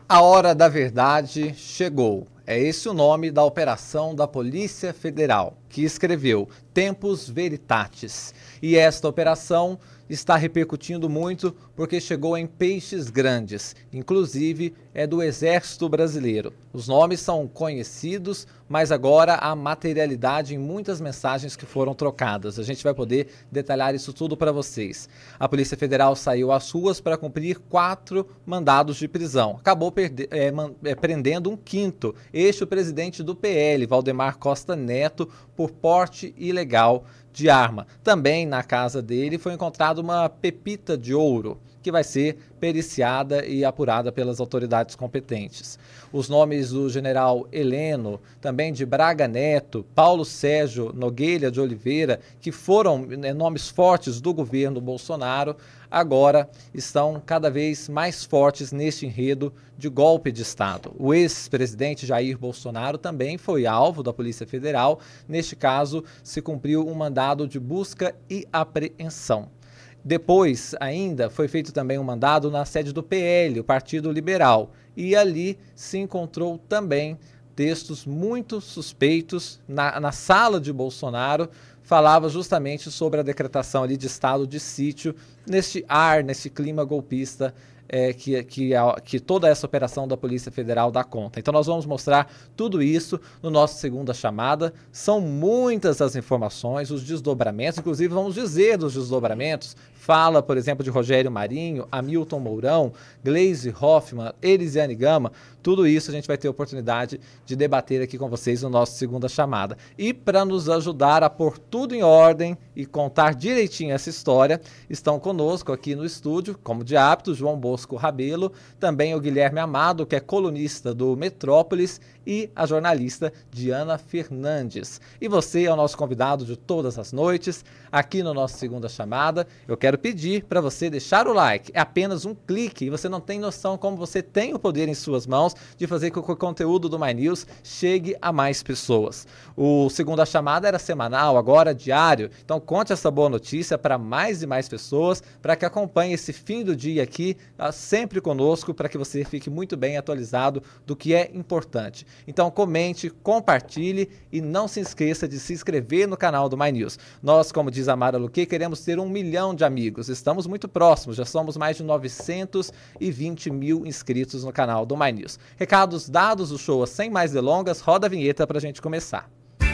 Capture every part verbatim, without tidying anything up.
A hora da verdade chegou. É esse o nome da operação da Polícia Federal, que escreveu Tempus Veritatis. E esta operação está repercutindo muito porque chegou em peixes grandes, inclusive é do Exército Brasileiro. Os nomes são conhecidos, mas agora há materialidade em muitas mensagens que foram trocadas. A gente vai poder detalhar isso tudo para vocês. A Polícia Federal saiu às ruas para cumprir quatro mandados de prisão. Acabou perde- é, man- é, prendendo um quinto, este o presidente do P L, Valdemar Costa Neto, por porte ilegal de arma. Também na casa dele foi encontrada uma pepita de ouro, que vai ser periciada e apurada pelas autoridades competentes. Os nomes do general Heleno, também de Braga Neto, Paulo Sérgio Nogueira de Oliveira, que foram né, nomes fortes do governo Bolsonaro, agora estão cada vez mais fortes neste enredo de golpe de Estado. O ex-presidente Jair Bolsonaro também foi alvo da Polícia Federal. Neste caso, se cumpriu um mandado de busca e apreensão. Depois, ainda, foi feito também um mandado na sede do P L, o Partido Liberal, e ali se encontrou também textos muito suspeitos na, na sala de Bolsonaro, falava justamente sobre a decretação ali de estado de sítio, neste ar, nesse clima golpista é, que, que, que toda essa operação da Polícia Federal dá conta. Então nós vamos mostrar tudo isso no nosso Segunda Chamada. São muitas as informações, os desdobramentos, inclusive vamos dizer dos desdobramentos. Fala, por exemplo, de Rogério Marinho, Hamilton Mourão, Gleisi Hoffmann, Elisiane Gama. Tudo isso a gente vai ter oportunidade de debater aqui com vocês no nosso Segunda Chamada. E para nos ajudar a pôr tudo em ordem e contar direitinho essa história, estão conosco aqui no estúdio, como de hábito, João Bosco Rabelo, também o Guilherme Amado, que é colunista do Metrópolis, e a jornalista Diana Fernandes. E você é o nosso convidado de todas as noites, aqui no nosso Segunda Chamada. Eu quero pedir para você deixar o like, é apenas um clique e você não tem noção como você tem o poder em suas mãos de fazer com que o conteúdo do My News chegue a mais pessoas. O Segunda Chamada era semanal, agora diário, então conte essa boa notícia para mais e mais pessoas, para que acompanhe esse fim do dia aqui, sempre conosco, para que você fique muito bem atualizado do que é importante. Então comente, compartilhe e não se esqueça de se inscrever no canal do My News. Nós, como diz a Mara Luque, queremos ter um milhão de amigos. Estamos muito próximos, já somos mais de novecentos e vinte mil inscritos no canal do My News. Recados dados, o show sem mais delongas, roda a vinheta para a gente começar.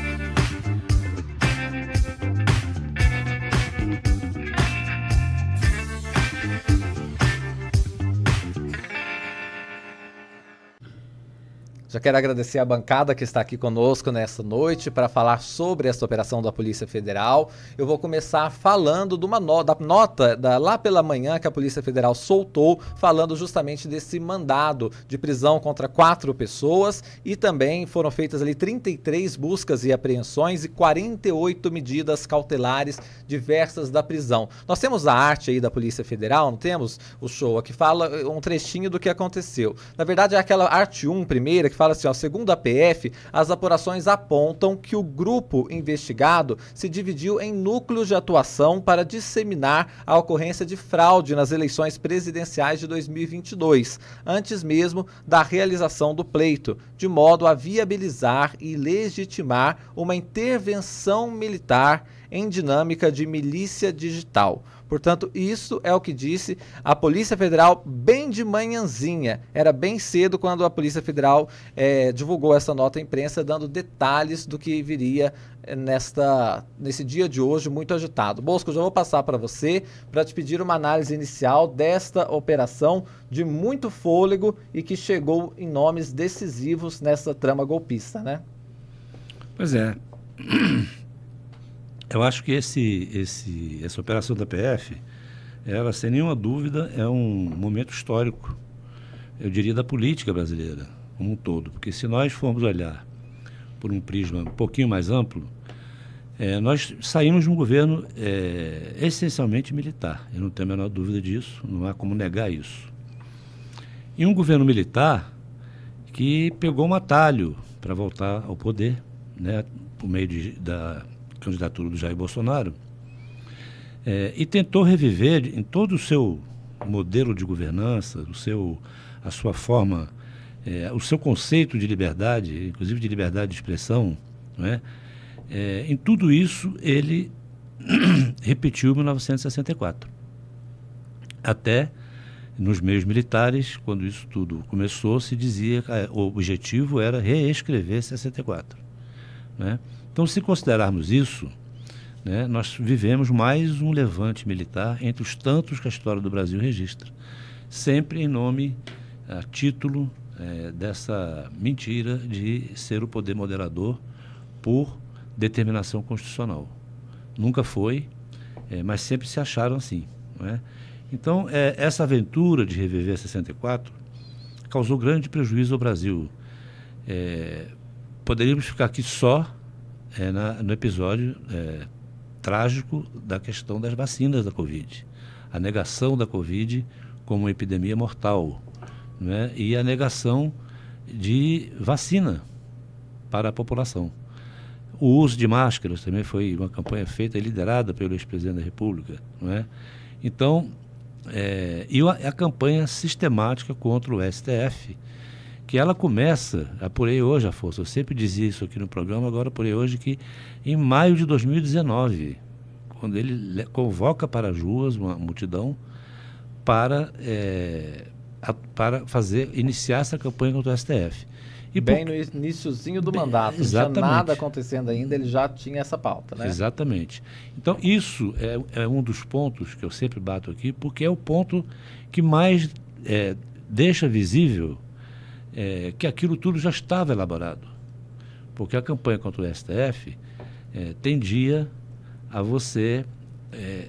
Já quero agradecer a bancada que está aqui conosco nesta noite para falar sobre essa operação da Polícia Federal. Eu vou começar falando de uma no- da nota da, lá pela manhã que a Polícia Federal soltou, falando justamente desse mandado de prisão contra quatro pessoas, e também foram feitas ali trinta e três buscas e apreensões e quarenta e oito medidas cautelares diversas da prisão. Nós temos a arte aí da Polícia Federal, não temos o show aqui, fala um trechinho do que aconteceu. Na verdade é aquela arte um primeira que fala assim, ó, segundo a P F, as apurações apontam que o grupo investigado se dividiu em núcleos de atuação para disseminar a ocorrência de fraude nas eleições presidenciais de dois mil e vinte e dois, antes mesmo da realização do pleito, de modo a viabilizar e legitimar uma intervenção militar em dinâmica de milícia digital. Portanto, isso é o que disse a Polícia Federal bem de manhãzinha. Era bem cedo quando a Polícia Federal é, divulgou essa nota à imprensa, dando detalhes do que viria nesta, nesse dia de hoje muito agitado. Bosco, já vou passar para você para te pedir uma análise inicial desta operação de muito fôlego e que chegou em nomes decisivos nessa trama golpista, né? Pois é. Eu acho que esse, esse, essa operação da P F, ela, sem nenhuma dúvida, é um momento histórico, eu diria, da política brasileira como um todo. Porque se nós formos olhar por um prisma um pouquinho mais amplo, é, nós saímos de um governo é, essencialmente militar. Eu não tenho a menor dúvida disso, não há como negar isso. E um governo militar que pegou um atalho para voltar ao poder, né, por meio de, da candidatura do Jair Bolsonaro, é, e tentou reviver em todo o seu modelo de governança, o seu, a sua forma é, o seu conceito de liberdade, inclusive de liberdade de expressão, não é? É, em tudo isso ele repetiu mil novecentos e sessenta e quatro. Até nos meios militares, quando isso tudo começou, se dizia que o objetivo era reescrever sessenta e quatro. Né? Então, se considerarmos isso, né, nós vivemos mais um levante militar entre os tantos que a história do Brasil registra, sempre em nome, a título é, dessa mentira de ser o poder moderador por determinação constitucional. Nunca foi, é, mas sempre se acharam assim. Não é? Então, é, essa aventura de reviver sessenta e quatro causou grande prejuízo ao Brasil. É, poderíamos ficar aqui só é, na, no episódio é, trágico da questão das vacinas da Covid. A negação da Covid como uma epidemia mortal, né? E a negação de vacina para a população. O uso de máscaras também foi uma campanha feita e liderada pelo ex-presidente da República, não é? Então, é, e a, a campanha sistemática contra o S T F, que ela começa, apurei hoje, Afonso, eu sempre dizia isso aqui no programa, agora apurei hoje que em maio de dois mil e dezenove, quando ele convoca para as ruas uma multidão para, é, a, para fazer, iniciar essa campanha contra o S T F. E bem por... no iniciozinho do mandato, não tinha nada acontecendo ainda, ele já tinha essa pauta, né? Exatamente. Então, isso é, é um dos pontos que eu sempre bato aqui, porque é o ponto que mais é, deixa visível é, que aquilo tudo já estava elaborado. Porque a campanha contra o S T F é, tendia a você é,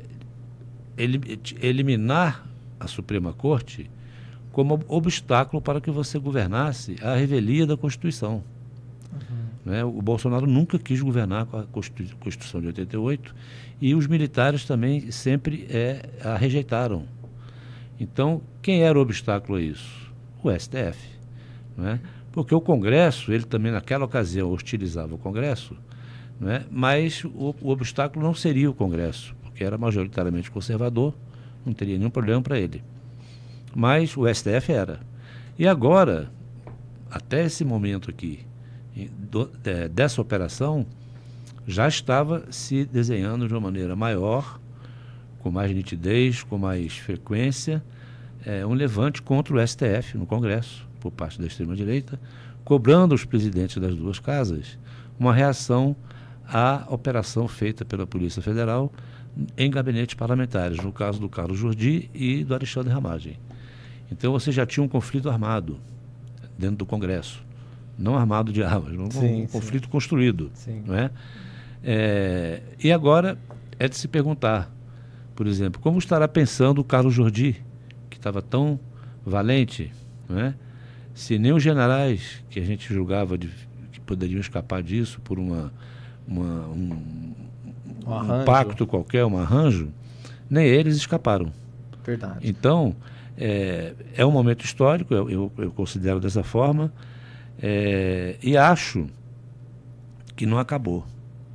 eliminar a Suprema Corte como obstáculo para que você governasse a revelia da Constituição. Uhum. Né? O Bolsonaro nunca quis governar com a Constituição de oitenta e oito e os militares também sempre é, a rejeitaram. Então, quem era o obstáculo a isso? O S T F. Né? Porque o Congresso, ele também naquela ocasião hostilizava o Congresso, né? Mas o, o obstáculo não seria o Congresso, porque era majoritariamente conservador, não teria nenhum problema para ele. Mas o S T F era. E agora, até esse momento aqui, do, é, dessa operação, já estava se desenhando de uma maneira maior, com mais nitidez, com mais frequência, é, um levante contra o S T F no Congresso, por parte da extrema-direita, cobrando os presidentes das duas casas uma reação à operação feita pela Polícia Federal em gabinetes parlamentares, no caso do Carlos Jordi e do Alexandre Ramagem. Então você já tinha um conflito armado dentro do Congresso, não armado de armas, um, sim, um conflito sim. construído, sim. Não é? É, e agora é de se perguntar, por exemplo, como estará pensando o Carlos Jordi, que estava tão valente, não é? Se nem os generais que a gente julgava de, que poderiam escapar disso por uma, uma, um, um, um pacto qualquer, um arranjo, nem eles escaparam. Verdade. Então, é, é um momento histórico, eu, eu, eu considero dessa forma, é, e acho que não acabou.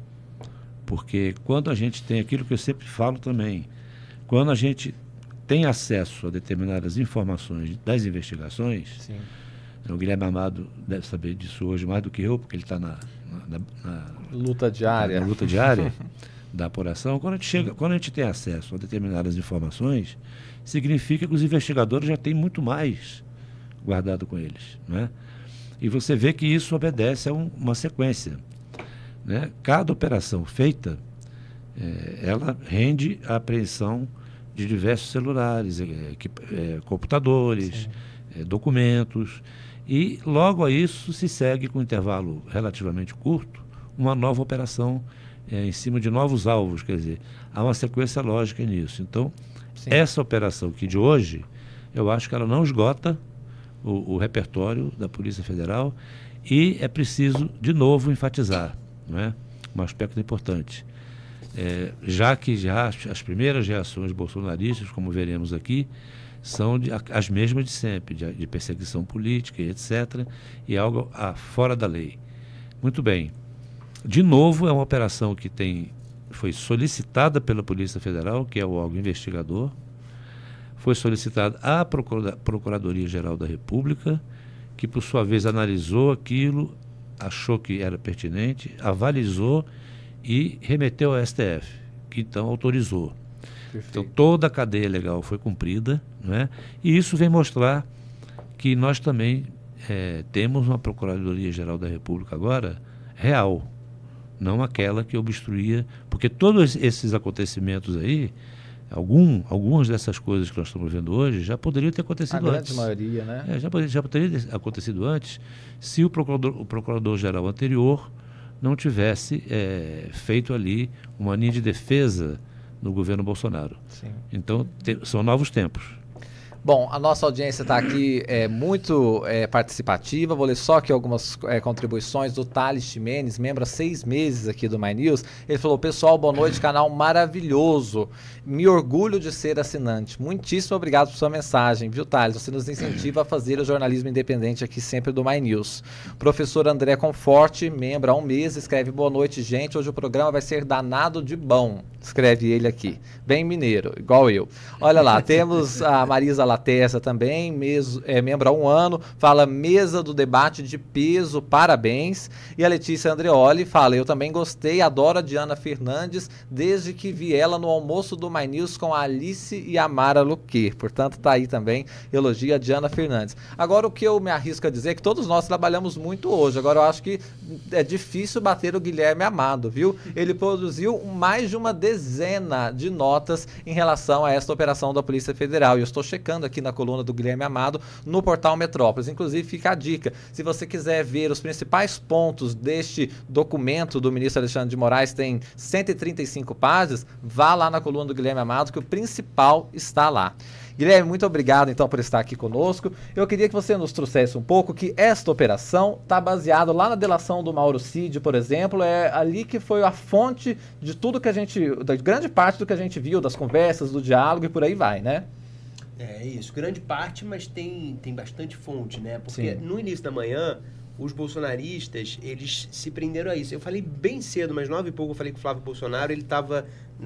Porque quando a gente tem aquilo que eu sempre falo também, quando a gente tem acesso a determinadas informações das investigações, sim. O Guilherme Amado deve saber disso hoje mais do que eu, porque ele está na, na, na luta diária, na luta diária da apuração. Quando a gente chega, quando a gente tem acesso a determinadas informações, significa que os investigadores já têm muito mais guardado com eles, né? E você vê que isso obedece a um, uma sequência, né? Cada operação feita, é, ela rende a apreensão de diversos celulares, é, é, computadores, é, documentos. E logo a isso se segue, com um intervalo relativamente curto, uma nova operação é, em cima de novos alvos. Quer dizer, há uma sequência lógica nisso. Então, sim. Essa operação aqui de hoje, eu acho que ela não esgota o, o repertório da Polícia Federal e é preciso, de novo, enfatizar, não é? Um aspecto importante. É, já que já as primeiras reações bolsonaristas, como veremos aqui, são de, as mesmas de sempre, de, de perseguição política e etcétera, e algo a, fora da lei. Muito bem. De novo, é uma operação que tem, foi solicitada pela Polícia Federal, que é o órgão investigador, foi solicitada à Procura, Procuradoria-Geral da República, que por sua vez analisou aquilo, achou que era pertinente, avalizou e remeteu ao S T F, que então autorizou. Perfeito. Então toda a cadeia legal foi cumprida, não é? E isso vem mostrar que nós também é, temos uma Procuradoria-Geral da República agora real, não aquela que obstruía, porque todos esses acontecimentos aí, algum, algumas dessas coisas que nós estamos vendo hoje já poderiam ter acontecido antes. A antes. grande maioria, né? É, já, já poderia ter acontecido antes se o procurador, o procurador-geral anterior não tivesse é, feito ali uma linha de defesa no governo Bolsonaro. Sim. Então, te, são novos tempos. Bom, a nossa audiência está aqui é, muito é, participativa. Vou ler só aqui algumas é, contribuições do Thales Ximenes, membro há seis meses aqui do My News. Ele falou: pessoal, boa noite, canal maravilhoso. Me orgulho de ser assinante. Muitíssimo obrigado por sua mensagem, viu, Thales? Você nos incentiva a fazer o jornalismo independente aqui sempre do My News. Professor André Conforte, membro há um mês, escreve: boa noite, gente. Hoje o programa vai ser danado de bom. Escreve ele aqui. Bem mineiro, igual eu. Olha lá, temos a Marisa Latessa também, mes, é, membro há um ano, fala: mesa do debate de peso, parabéns. E a Letícia Andreoli fala: eu também gostei, adoro a Diana Fernandes, desde que vi ela no almoço do My News com a Alice e a Mara Luque. Portanto, tá aí também, elogia a Diana Fernandes. Agora, o que eu me arrisco a dizer é que todos nós trabalhamos muito hoje. Agora, eu acho que é difícil bater o Guilherme Amado, viu? Ele produziu mais de uma dezena de notas em relação a esta operação da Polícia Federal. E eu estou checando aqui na coluna do Guilherme Amado no portal Metrópolis. Inclusive, fica a dica: se você quiser ver os principais pontos deste documento do ministro Alexandre de Moraes, tem cento e trinta e cinco páginas, vá lá na coluna do Guilherme Amado, que o principal está lá. Guilherme, muito obrigado então por estar aqui conosco. Eu queria que você nos trouxesse um pouco que esta operação está baseada lá na delação do Mauro Cid, por exemplo. É ali que foi a fonte de tudo que a gente, da grande parte do que a gente viu, das conversas, do diálogo e por aí vai, né? É isso, grande parte, mas tem, tem bastante fonte, né? Porque Sim. no início da manhã, os bolsonaristas, eles se prenderam a isso. Eu falei bem cedo, mas nove e pouco, eu falei que o Flávio Bolsonaro, ele estava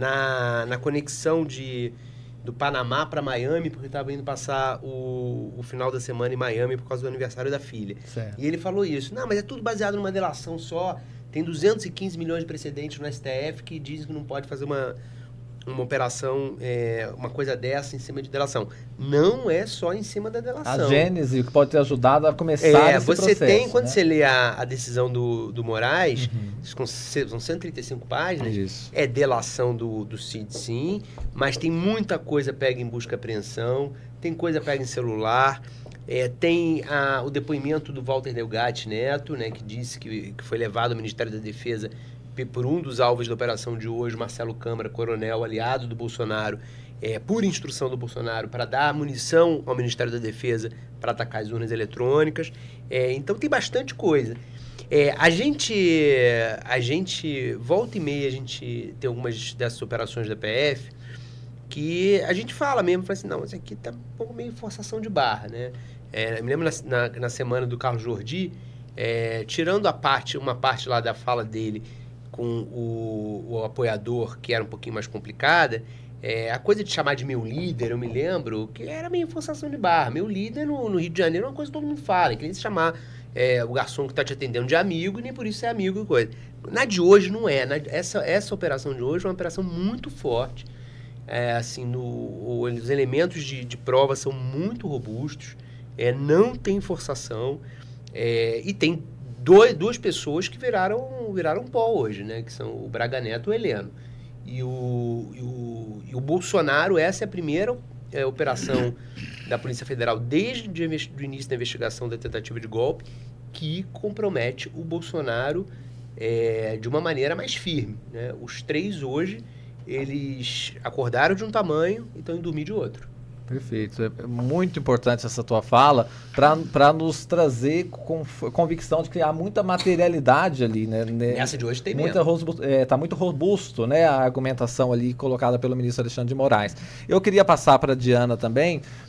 na, na conexão de, do Panamá para Miami, porque estava indo passar o, o final da semana em Miami por causa do aniversário da filha. Certo. E ele falou isso: não, mas é tudo baseado numa delação só, tem duzentos e quinze milhões de precedentes no S T F que dizem que não pode fazer uma... uma operação, é, uma coisa dessa em cima de delação. Não é só em cima da delação. A gênese, o que pode ter ajudado a começar é, esse você processo. Tem, quando né? você lê a, a decisão do, do Moraes, uhum. são cento e trinta e cinco páginas, Isso. é delação do, do Cid, sim, mas tem muita coisa pega em busca e apreensão, tem coisa pega em celular, é, tem a, o depoimento do Walter Delgatti Neto, né, que disse que, que foi levado ao Ministério da Defesa por um dos alvos da operação de hoje, Marcelo Câmara, coronel, aliado do Bolsonaro, é, por instrução do Bolsonaro, para dar munição ao Ministério da Defesa para atacar as urnas eletrônicas. É, então tem bastante coisa. É, a gente, a gente, volta e meia, a gente tem algumas dessas operações da P F que a gente fala mesmo, fala assim: não, isso aqui tá um pouco meio forçação de barra, né? É, eu me lembro na, na, na semana do Carlos Jordi, é, tirando a parte, uma parte lá da fala dele com o, o apoiador, que era um pouquinho mais complicada, é, a coisa de chamar de meu líder, eu me lembro, que era meio forçação de barra. Meu líder no, no Rio de Janeiro é uma coisa que todo mundo fala, que nem se chamar é, o garçom que está te atendendo de amigo, e nem por isso é amigo e coisa. Na de hoje não é. Na, essa, essa operação de hoje é uma operação muito forte. É, assim, no, os elementos de, de prova são muito robustos, é, não tem forçação, é, e tem Dois, duas pessoas que viraram, viraram pó hoje, né? Que são o Braga Neto e o Heleno. E o, e o, e o Bolsonaro, essa é a primeira é, operação da Polícia Federal desde o início da investigação da tentativa de golpe que compromete o Bolsonaro é, de uma maneira mais firme, né? Os três hoje, eles acordaram de um tamanho e estão indo dormir de outro. Perfeito. É muito importante essa tua fala para nos trazer com, convicção de que há muita materialidade ali, né? Nessa de hoje tem muita mesmo. Está é, muito robusto, né, a argumentação ali colocada pelo ministro Alexandre de Moraes. Eu queria passar para a Diana também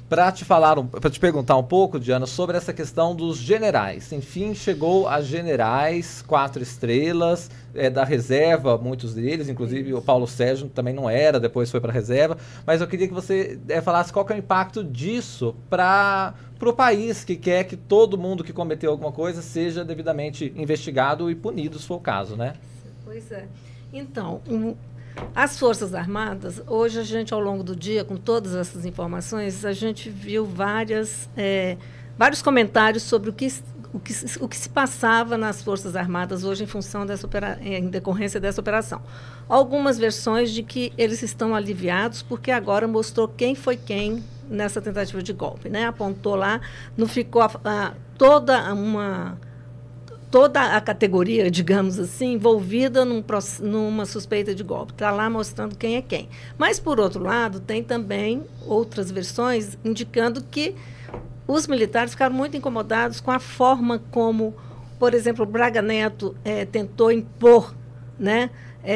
para te falar, um, para te perguntar um pouco, Diana, sobre essa questão dos generais. Enfim, chegou a generais, quatro estrelas, é, da reserva, muitos deles, inclusive o Paulo Sérgio também não era, depois foi para a reserva. Mas eu queria que você é, falasse qual que é o impacto disso para o país, que quer que todo mundo que cometeu alguma coisa seja devidamente investigado e punido, se for o caso, né? Pois é. Então, um... as Forças Armadas, hoje a gente, ao longo do dia, com todas essas informações, a gente viu várias, é, vários comentários sobre o que, o, que, o que se passava nas Forças Armadas hoje em função dessa opera, em decorrência dessa operação. Algumas versões de que eles estão aliviados porque agora mostrou quem foi quem nessa tentativa de golpe, né? Apontou lá, não ficou a, a, toda uma... toda a categoria, digamos assim, envolvida num, numa suspeita de golpe. Está lá mostrando quem é quem. Mas, por outro lado, tem também outras versões indicando que os militares ficaram muito incomodados com a forma como, por exemplo, o Braga Neto é, tentou impor, né,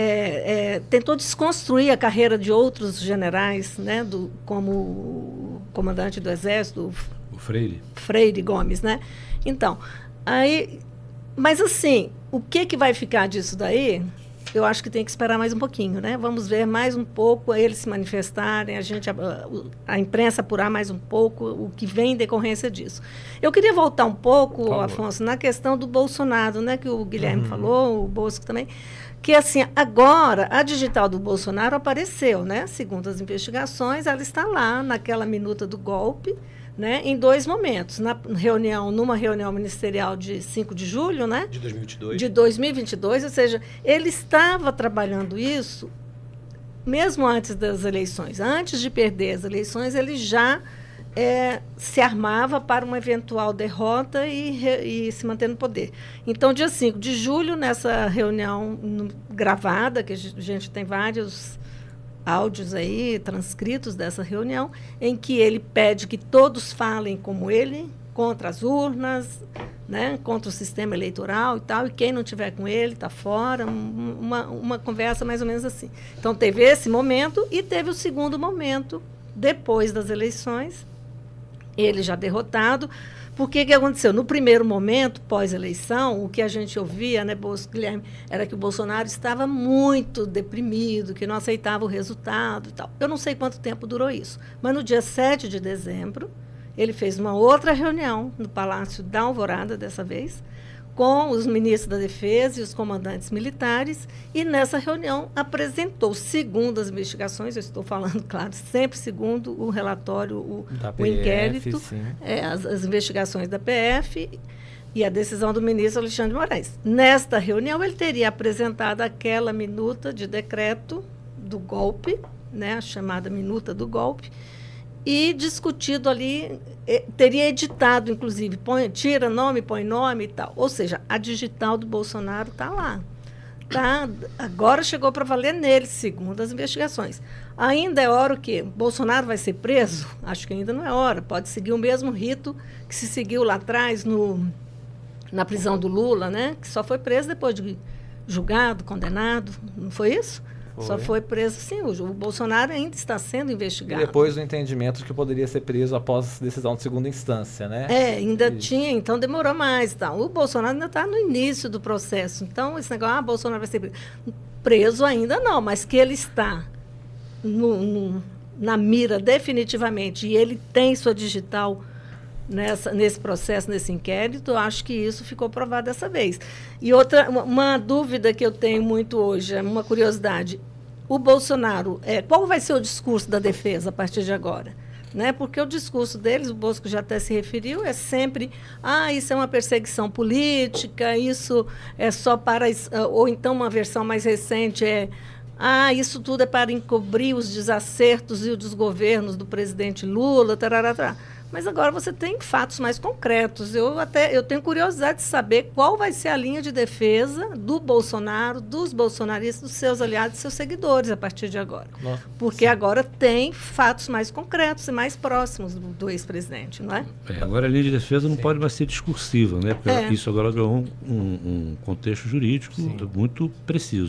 é, é, tentou desconstruir a carreira de outros generais, né, do, como o comandante do Exército, o Freire. Freire Gomes, né? Então, aí... Mas, assim, o que, que vai ficar disso daí, eu acho que tem que esperar mais um pouquinho, né? Vamos ver mais um pouco eles se manifestarem, a gente, a, a imprensa apurar mais um pouco o que vem em decorrência disso. Eu queria voltar um pouco, Afonso, na questão do Bolsonaro, né? Que o Guilherme uhum. falou, o Bosco também, que, assim, agora a digital do Bolsonaro apareceu, né? Segundo as investigações, ela está lá naquela minuta do golpe, né, em dois momentos, na reunião, numa reunião ministerial de cinco de julho, né, de dois mil e vinte e dois, de dois mil e vinte e dois, ou seja, ele estava trabalhando isso mesmo antes das eleições. Antes de perder as eleições, ele já é, se armava para uma eventual derrota e, re, e se manter no poder. Então, dia cinco de julho, nessa reunião no, gravada, que a gente tem vários áudios aí, transcritos dessa reunião, em que ele pede que todos falem como ele, contra as urnas, né, contra o sistema eleitoral e tal, e quem não tiver com ele está fora, uma, uma conversa mais ou menos assim. Então, teve esse momento e teve o segundo momento, depois das eleições, ele já derrotado. Porque o que aconteceu? No primeiro momento, pós-eleição, o que a gente ouvia, né, Bosco, Guilherme, era que o Bolsonaro estava muito deprimido, que não aceitava o resultado e tal. Eu não sei quanto tempo durou isso, mas no dia sete de dezembro, ele fez uma outra reunião no Palácio da Alvorada, dessa vez, com os ministros da Defesa e os comandantes militares, e nessa reunião apresentou, segundo as investigações, eu estou falando, claro, sempre segundo o relatório, o, o inquérito, é, as, as investigações da P F e a decisão do ministro Alexandre de Moraes. Nesta reunião, ele teria apresentado aquela minuta de decreto do golpe, né, a chamada minuta do golpe, e discutido ali, teria editado, inclusive, põe, tira nome, põe nome e tal. Ou seja, a digital do Bolsonaro está lá. Tá, agora chegou para valer nele, segundo as investigações. Ainda é hora o quê? Bolsonaro vai ser preso? Acho que ainda não é hora. Pode seguir o mesmo rito que se seguiu lá atrás no, na prisão do Lula, né? Que só foi preso depois de julgado, condenado. Não foi isso? Foi. Só foi preso, sim. O, o Bolsonaro ainda está sendo investigado. E depois do entendimento de que poderia ser preso após a decisão de segunda instância, né? É, ainda Isso. tinha, então demorou mais. Tá. O Bolsonaro ainda está no início do processo. Então, esse negócio, ah, Bolsonaro vai ser preso. Preso ainda não, mas que ele está no, no, na mira definitivamente e ele tem sua digital Nessa, nesse processo, nesse inquérito, eu acho que isso ficou provado dessa vez. E outra, uma, uma dúvida que eu tenho muito hoje, uma curiosidade, o Bolsonaro, é, qual vai ser o discurso da defesa a partir de agora? Né? Porque o discurso deles, o Bosco já até se referiu, é sempre, ah, isso é uma perseguição política, isso é só para, ou então uma versão mais recente é, ah, isso tudo é para encobrir os desacertos e os desgovernos do presidente Lula, tarará, tarará. Mas agora você tem fatos mais concretos. Eu até eu tenho curiosidade de saber qual vai ser a linha de defesa do Bolsonaro, dos bolsonaristas, dos seus aliados, dos seus seguidores a partir de agora. Nossa, Porque sim. agora tem fatos mais concretos e mais próximos do, do ex-presidente, não é? é? Agora a linha de defesa não sim. pode mais ser discursiva, né? Porque é. isso agora ganhou um, um, um contexto jurídico sim. muito preciso.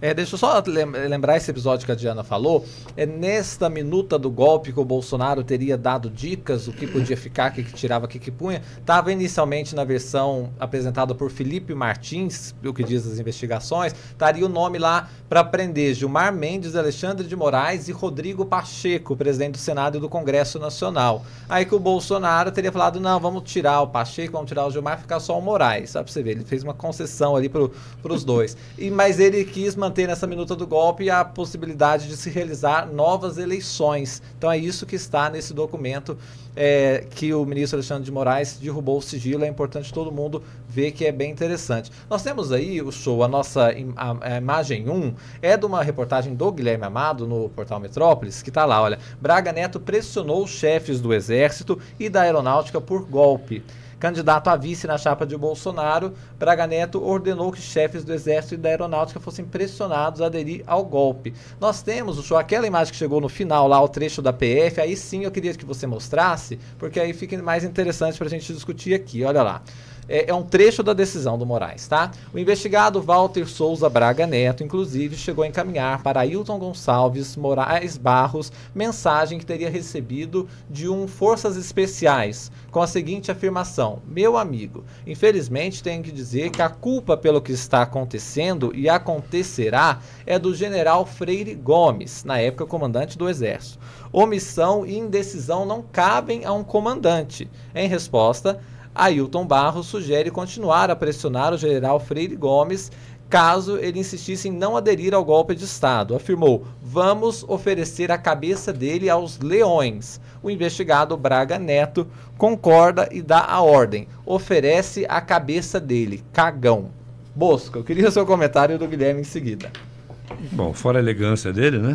É, deixa eu só lembrar esse episódio que a Diana falou. É nesta minuta do golpe que o Bolsonaro teria dado dicas, o que podia ficar, o que, que tirava, o que, que punha. Estava inicialmente na versão apresentada por Felipe Martins, o que diz as investigações, estaria o nome lá para prender Gilmar Mendes, Alexandre de Moraes e Rodrigo Pacheco, presidente do Senado e do Congresso Nacional. Aí que o Bolsonaro teria falado, não, vamos tirar o Pacheco, vamos tirar o Gilmar, ficar só o Moraes. Sabe pra você ver, ele fez uma concessão ali para os dois. E, mas ele quis manter ter nessa minuta do golpe a possibilidade de se realizar novas eleições. Então é isso que está nesse documento é, que o ministro Alexandre de Moraes derrubou o sigilo. É importante todo mundo ver que é bem interessante. Nós temos aí o show, a nossa a, a imagem um é de uma reportagem do Guilherme Amado no portal Metrópolis, que está lá, olha, Braga Neto pressionou os chefes do Exército e da Aeronáutica por golpe. Candidato a vice na chapa de Bolsonaro, Braga Neto ordenou que chefes do Exército e da Aeronáutica fossem pressionados a aderir ao golpe. Nós temos o show, aquela imagem que chegou no final lá, o trecho da P F, aí sim eu queria que você mostrasse, porque aí fica mais interessante para a gente discutir aqui, olha lá. É, é um trecho da decisão do Moraes, tá? O investigado Walter Souza Braga Neto, inclusive, chegou a encaminhar para Ailton Gonçalves Moraes Barros mensagem que teria recebido de um Forças Especiais, com a seguinte afirmação: meu amigo, infelizmente tenho que dizer que a culpa pelo que está acontecendo e acontecerá é do general Freire Gomes, na época comandante do Exército. Omissão e indecisão não cabem a um comandante. Em resposta, Ailton Barros sugere continuar a pressionar o general Freire Gomes caso ele insistisse em não aderir ao golpe de Estado. Afirmou, vamos oferecer a cabeça dele aos leões. O investigado Braga Neto concorda e dá a ordem. Oferece a cabeça dele, cagão. Bosco, eu queria o seu comentário do Guilherme em seguida. Bom, fora a elegância dele, né?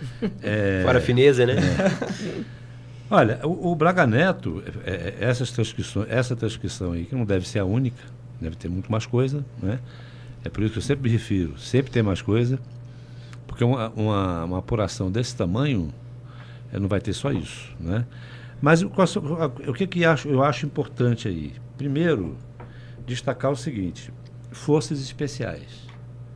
É... Fora a fineza, né? É... Olha, o, o Braga Neto, é, é, essas transcrições, essa transcrição aí, que não deve ser a única, deve ter muito mais coisa, né? É por isso que eu sempre me refiro, sempre tem mais coisa, porque uma, uma, uma apuração desse tamanho é, não vai ter só isso, né? Mas o, o que, que acho, eu acho importante aí? Primeiro, destacar o seguinte, forças especiais.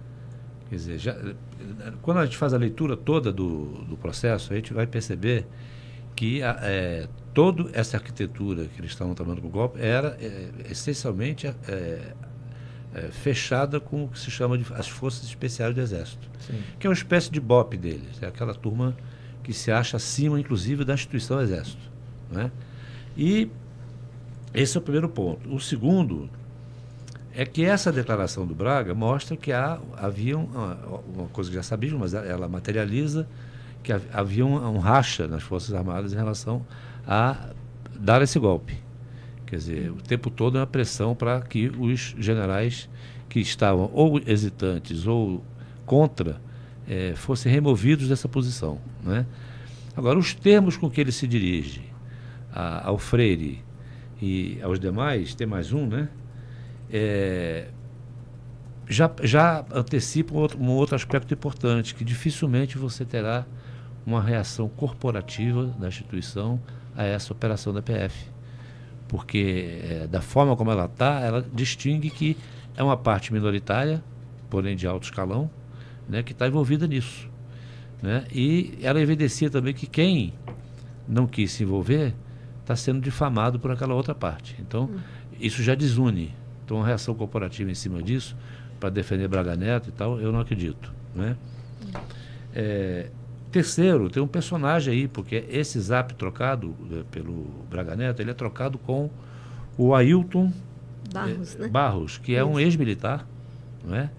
Quer dizer, já, quando a gente faz a leitura toda do, do processo, a gente vai perceber que é, toda essa arquitetura que eles estavam trabalhando com o golpe era é, essencialmente é, é, fechada com o que se chama de as Forças Especiais do Exército, Sim. que é uma espécie de B O P deles, é aquela turma que se acha acima, inclusive, da instituição Exército, né? E esse é o primeiro ponto. O segundo é que essa declaração do Braga mostra que há, havia uma, uma coisa que já sabíamos, mas ela materializa que havia um, um racha nas Forças Armadas em relação a dar esse golpe. Quer dizer, o tempo todo é uma pressão para que os generais que estavam ou hesitantes ou contra eh, fossem removidos dessa posição, né? Agora, os termos com que ele se dirige a, ao Freire e aos demais, tem mais um, né? É, já, já antecipa um outro, um outro aspecto importante, que dificilmente você terá uma reação corporativa da instituição a essa operação da P F. Porque, é, da forma como ela está, ela distingue que é uma parte minoritária, porém de alto escalão, né, que está envolvida nisso, né? E ela evidencia também que quem não quis se envolver está sendo difamado por aquela outra parte. Então, hum. isso já desune. Então, uma reação corporativa em cima disso, para defender Braga Neto e tal, eu não acredito, né? Hum. É, terceiro, tem um personagem aí, porque esse zap trocado é, pelo Braga Neto, ele é trocado com o Ailton Barros, é, né? Barros, que é Isso. um ex-militar, não é?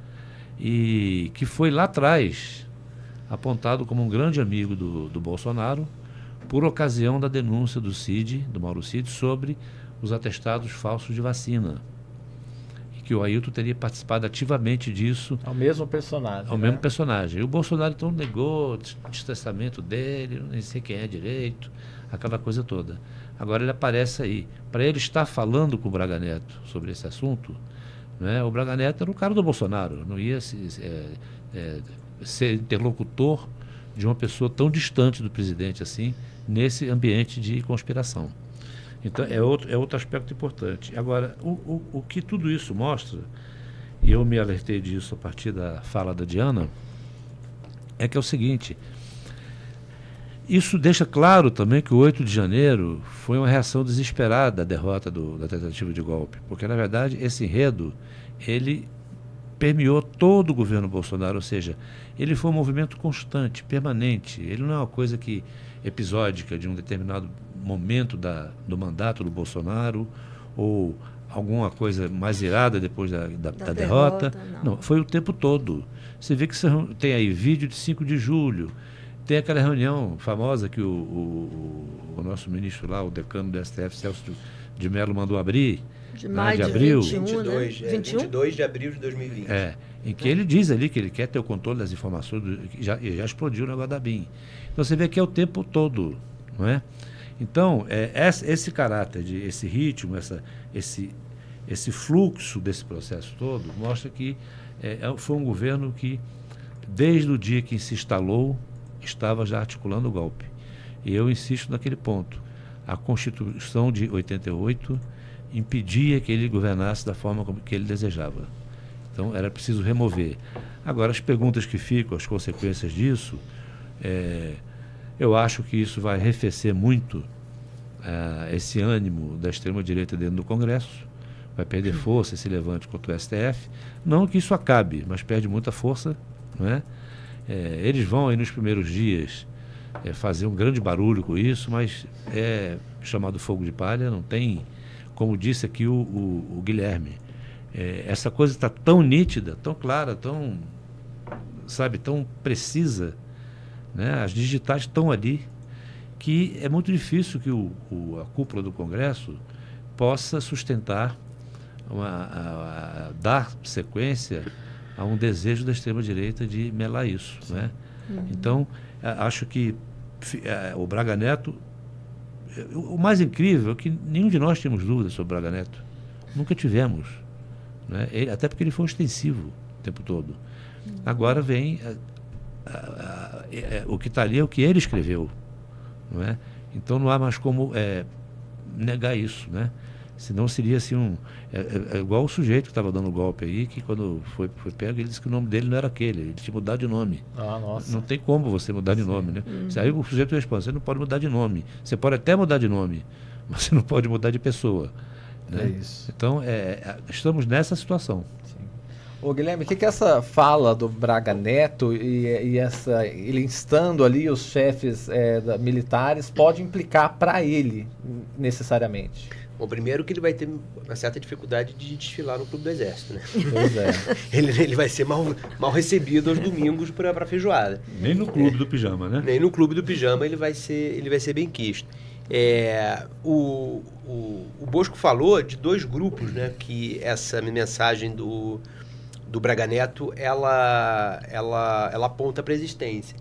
E que foi lá atrás apontado como um grande amigo do, do Bolsonaro por ocasião da denúncia do Cid, do Mauro Cid, sobre os atestados falsos de vacina. E que o Ailton teria participado ativamente disso. Ao mesmo personagem. Ao né? mesmo personagem. E o Bolsonaro então negou o distanciamento dele, nem sei quem é direito, aquela coisa toda. Agora ele aparece aí. Para ele estar falando com o Braga Neto sobre esse assunto, né, o Braga Neto era o cara do Bolsonaro, não ia se, é, é, ser interlocutor de uma pessoa tão distante do presidente assim, nesse ambiente de conspiração. Então, é outro, é outro aspecto importante. Agora, o, o, o que tudo isso mostra, e eu me alertei disso a partir da fala da Diana, é que é o seguinte, isso deixa claro também que o oito de janeiro foi uma reação desesperada à derrota do, da tentativa de golpe, porque na verdade esse enredo, ele permeou todo o governo Bolsonaro, ou seja, ele foi um movimento constante, permanente, ele não é uma coisa que episódica de um determinado momento da, do mandato do Bolsonaro ou alguma coisa mais irada depois da, da, da, da derrota. derrota. Não. não, foi o tempo todo. Você vê que você tem aí vídeo de cinco de julho, tem aquela reunião famosa que o, o, o nosso ministro lá, o decano do S T F, Celso de Mello, mandou abrir, de maio de, de abril. vinte e um, vinte e dois, né? é, vinte e dois de abril de dois mil e vinte. É, em que é. ele diz ali que ele quer ter o controle das informações, do, que já, já explodiu o negócio da B I M. Então você vê que é o tempo todo, não é? Então, é, esse, esse caráter, de, esse ritmo, essa, esse, esse fluxo desse processo todo, mostra que é, foi um governo que, desde o dia que se instalou, estava já articulando o golpe. E eu insisto naquele ponto. A Constituição de oitenta e oito impedia que ele governasse da forma como que ele desejava. Então, era preciso remover. Agora, as perguntas que ficam, as consequências disso, é, eu acho que isso vai arrefecer muito uh, esse ânimo da extrema-direita dentro do Congresso, vai perder força esse levante contra o S T F. Não que isso acabe, mas perde muita força, não é? É, eles vão aí nos primeiros dias é, fazer um grande barulho com isso, mas é chamado fogo de palha, não tem, como disse aqui o, o, o Guilherme, é, essa coisa está tão nítida, tão clara, tão, sabe, tão precisa, né? As digitais estão ali, que é muito difícil que o, o, a cúpula do Congresso possa sustentar, uma, a, a, dar sequência a um desejo da extrema-direita de melar isso, né? Uhum. Então, a, acho que a, o Braga Neto, o, o mais incrível é que nenhum de nós tínhamos dúvidas sobre o Braga Neto. Nunca tivemos, né? Ele, até porque ele foi ostensivo o tempo todo. Uhum. Agora vem... A, a, a, a, o que está ali é o que ele escreveu, não é? Então não há mais como é, negar isso, né? Senão seria assim um... É, é, é igual o sujeito que estava dando o golpe aí, que quando foi, foi pego, ele disse que o nome dele não era aquele, ele tinha mudado de nome. Ah, nossa. Não tem como você mudar de nome, né? Uhum. Aí o sujeito responde, você não pode mudar de nome. Você pode até mudar de nome, mas você não pode mudar de pessoa. Né? É isso. Então, é, estamos nessa situação. Ô Guilherme, o que, que essa fala do Braga Neto e, e essa, ele instando ali os chefes é, da, militares pode implicar para ele, necessariamente? Bom, primeiro que ele vai ter uma certa dificuldade de desfilar no Clube do Exército, né? Pois é. ele, ele vai ser mal, mal recebido aos domingos para a feijoada. Nem no Clube é, do Pijama, né? Nem no Clube do Pijama ele vai ser, ele vai ser bem quisto. É, o, o, o Bosco falou de dois grupos, né? Que essa mensagem do... do Braga Neto, ela, ela, ela aponta para a existência.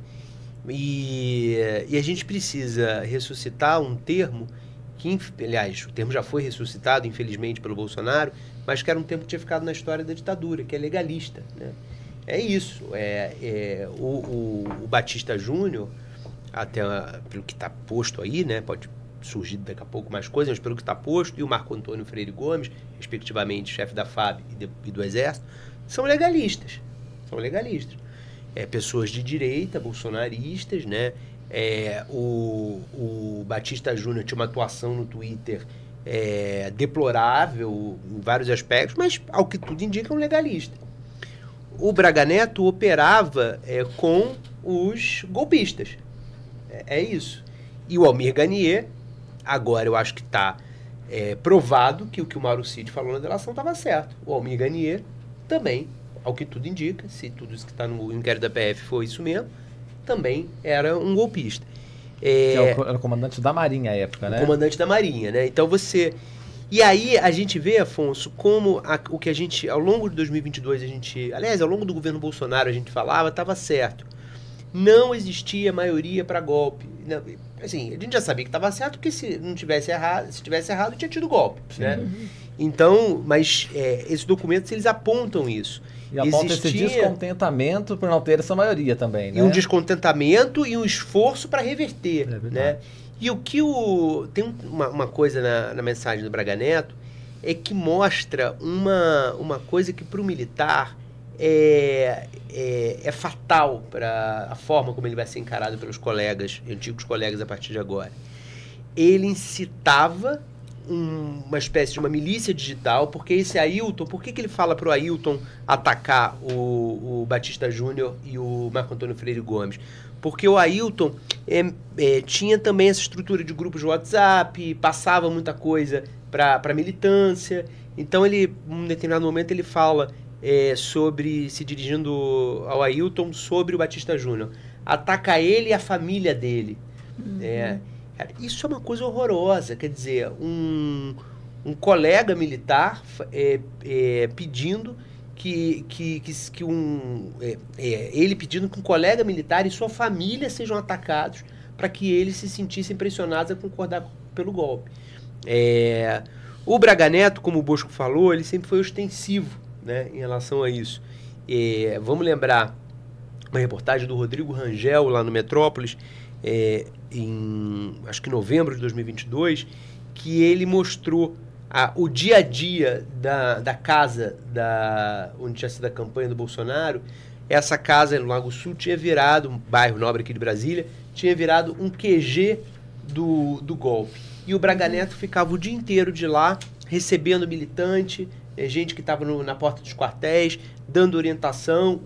E, e a gente precisa ressuscitar um termo que, aliás, o termo já foi ressuscitado, infelizmente, pelo Bolsonaro, mas que era um termo que tinha ficado na história da ditadura, que é legalista. Né? É isso. É, é, o, o, o Batista Júnior, até pelo que está posto aí, né, pode surgir daqui a pouco mais coisas, mas pelo que está posto, e o Marco Antônio Freire Gomes, respectivamente chefe da F A B e, de, e do Exército, são legalistas, são legalistas. É, pessoas de direita, bolsonaristas, né? É, o, o Batista Júnior tinha uma atuação no Twitter é, deplorável em vários aspectos, mas, ao que tudo indica, é um legalista. O Braga Neto operava é, com os golpistas. É, é isso. E o Almir Garnier, agora eu acho que está é, provado que o que o Mauro Cid falou na delação estava certo. O Almir Garnier também, ao que tudo indica, se tudo isso que está no inquérito da P F foi isso mesmo, também era um golpista. É, era o comandante da Marinha à época, né? O comandante da Marinha, né? Então você... E aí a gente vê, Afonso, como a, o que a gente, ao longo de dois mil e vinte e dois, a gente... Aliás, ao longo do governo Bolsonaro a gente falava, estava certo. Não existia maioria para golpe. Não, assim, a gente já sabia que estava certo, porque se não tivesse errado, se tivesse errado, tinha tido golpe, né? Uhum. Então, mas é, esses documentos, eles apontam isso. E aponta esse descontentamento por não ter essa maioria também, né? E um descontentamento e um esforço para reverter, é né? E o que o... Tem uma, uma coisa na, na mensagem do Braga Neto, é que mostra uma, uma coisa que para o militar é, é, é fatal para a forma como ele vai ser encarado pelos colegas, antigos colegas a partir de agora. Ele incitava um, uma espécie de uma milícia digital, porque esse Ailton, por que, que ele fala para o Ailton atacar o, o Batista Júnior e o Marco Antônio Freire Gomes? Porque o Ailton é, é, tinha também essa estrutura de grupos de WhatsApp, passava muita coisa para a militância. Então, ele, em um determinado momento, ele fala é, sobre, se dirigindo ao Ailton, sobre o Batista Júnior. Ataca ele e a família dele. Uhum. É, cara, isso é uma coisa horrorosa. Quer dizer, um, um colega militar é, é, pedindo que, que, que, que um... É, é, ele pedindo que um colega militar e sua família sejam atacados para que eles se sentissem pressionados a concordar pelo golpe. É... O Braga Neto, como o Bosco falou, ele sempre foi ostensivo, né, em relação a isso. É, vamos lembrar uma reportagem do Rodrigo Rangel, lá no Metrópolis, é, em acho que novembro de dois mil e vinte e dois, que ele mostrou a, o dia a dia da, da casa da, onde tinha sido a campanha do Bolsonaro. Essa casa no Lago Sul tinha virado, um bairro nobre aqui de Brasília, tinha virado um Q G do, do golpe. E o Braga Neto ficava o dia inteiro de lá, recebendo militante, gente que estava na porta dos quartéis, dando orientação.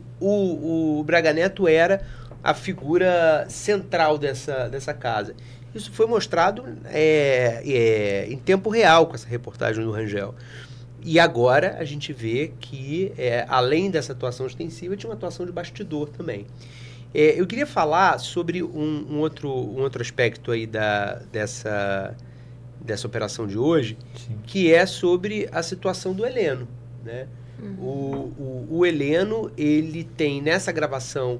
O, o Braga Neto era a figura central dessa, dessa casa. Isso foi mostrado é, é, em tempo real com essa reportagem do Rangel. E agora a gente vê que, é, além dessa atuação ostensiva, tinha uma atuação de bastidor também. É, eu queria falar sobre um, um, outro, um outro aspecto aí da, dessa... dessa operação de hoje, Sim. que é sobre a situação do Heleno, né? Uhum. O, o, o Heleno, ele tem nessa gravação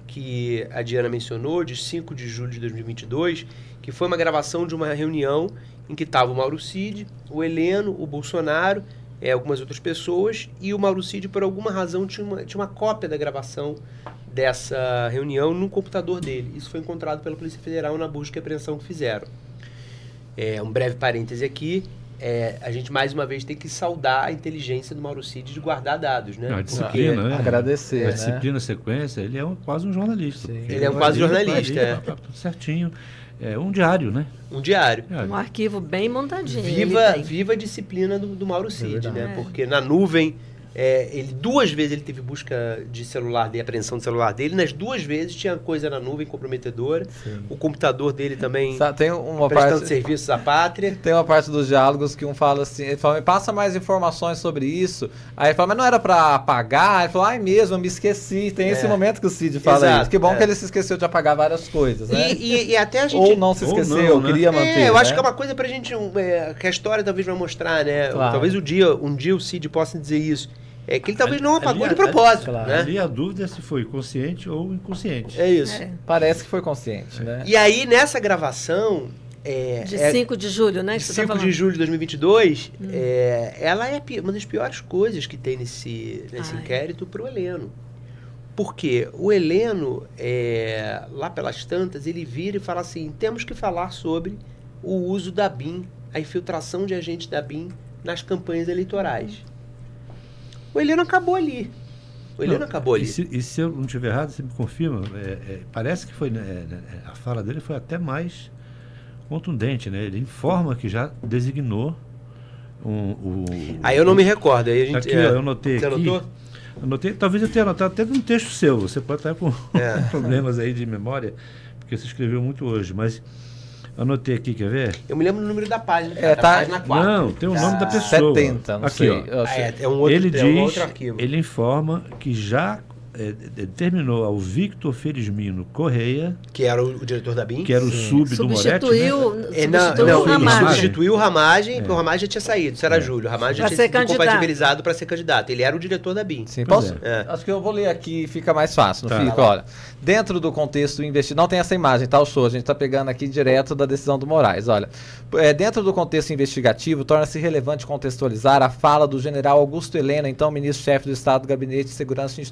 que a Diana mencionou, de cinco de julho de dois mil e vinte e dois, que foi uma gravação de uma reunião em que estava o Mauro Cid, o Heleno, o Bolsonaro, é, algumas outras pessoas, e o Mauro Cid, por alguma razão, tinha uma, tinha uma cópia da gravação dessa reunião no computador dele. Isso foi encontrado pela Polícia Federal na busca e apreensão que fizeram. É, um breve parêntese aqui, é, a gente mais uma vez tem que saudar a inteligência do Mauro Cid de guardar dados, né? Não, a disciplina, Porque, né? Agradecer, a né? disciplina, a sequência, ele é um, quase um jornalista. Ele é um quase jornalista, é. Tá tudo certinho. É um diário, né? Um diário. Um arquivo bem montadinho. Viva, viva a disciplina do, do Mauro Cid, é né? É. Porque na nuvem, é, ele duas vezes ele teve busca de celular dele, apreensão de celular dele, nas duas vezes tinha coisa na nuvem comprometedora. Sim. O computador dele também tem uma prestando parte, serviços à pátria. Tem uma parte dos diálogos que um fala assim, ele fala, me passa mais informações sobre isso. Aí ele fala, mas não era pra apagar? Ele falou, ai mesmo, eu me esqueci. Tem é. esse momento que o Cid fala Exato, isso. Que bom é. que ele se esqueceu de apagar várias coisas, né? E, e, e até a gente... Ou não se esqueceu, não, né? queria manter. É, eu né? acho que é uma coisa pra gente, é, que a história talvez vai mostrar, né? Claro. Talvez um dia, um dia o Cid possa dizer isso. É que ele talvez não apagou de propósito, claro. né? Ali a dúvida é se foi consciente ou inconsciente. É isso. É. Parece que foi consciente, é. né? E aí, nessa gravação... É, de é, cinco de julho, né? De cinco de julho de dois mil e vinte e dois, hum. é, ela é uma das piores coisas que tem nesse, nesse inquérito para o Heleno. Porque o Heleno, é, lá pelas tantas, ele vira e fala assim, temos que falar sobre o uso da B I M, a infiltração de agentes da B I M nas campanhas eleitorais. O Heleno acabou ali. O Heleno não, acabou ali. E se, e se eu não estiver errado, você me confirma, é, é, parece que foi, né, é, a fala dele foi até mais contundente, né? Ele informa que já designou um, o... Aí eu não me recordo. Aí a gente, aqui, é, eu anotei você aqui. anotou? Eu anotei, talvez eu tenha anotado até num texto seu. Você pode estar com é. problemas aí de memória, porque você escreveu muito hoje, mas... Anotei aqui, quer ver? Eu me lembro do número da página. É, tá, página quatro. Não, tem o nome ah, da pessoa. setenta, não aqui, sei. Ó. Ah, é, é um outro, ele é diz, um outro arquivo. Ele informa que já é, determinou ao Victor Felizmino Correia, que era o, o diretor da B I M, que era o Sim. sub do Moretti, né? É, não, substituiu não, o Ramagem. Substituiu o Ramagem, É. porque o Ramagem já tinha saído, isso era É. Júlio. O Ramagem Pra já ser tinha sido candidato. compatibilizado para ser candidato. Ele era o diretor da B I M. Sim, Pois posso? é. Acho que eu vou ler aqui, fica mais fácil, não Tá. fica? Olha, dentro do contexto investigativo, não tem essa imagem, tá, o show, a gente tá pegando aqui direto da decisão do Moraes, olha. É, dentro do contexto investigativo, torna-se relevante contextualizar a fala do general Augusto Heleno, então ministro-chefe do Estado do Gabinete de Segurança Institucional da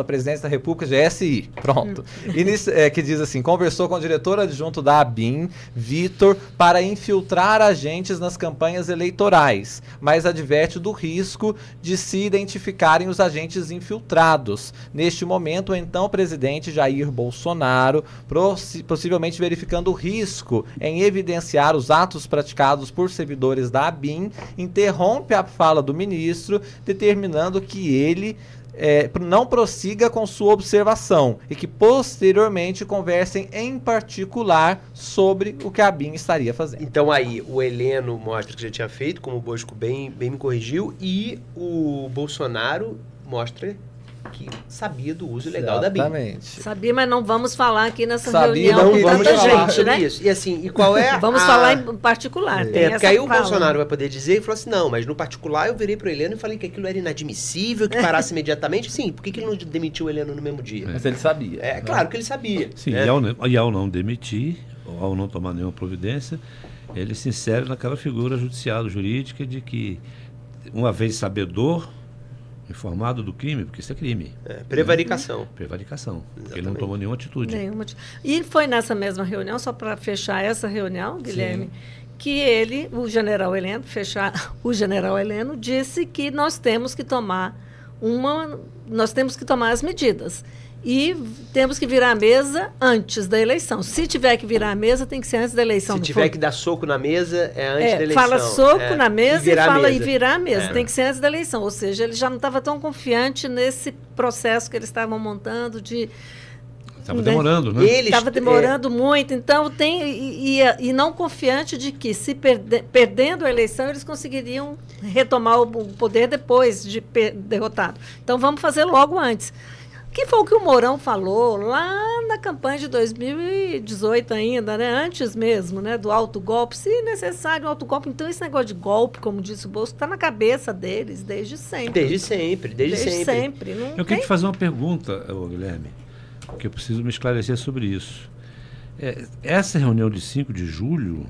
Presidência da República, G S I. Pronto. Inici é, que diz assim, conversou com o diretor adjunto da ABIN, Vitor, para infiltrar agentes nas campanhas eleitorais, mas adverte do risco de se identificarem os agentes infiltrados. Neste momento, o então presidente Jair Bolsonaro, possivelmente verificando o risco em evidenciar os atos praticados por servidores da ABIN, interrompe a fala do ministro, determinando que ele é, não prossiga com sua observação e que posteriormente conversem em particular sobre o que a ABIN estaria fazendo. Então aí o Heleno mostra que já tinha feito, como o Bosco bem, bem me corrigiu, e o Bolsonaro mostra que sabia do uso legal Exatamente. da ABIN. Exatamente. Sabia, mas não vamos falar aqui nessa sabia, reunião com tanta gente, sobre né? Isso. E assim, e qual é Vamos a... falar em particular. É, tem porque essa aí o fala. Bolsonaro vai poder dizer e falar assim, não, mas no particular eu virei pro Heleno e falei que aquilo era inadmissível, que parasse imediatamente. Sim, por que, que ele não demitiu o Heleno no mesmo dia? Mas ele sabia. É, né? claro que ele sabia. Sim, né? e, ao, e ao não demitir, ou ao não tomar nenhuma providência, ele se insere naquela figura judicial, jurídica, de que, uma vez sabedor, informado do crime, porque isso é crime. É, prevaricação. Né? Prevaricação. Exatamente. Porque ele não tomou nenhuma atitude. Nenhuma. E foi nessa mesma reunião, só para fechar essa reunião, Guilherme, Sim. que ele, o general Heleno, fechar, o general Heleno disse que nós temos que tomar uma, nós temos que tomar as medidas. E temos que virar a mesa antes da eleição. Se tiver que virar a mesa, tem que ser antes da eleição. Se tiver for... que dar soco na mesa, é antes é, da eleição. Fala soco é, na mesa e, e fala mesa. e virar a mesa. É. Tem que ser antes da eleição. Ou seja, ele já não estava tão confiante nesse processo que eles estavam montando de... Estava demorando, né? Estava demorando é... muito. Então, tem... E, e, e não confiante de que, se perde, perdendo a eleição, eles conseguiriam retomar o poder depois de derrotado. Então, vamos fazer logo antes. Que foi o que o Mourão falou lá na campanha de dois mil e dezoito ainda, né? Antes mesmo, né? Do autogolpe, se necessário, o autogolpe. Então, esse negócio de golpe, como disse o Bosco, está na cabeça deles desde sempre. Desde sempre, desde, desde sempre. sempre. Não eu tem... queria te fazer uma pergunta, Guilherme, que eu preciso me esclarecer sobre isso. É, essa reunião de cinco de julho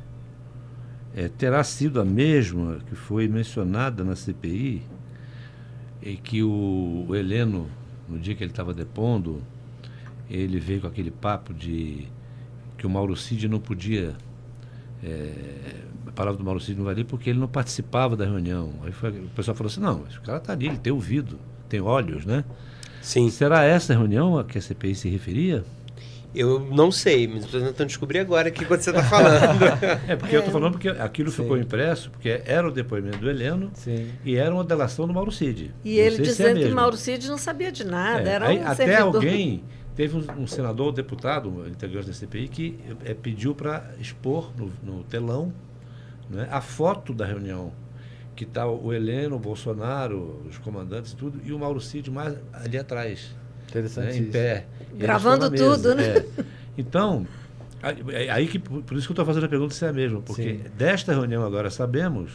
é, terá sido a mesma que foi mencionada na C P I e que o, o Heleno, no dia que ele estava depondo, ele veio com aquele papo de que o Mauro Cid não podia, é, a palavra do Mauro Cid não valia porque ele não participava da reunião. Aí foi, o pessoal falou assim, não, mas o cara está ali, ele tem ouvido, tem olhos, né? Sim. Será essa reunião a que a C P I se referia? Eu não sei, mas estou tentando descobrir agora aqui quando você está falando. É, porque é. eu estou falando porque aquilo Sim. ficou impresso, porque era o depoimento do Heleno Sim. e era uma delação do Mauro Cid. E não ele dizendo é que Mauro Cid não sabia de nada, é. era Aí, um até servidor. alguém, teve um, um senador, um deputado, um integrante da C P I, que é, pediu para expor no, no telão, né, a foto da reunião, que está o Heleno, o Bolsonaro, os comandantes e tudo, e o Mauro Cid mais ali atrás. Interessante. Né, em pé. Gravando tudo, né? É. Então, aí, aí que, por isso que eu estou fazendo a pergunta se é a mesma, porque Sim. desta reunião agora sabemos,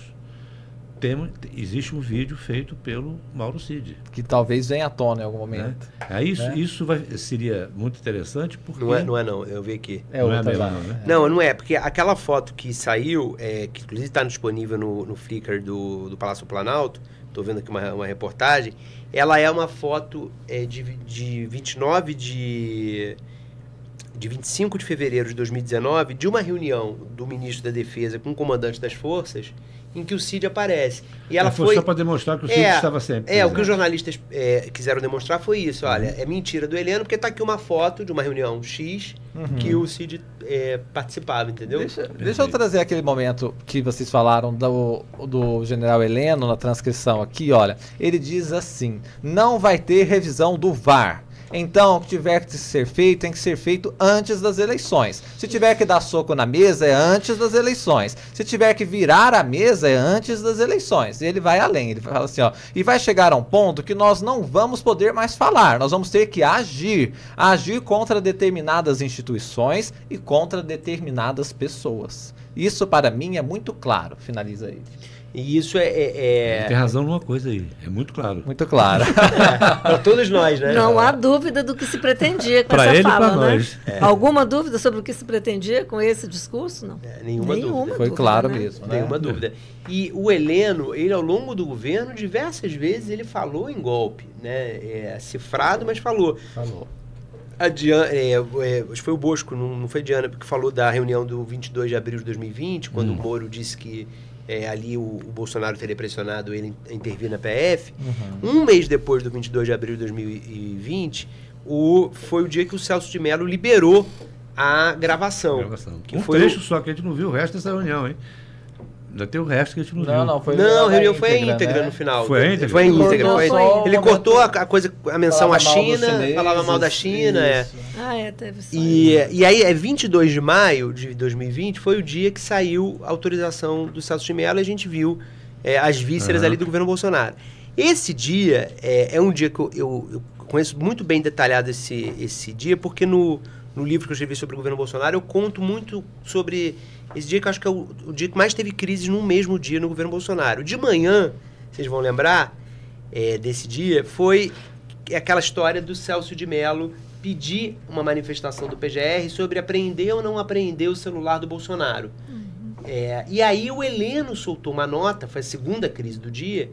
temos, existe um vídeo feito pelo Mauro Cid. Que talvez venha à tona em algum momento. Né? Aí isso, é. isso vai, seria muito interessante porque... Não é não, é não eu vi aqui. É não é mesmo, lá, né? Não, não é, porque aquela foto que saiu, é, que inclusive está disponível no, no Flickr do, do Palácio Planalto, estou vendo aqui uma, uma reportagem, ela é uma foto é, de, de vinte e nove de... de vinte e cinco de fevereiro de dois mil e dezenove, de uma reunião do ministro da Defesa com o comandante das forças, em que o Cid aparece. E ela é, foi, foi só para demonstrar que o Cid é, estava sempre. É, o que os jornalistas é, quiseram demonstrar foi isso. Olha, uhum. é mentira do Heleno, porque está aqui uma foto de uma reunião X uhum. que o Cid é, participava, entendeu? Deixa, deixa eu trazer aquele momento que vocês falaram do, do general Heleno na transcrição aqui, olha. Ele diz assim, não vai ter revisão do V A R. Então, o que tiver que ser feito, tem que ser feito antes das eleições. Se tiver que dar soco na mesa, é antes das eleições. Se tiver que virar a mesa, é antes das eleições. E ele vai além, ele fala assim, ó, e vai chegar a um ponto que nós não vamos poder mais falar, nós vamos ter que agir. Agir contra determinadas instituições e contra determinadas pessoas. Isso, para mim, é muito claro, finaliza ele. E isso é... é, é... Tem razão numa coisa aí, é muito claro. Muito claro. É, para todos nós, né? Não há dúvida do que se pretendia com pra essa ele fala, e pra né? nós. É. Alguma dúvida sobre o que se pretendia com esse discurso? Não. É, nenhuma, nenhuma dúvida. Foi dúvida, claro né? mesmo. Né? Nenhuma dúvida. E o Heleno, ele ao longo do governo, diversas vezes ele falou em golpe, né? É, cifrado, mas falou. Falou. A Diana, é, é, acho que foi o Bosco, não, não foi a Diana, porque falou da reunião do vinte e dois de abril de dois mil e vinte, quando hum. o Moro disse que é, ali o, o Bolsonaro teria pressionado ele a intervir na P F. Uhum. Um mês depois do vinte e dois de abril de dois mil e vinte, o, foi o dia que o Celso de Mello liberou a gravação. gravação. Que um foi trecho o... só, que a gente não viu o resto dessa reunião, hein? Ainda tem o resto que a gente não, não viu. Não, foi não a reunião foi a íntegra, né? no final. Foi a íntegra? Foi a íntegra. Foi. Foi. Ele cortou a, a coisa, a menção à China, chineses, falava mal da China. É. Ah, é, teve só E, e aí, é vinte e dois de maio de dois mil e vinte, foi o dia que saiu a autorização do Celso de Mello e a gente viu é, as vísceras uhum. ali do governo Bolsonaro. Esse dia é, é um dia que eu, eu, eu conheço muito bem detalhado esse, esse dia, porque no, no livro que eu escrevi sobre o governo Bolsonaro, eu conto muito sobre esse dia que eu acho que é o, o dia que mais teve crises num mesmo dia no governo Bolsonaro. De manhã, vocês vão lembrar é, desse dia, foi aquela história do Celso de Mello pedir uma manifestação do P G R sobre apreender ou não apreender o celular do Bolsonaro. Uhum. É, e aí o Heleno soltou uma nota, foi a segunda crise do dia,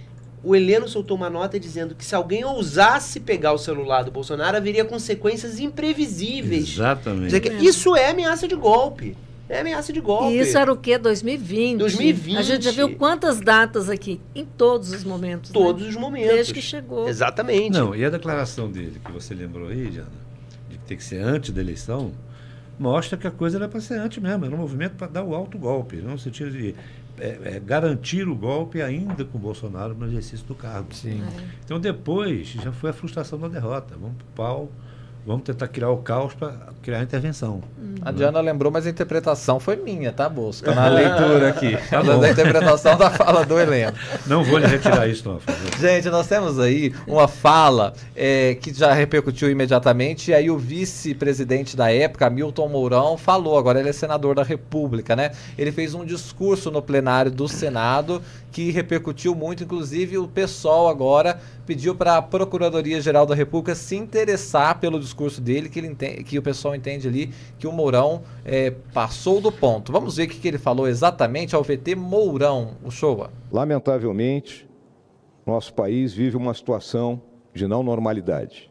o Heleno soltou uma nota dizendo que se alguém ousasse pegar o celular do Bolsonaro, haveria consequências imprevisíveis. Exatamente. Quer dizer que isso é ameaça de golpe. É ameaça de golpe. E isso era o quê? dois mil e vinte? dois mil e vinte. A gente já viu quantas datas aqui, em todos os momentos. Todos né? os momentos. Desde que chegou. Exatamente. Não, e a declaração dele, que você lembrou aí, Diana, de que tem que ser antes da eleição, mostra que a coisa era para ser antes mesmo, era um movimento para dar o alto golpe, no sentido de é, é, garantir o golpe ainda com o Bolsonaro no exercício do cargo. Sim. É. Então depois já foi a frustração da derrota, vamos para o pau, vamos tentar criar o caos para criar a intervenção. Uhum. A Diana lembrou, mas a interpretação foi minha, tá, Bosco? Na leitura aqui. Tá da interpretação da fala do Heleno. Não vou lhe retirar isso, não. Gente, nós temos aí uma fala é, que já repercutiu imediatamente, e aí o vice-presidente da época, Hamilton Mourão, falou, agora ele é senador da República, né? Ele fez um discurso no plenário do Senado que repercutiu muito, inclusive o pessoal agora pediu para a Procuradoria-Geral da República se interessar pelo discurso dele, que, ele entende, que o pessoal entende ali que o Mourão é, passou do ponto. Vamos ver o que, que ele falou exatamente ao V T Mourão, o Showa. Lamentavelmente, nosso país vive uma situação de não normalidade.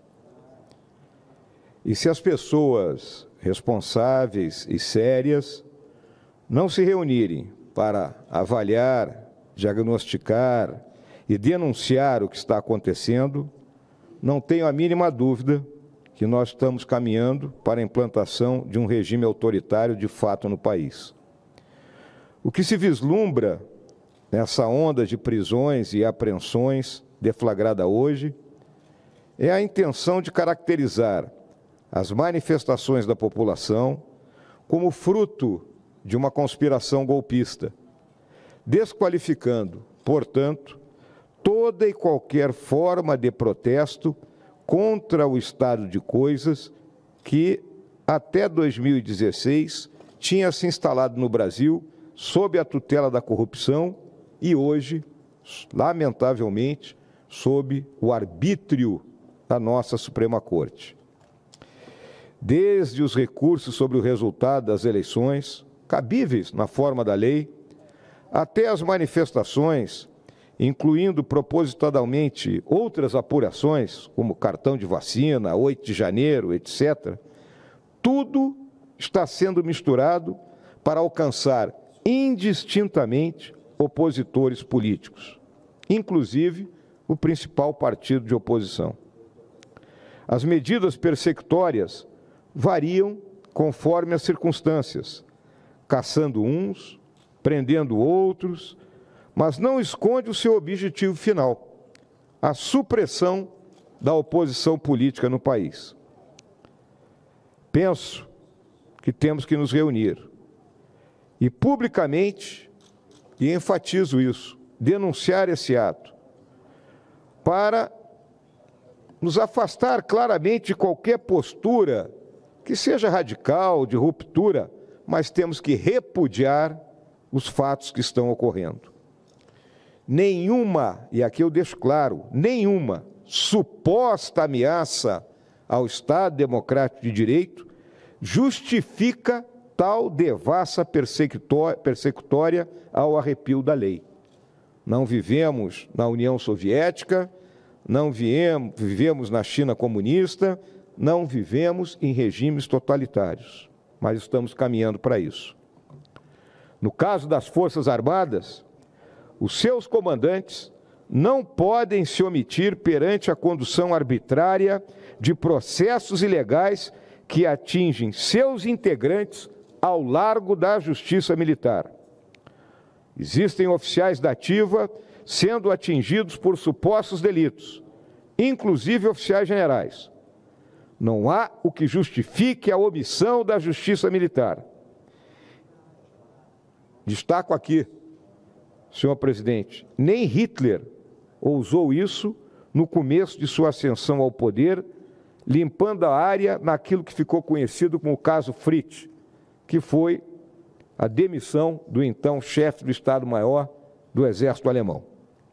E se as pessoas responsáveis e sérias não se reunirem para avaliar, diagnosticar e denunciar o que está acontecendo, não tenho a mínima dúvida que nós estamos caminhando para a implantação de um regime autoritário de fato no país. O que se vislumbra nessa onda de prisões e apreensões deflagrada hoje é a intenção de caracterizar as manifestações da população como fruto de uma conspiração golpista, desqualificando, portanto, toda e qualquer forma de protesto contra o estado de coisas que, até dois mil e dezesseis, tinha se instalado no Brasil sob a tutela da corrupção e hoje, lamentavelmente, sob o arbítrio da nossa Suprema Corte. Desde os recursos sobre o resultado das eleições, cabíveis na forma da lei, até as manifestações, incluindo propositadamente outras apurações, como cartão de vacina, oito de janeiro, etcétera, tudo está sendo misturado para alcançar indistintamente opositores políticos, inclusive o principal partido de oposição. As medidas persecutórias variam conforme as circunstâncias, caçando uns, prendendo outros, mas não esconde o seu objetivo final, a supressão da oposição política no país. Penso que temos que nos reunir e publicamente, e enfatizo isso, denunciar esse ato, para nos afastar claramente de qualquer postura que seja radical, de ruptura, mas temos que repudiar os fatos que estão ocorrendo. nenhuma, e aqui eu deixo claro, nenhuma suposta ameaça ao Estado Democrático de Direito justifica tal devassa persecutória ao arrepio da lei. Não vivemos na União Soviética, não viemos, vivemos na China comunista, não vivemos em regimes totalitários, mas estamos caminhando para isso. No caso das Forças Armadas, os seus comandantes não podem se omitir perante a condução arbitrária de processos ilegais que atingem seus integrantes ao largo da Justiça Militar. Existem oficiais da ativa sendo atingidos por supostos delitos, inclusive oficiais generais. Não há o que justifique a omissão da Justiça Militar. Destaco aqui, senhor presidente, nem Hitler ousou isso no começo de sua ascensão ao poder, limpando a área naquilo que ficou conhecido como o caso Fritz, que foi a demissão do então chefe do Estado-Maior do Exército Alemão.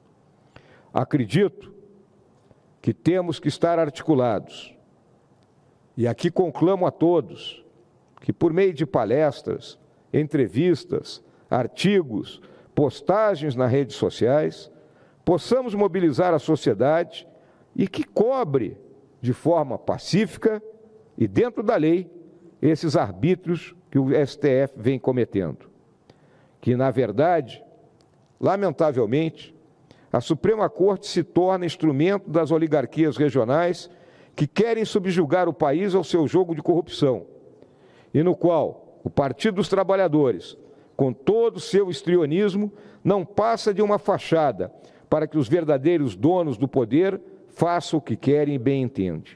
Acredito que temos que estar articulados. E aqui conclamo a todos que, por meio de palestras, entrevistas, artigos, postagens nas redes sociais, possamos mobilizar a sociedade e que cobre de forma pacífica e dentro da lei esses arbítrios que o S T F vem cometendo. Que, na verdade, lamentavelmente, a Suprema Corte se torna instrumento das oligarquias regionais que querem subjugar o país ao seu jogo de corrupção, e no qual o Partido dos Trabalhadores, com todo o seu histrionismo, não passa de uma fachada para que os verdadeiros donos do poder façam o que querem e bem entendem.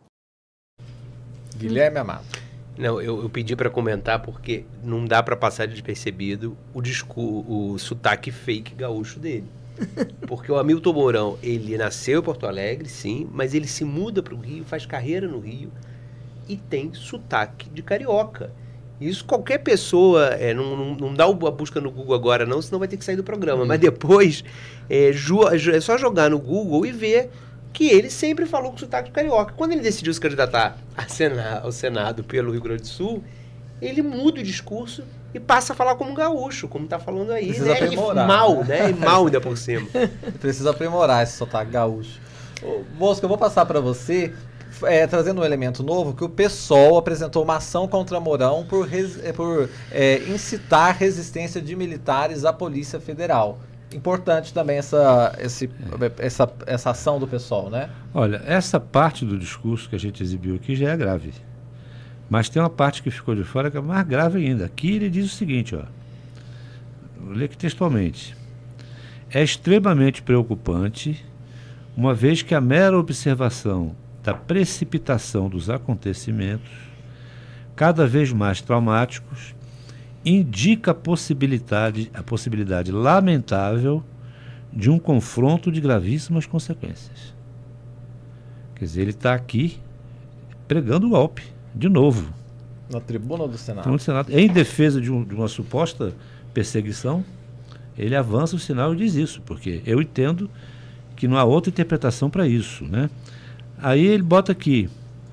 Guilherme Amado. Não, eu, eu pedi para comentar porque não dá para passar despercebido o, discurso, o sotaque fake gaúcho dele. Porque o Hamilton Mourão, ele nasceu em Porto Alegre, sim, mas ele se muda para o Rio, faz carreira no Rio e tem sotaque de carioca. Isso qualquer pessoa, é, não, não, não dá a busca no Google agora não, senão vai ter que sair do programa. Hum. Mas depois, é, ju, é só jogar no Google e ver que ele sempre falou com sotaque de carioca. Quando ele decidiu se candidatar a Senado, ao Senado pelo Rio Grande do Sul, ele muda o discurso e passa a falar como um gaúcho, como está falando aí. Precisa né? aprimorar. E mal, né? E mal ainda por cima. Precisa aprimorar esse sotaque gaúcho. Ô, Bosco, eu vou passar para você, é, trazendo um elemento novo, que o PSOL apresentou uma ação contra Mourão por, res, por é, incitar resistência de militares à Polícia Federal. Importante também essa, esse, essa, essa ação do PSOL, né? Olha, essa parte do discurso que a gente exibiu aqui já é grave. Mas tem uma parte que ficou de fora que é mais grave ainda. Aqui ele diz o seguinte, ó. Vou ler aqui textualmente. É extremamente preocupante, uma vez que a mera observação da precipitação dos acontecimentos, cada vez mais traumáticos, indica a possibilidade, a possibilidade lamentável de um confronto de gravíssimas consequências. Quer dizer, ele está aqui pregando o golpe, de novo. Na tribuna do Senado. No Senado. Em defesa de, um, de uma suposta perseguição, ele avança o sinal e diz isso, porque eu entendo que não há outra interpretação para isso, né? Aí ele bota aqui,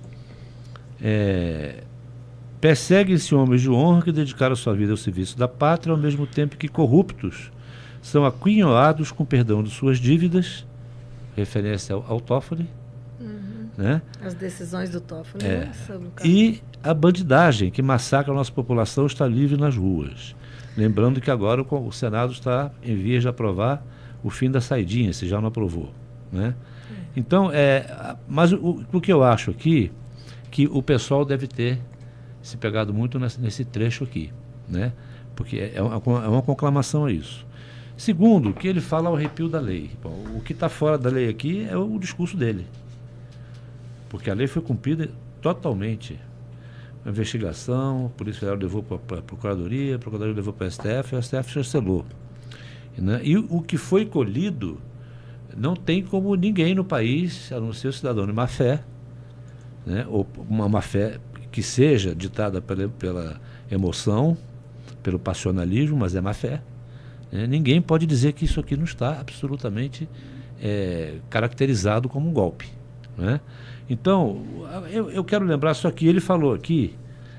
é, perseguem-se homens de honra que dedicaram sua vida ao serviço da pátria, ao mesmo tempo que corruptos são aquinhoados com perdão de suas dívidas, referência ao, ao Toffoli, uhum. né? As decisões do Toffoli, é, né, sobre o caso. E a bandidagem que massacra a nossa população está livre nas ruas. Lembrando que agora o, o Senado está em vias de aprovar o fim da saidinha, se já não aprovou, né? É. Então, é, mas o, o que eu acho aqui, que o pessoal deve ter se pegado muito nesse, nesse trecho aqui, né? Porque é uma, é uma conclamação a isso. Segundo, que ele fala ao arrepio da lei. Bom, o que está fora da lei aqui é o discurso dele. Porque a lei foi cumprida totalmente. A investigação, a Polícia Federal levou para a Procuradoria, a Procuradoria levou para a S T F, a S T F chancelou. Né? E o que foi colhido, não tem como ninguém no país, a não ser o cidadão de má fé, né? Ou uma má fé que seja ditada pela, pela emoção, pelo passionalismo, mas é má fé, É, ninguém pode dizer que isso aqui não está absolutamente é, caracterizado como um golpe, né? Então, eu, eu quero lembrar só que ele falou aqui,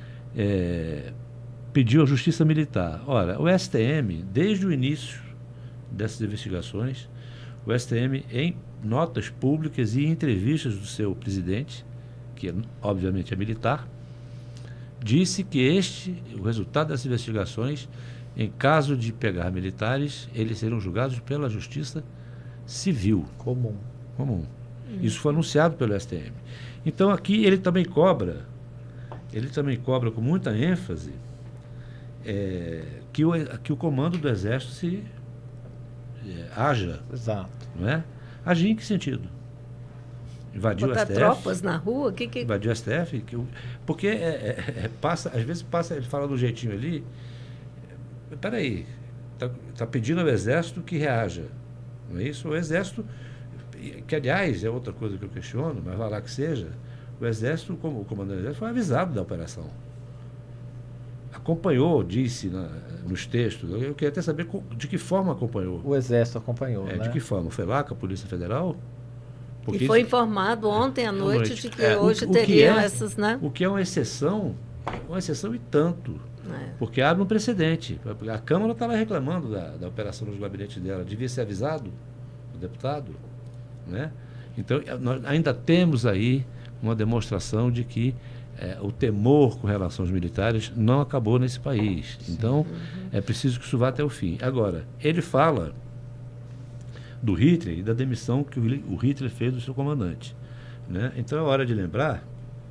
é, pediu a Justiça Militar. Ora, o S T M, desde o início dessas investigações, o S T M, em notas públicas e entrevistas do seu presidente, que obviamente é militar, disse que este, o resultado dessas investigações, em caso de pegar militares, eles serão julgados pela Justiça Civil. Comum. Comum. Isso foi anunciado pelo S T M. Então aqui ele também cobra, ele também cobra com muita ênfase é, que, o, que o comando do Exército se é, haja. Exato. Não é? Agir em que sentido? Invadiu Botar o S T F? tropas na rua? Que que... Invadiu o S T F? Que, porque é, é, é, passa, às vezes passa, ele fala do jeitinho ali. Espera aí, está tá pedindo ao Exército que reaja. Não é isso? O Exército, que aliás é outra coisa que eu questiono, mas vai lá que seja, o Exército, como o comandante do Exército, foi avisado da operação. Acompanhou, disse na, nos textos. Eu queria até saber de que forma acompanhou. O Exército acompanhou, é, né? De que forma? Foi lá com a Polícia Federal? Porque e foi isso... informado ontem à noite, noite de que é, hoje o, o teriam que é, essas, né? O que é uma exceção, uma exceção e tanto. É. Porque abre um precedente. A Câmara está lá reclamando da, da operação nos gabinetes dela. Devia ser avisado o deputado, né? Então, nós ainda temos aí uma demonstração de que é, o temor com relação aos militares não acabou nesse país. Então, uhum. é preciso que isso vá até o fim. Agora, ele fala do Hitler e da demissão que o, o Hitler fez do seu comandante, né? Então, é hora de lembrar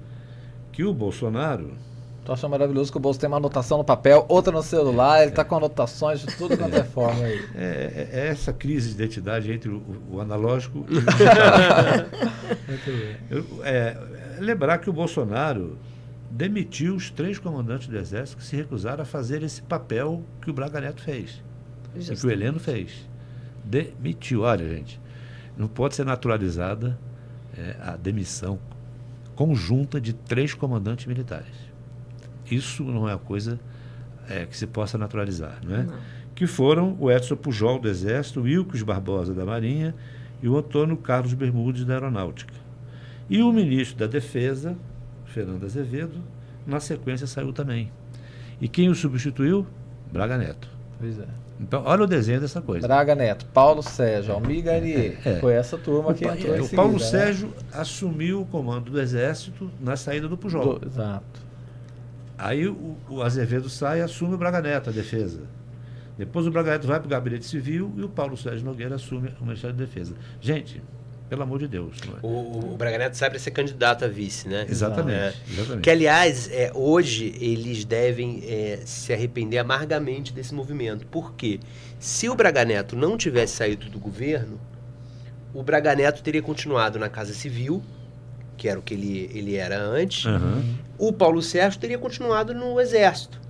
que o Bolsonaro... Eu acho maravilhoso que o Bolsonaro tem uma anotação no papel, outra no celular, ele está com anotações de tudo quanto é forma aí. É, é essa crise de identidade entre o, o analógico e o digital. Eu, é, lembrar que o Bolsonaro demitiu os três comandantes do Exército que se recusaram a fazer esse papel que o Braga Neto fez, e que o Heleno fez. Demitiu. Olha, gente, não pode ser naturalizada é, a demissão conjunta de três comandantes militares. Isso não é uma coisa é, que se possa naturalizar, não é? Não. Que foram o Edson Pujol, do Exército, o Wilkes Barbosa, da Marinha, e o Antônio Carlos Bermudes, da Aeronáutica. E o ministro da Defesa, Fernando Azevedo, na sequência saiu também. E quem o substituiu? Braga Neto. Pois é. Então, olha o desenho dessa coisa. Braga Neto, Paulo Sérgio, Almir Garnier. É, é. Foi essa turma o, que entrou é, em O seguida, Paulo né? Sérgio assumiu o comando do Exército na saída do Pujol. Do, exato. Aí o, o Azevedo sai e assume o Braga Neto, a defesa. Depois o Braga Neto vai para o Gabinete Civil e o Paulo Sérgio Nogueira assume o Ministério da Defesa. Gente, pelo amor de Deus. Não é? o, o Braga Neto sai para ser candidato a vice, né? Exatamente. É. exatamente. Que, aliás, é, hoje eles devem é, se arrepender amargamente desse movimento. Por quê? Se o Braga Neto não tivesse saído do governo, o Braga Neto teria continuado na Casa Civil, que era o que ele, ele era antes. Uhum. O Paulo Sérgio teria continuado no Exército.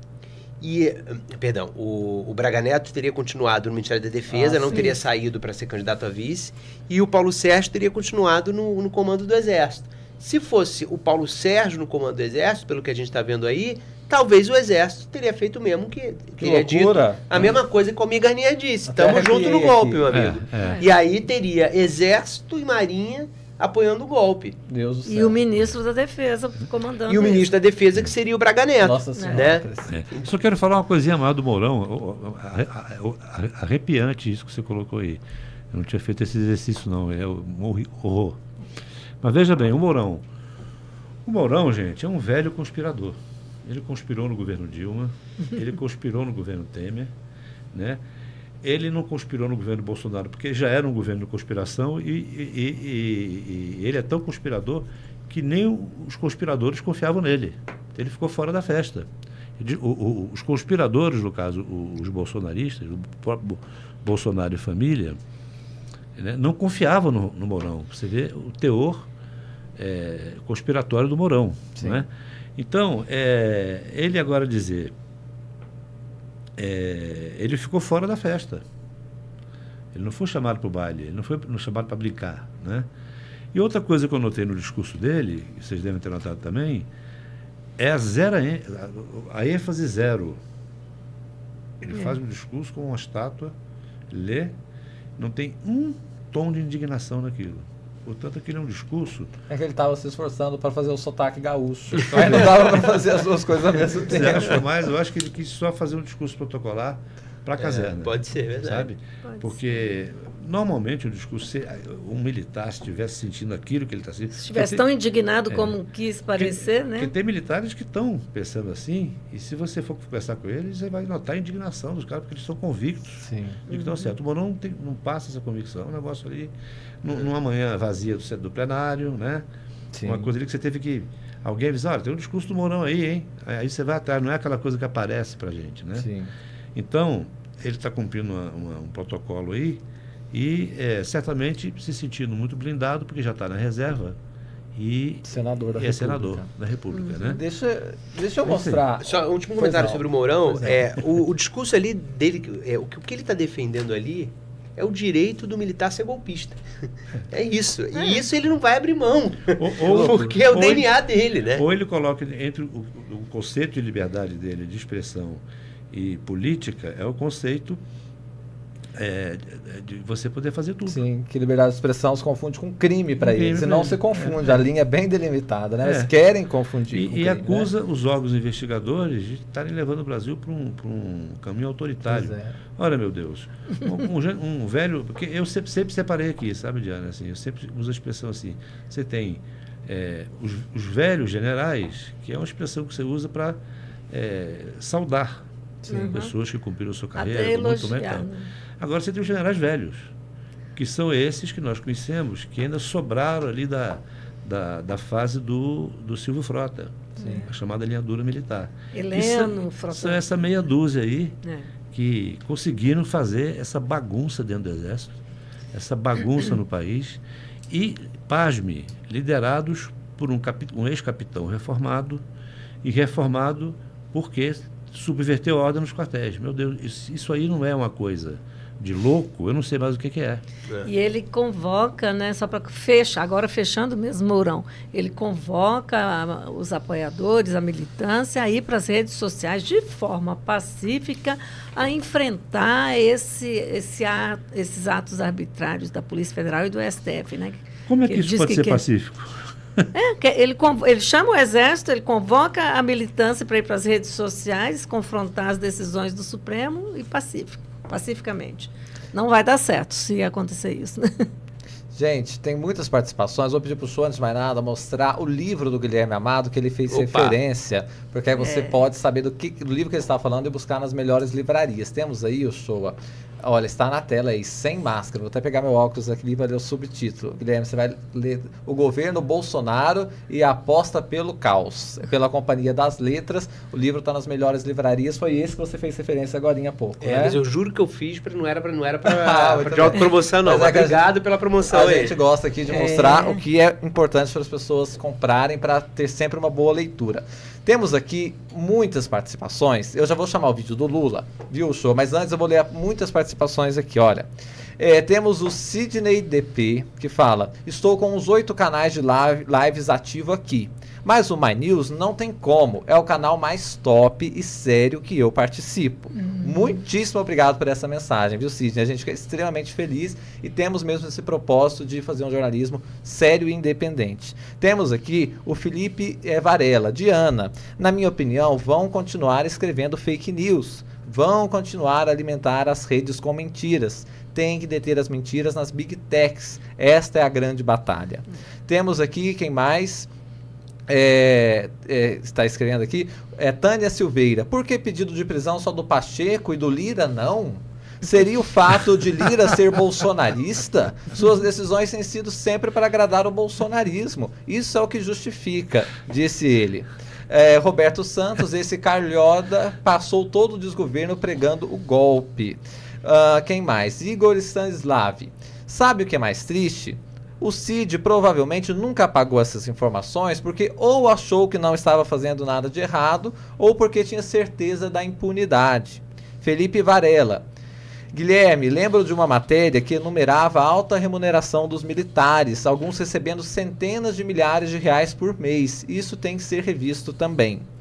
E, perdão, o, o Braga Neto teria continuado no Ministério da Defesa, ah, não sim. teria saído para ser candidato a vice, e o Paulo Sérgio teria continuado no, no comando do Exército. Se fosse o Paulo Sérgio no comando do Exército, pelo que a gente está vendo aí, talvez o Exército teria feito o mesmo que, que teria loucura. dito a mesma coisa que o Almir Garnier disse. Estamos juntos no golpe, aqui. meu amigo. É, é. E aí teria Exército e Marinha apoiando o golpe. Deus do céu. E o ministro da Defesa comandando. E o ministro da Defesa, que seria o Braga Neto. Nossa Senhora. Né? É. Só quero falar uma coisinha maior do Mourão. Arrepiante isso que você colocou aí. Eu não tinha feito esse exercício, não. É um horror. Mas veja bem, o Mourão. O Mourão, gente, é um velho conspirador. Ele conspirou no governo Dilma, ele conspirou no governo Temer, né? Ele não conspirou no governo Bolsonaro, porque já era um governo de conspiração e, e, e, e ele é tão conspirador que nem os conspiradores confiavam nele. Ele ficou fora da festa. O, o, os conspiradores, no caso, os bolsonaristas, o próprio Bolsonaro e família, né, não confiavam no, no Mourão. Você vê o teor é, conspiratório do Mourão. Né? Então, é, ele agora dizer... É, ele ficou fora da festa. Ele não foi chamado para o baile, ele não foi chamado para brincar, né? E outra coisa que eu notei no discurso dele, que vocês devem ter notado também, é a, zero, a ênfase zero Ele É. faz um discurso com uma estátua, lê, não tem um tom de indignação naquilo. Portanto, aquele é um discurso... É que ele estava se esforçando para fazer o sotaque gaúcho. Mas não dava para fazer as duas coisas ao mesmo tempo. Você acha mais? Eu acho que ele quis só fazer um discurso protocolar para a caserna. É, pode ser, verdade. Sabe? Pode Porque, normalmente, o discurso, se um militar estivesse sentindo aquilo que ele está sentindo... Se estivesse tem, tão indignado é, como quis parecer, que, né? Porque tem militares que estão pensando assim, e se você for conversar com eles, você vai notar a indignação dos caras, porque eles estão convictos Sim. de que estão certo. O Mourão não, tem, não passa essa convicção. É um negócio ali, num, numa manhã vazia do, do plenário, né? Sim. Uma coisa ali que você teve que... Alguém avisar, olha, tem um discurso do Mourão aí, hein? Aí você vai atrás, não é aquela coisa que aparece pra gente, né? Sim. Então, ele está cumprindo uma, uma, um protocolo aí e é, certamente se sentindo muito blindado, porque já está na reserva e, Senador da e é República. senador da República, né? Deixa, deixa eu mostrar. Só um último Pois comentário não. sobre o Mourão. Pois É, o, o discurso ali dele, é, o, que, o que ele está defendendo ali é o direito do militar ser golpista. É isso. E isso ele não vai abrir mão. Ou, ou, porque é o ou D N A ele, dele, né? Ou ele coloca entre o, o conceito de liberdade dele, de expressão e política, é o conceito é, de você poder fazer tudo. Sim, que liberdade de expressão se confunde com crime para Crime eles. E pra não eles. se confunde, É. a linha é bem delimitada, né? É. Eles querem confundir. E, com e crime, acusa né? os órgãos investigadores de estarem levando o Brasil para um, pra um caminho autoritário. Pois é. Olha, meu Deus, um, um, gen- um velho... Porque eu sempre, sempre separei aqui, sabe, Diana? Assim, eu sempre uso a expressão assim. Você tem é, os, os velhos generais, que é uma expressão que você usa para é, saudar Uhum. pessoas que cumpriram sua carreira. Até com muito elogiar, mérito. né? Agora você tem os generais velhos, que são esses que nós conhecemos, que ainda sobraram ali da, da, da fase do, do Silvio Frota, Sim. a chamada linha dura militar. Heleno, E Frota. são, são essa meia dúzia aí É. que conseguiram fazer essa bagunça dentro do Exército, essa bagunça no país, e, pasme, liderados por um, capi- um ex-capitão reformado, e reformado porque subverteu a ordem nos quartéis. Meu Deus, isso, isso aí não é uma coisa de louco, eu não sei mais o que, que é. E ele convoca, né, só para fechar, agora fechando mesmo, Mourão, ele convoca a- os apoiadores, a militância, a ir para as redes sociais de forma pacífica a enfrentar esse, esse a- esses atos arbitrários da Polícia Federal e do S T F. Né? Como é que Ele isso diz pode que ser quer- pacífico? É, que ele, conv- ele chama o Exército, ele convoca a militância para ir para as redes sociais, confrontar as decisões do Supremo e pacífico, pacificamente. Não vai dar certo se acontecer isso, né? Gente, tem muitas participações. Vou pedir para o senhor, antes de mais nada, mostrar o livro do Guilherme Amado, que ele fez Opa. referência, porque aí você É. pode saber do, que, do livro que ele está falando e buscar nas melhores livrarias. Temos aí, o show, olha, está na tela aí, sem máscara. Vou até pegar meu óculos aqui para ler o subtítulo. Guilherme, você vai ler O Governo Bolsonaro e a Aposta pelo Caos. É pela Companhia das Letras. O livro está nas melhores livrarias. Foi esse que você fez referência agora há pouco, É, né? mas eu juro que eu fiz, pra, não era para não era Ah, pra, muito pra de bem. autopromoção, não. Mas Mas é que a obrigado pela promoção A aí. gente gosta aqui de É. mostrar o que é importante para as pessoas comprarem para ter sempre uma boa leitura. Temos aqui muitas participações. Eu já vou chamar o vídeo do Lula, viu, show? Mas antes eu vou ler muitas participações aqui, olha. É, temos o Sidney D P, que fala: estou com os oito canais de live, lives ativo aqui. Mas o My News não tem como. É o canal mais top e sério que eu participo. Muitíssimo obrigado por essa mensagem, viu, Sidney? A gente fica extremamente feliz e temos mesmo esse propósito de fazer um jornalismo sério e independente. Temos aqui o Felipe eh, Varela, Diana. Na minha opinião, vão continuar escrevendo fake news. Vão continuar a alimentar as redes com mentiras. Tem que deter as mentiras nas big techs. Esta é a grande batalha. Temos aqui, quem mais? É, é, está escrevendo aqui, é Tânia Silveira. Por que pedido de prisão só do Pacheco e do Lira não? Seria o fato de Lira ser bolsonarista? Suas decisões têm sido sempre para agradar o bolsonarismo. Isso é o que justifica, disse ele. É, Roberto Santos, esse Carlhoda passou todo o desgoverno pregando o golpe. Uh, quem mais? Igor Stanislav. Sabe o que é mais triste? O Cid provavelmente nunca apagou essas informações porque ou achou que não estava fazendo nada de errado ou porque tinha certeza da impunidade. Felipe Varela. Guilherme, lembro de uma matéria que enumerava a alta remuneração dos militares, alguns recebendo centenas de milhares de reais por mês. Isso tem que ser revisto também.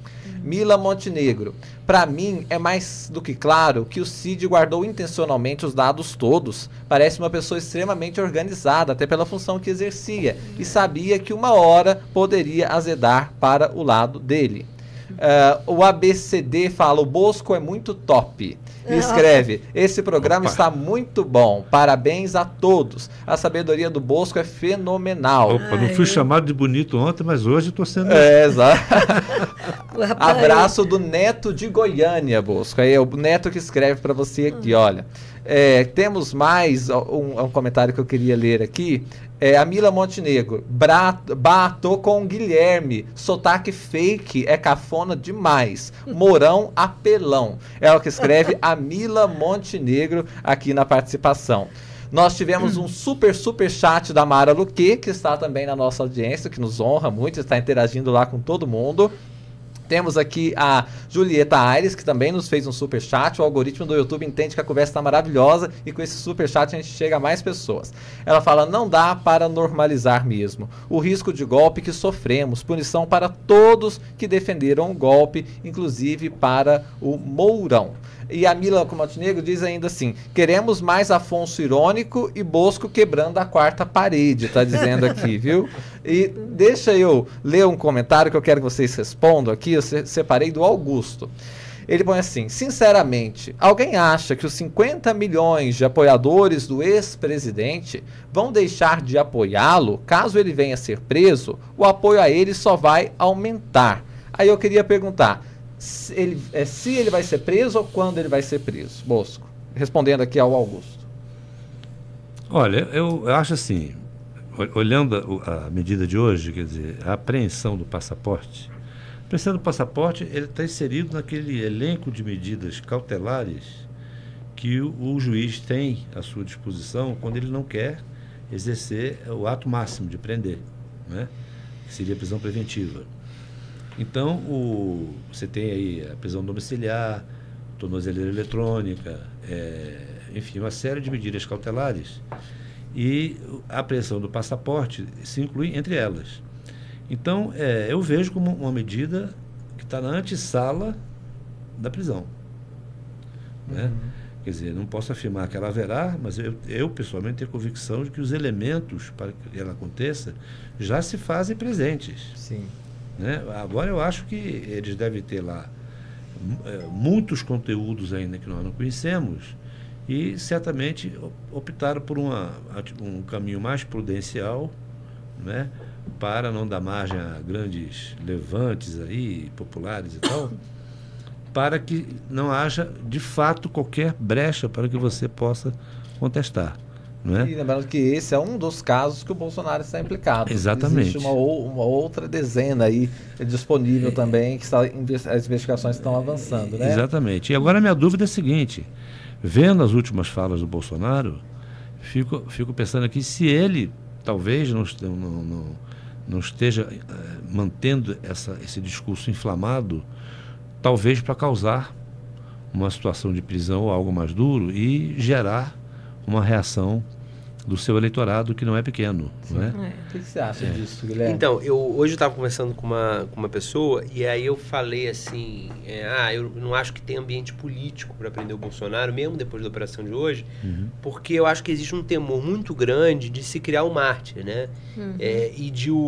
Mila Montenegro. Para mim, é mais do que claro que o Cid guardou intencionalmente os dados todos. Parece uma pessoa extremamente organizada, até pela função que exercia, e sabia que uma hora poderia azedar para o lado dele. Uh, o A B C D fala, o Bosco é muito top. E escreve, esse programa Opa. está muito bom, parabéns a todos. A sabedoria do Bosco é fenomenal. Opa, não fui chamado de bonito ontem, mas hoje estou sendo... É, exato. Abraço do Neto de Goiânia, Bosco. Aí é o Neto que escreve para você aqui, olha. É, temos mais um, um comentário que eu queria ler aqui. É, a Mila Montenegro, batou com o Guilherme, sotaque fake, é cafona demais, Mourão apelão. É o que escreve a Mila Montenegro aqui na participação. Nós tivemos um super, super chat da Mara Luque, que está também na nossa audiência, que nos honra muito, está interagindo lá com todo mundo. Temos aqui a Julieta Aires, que também nos fez um superchat. O algoritmo do YouTube entende que a conversa está maravilhosa e com esse superchat a gente chega a mais pessoas. Ela fala, não dá para normalizar mesmo o risco de golpe que sofremos. Punição para todos que defenderam o golpe, inclusive para o Mourão. E a Mila Montenegro diz ainda assim, queremos mais Afonso irônico e Bosco quebrando a quarta parede, tá dizendo aqui, viu? E deixa eu ler um comentário que eu quero que vocês respondam aqui, eu separei do Augusto. Ele põe assim, sinceramente, alguém acha que os cinquenta milhões de apoiadores do ex-presidente vão deixar de apoiá-lo caso ele venha a ser preso? O apoio a ele só vai aumentar. Aí eu queria perguntar, se ele, é, se ele vai ser preso ou quando ele vai ser preso? Bosco, respondendo aqui ao Augusto. Olha, eu, eu acho assim, olhando a, a medida de hoje, quer dizer, a apreensão do passaporte, a apreensão do passaporte, ele está inserido naquele elenco de medidas cautelares que o, o juiz tem à sua disposição quando ele não quer exercer o ato máximo de prender, né? Que seria a prisão preventiva. Então, o, você tem aí a prisão domiciliar, tornozeleira eletrônica, é, enfim, uma série de medidas cautelares. E a apreensão do passaporte se inclui entre elas. Então, é, eu vejo como uma medida que está na antessala da prisão. Né? Uhum. Quer dizer, não posso afirmar que ela haverá, mas eu, eu pessoalmente tenho convicção de que os elementos para que ela aconteça já se fazem presentes. Sim. Né? Agora eu acho que eles devem ter lá é, muitos conteúdos ainda que nós não conhecemos e certamente optaram por uma, um caminho mais prudencial, né? Para não dar margem a grandes levantes aí, populares e tal, para que não haja de fato qualquer brecha para que você possa contestar. Não é? E lembrando que esse é um dos casos que o Bolsonaro está implicado. Exatamente. Existe uma, uma outra dezena aí disponível é, também, que está, as investigações estão avançando, né? Exatamente. E agora a minha dúvida é a seguinte, vendo as últimas falas do Bolsonaro, fico, fico pensando aqui se ele talvez não, não, não, não esteja uh, mantendo essa, esse discurso inflamado, talvez para causar uma situação de prisão ou algo mais duro e gerar uma reação do seu eleitorado que não é pequeno. Não é? É. O que você acha é. disso, Guilherme? Então, eu, hoje eu estava conversando com uma, com uma pessoa e aí eu falei assim, é, ah, eu não acho que tem ambiente político para prender o Bolsonaro, mesmo depois da operação de hoje, uhum. porque eu acho que existe um temor muito grande de se criar um mártir, né? Uhum. É, e de o,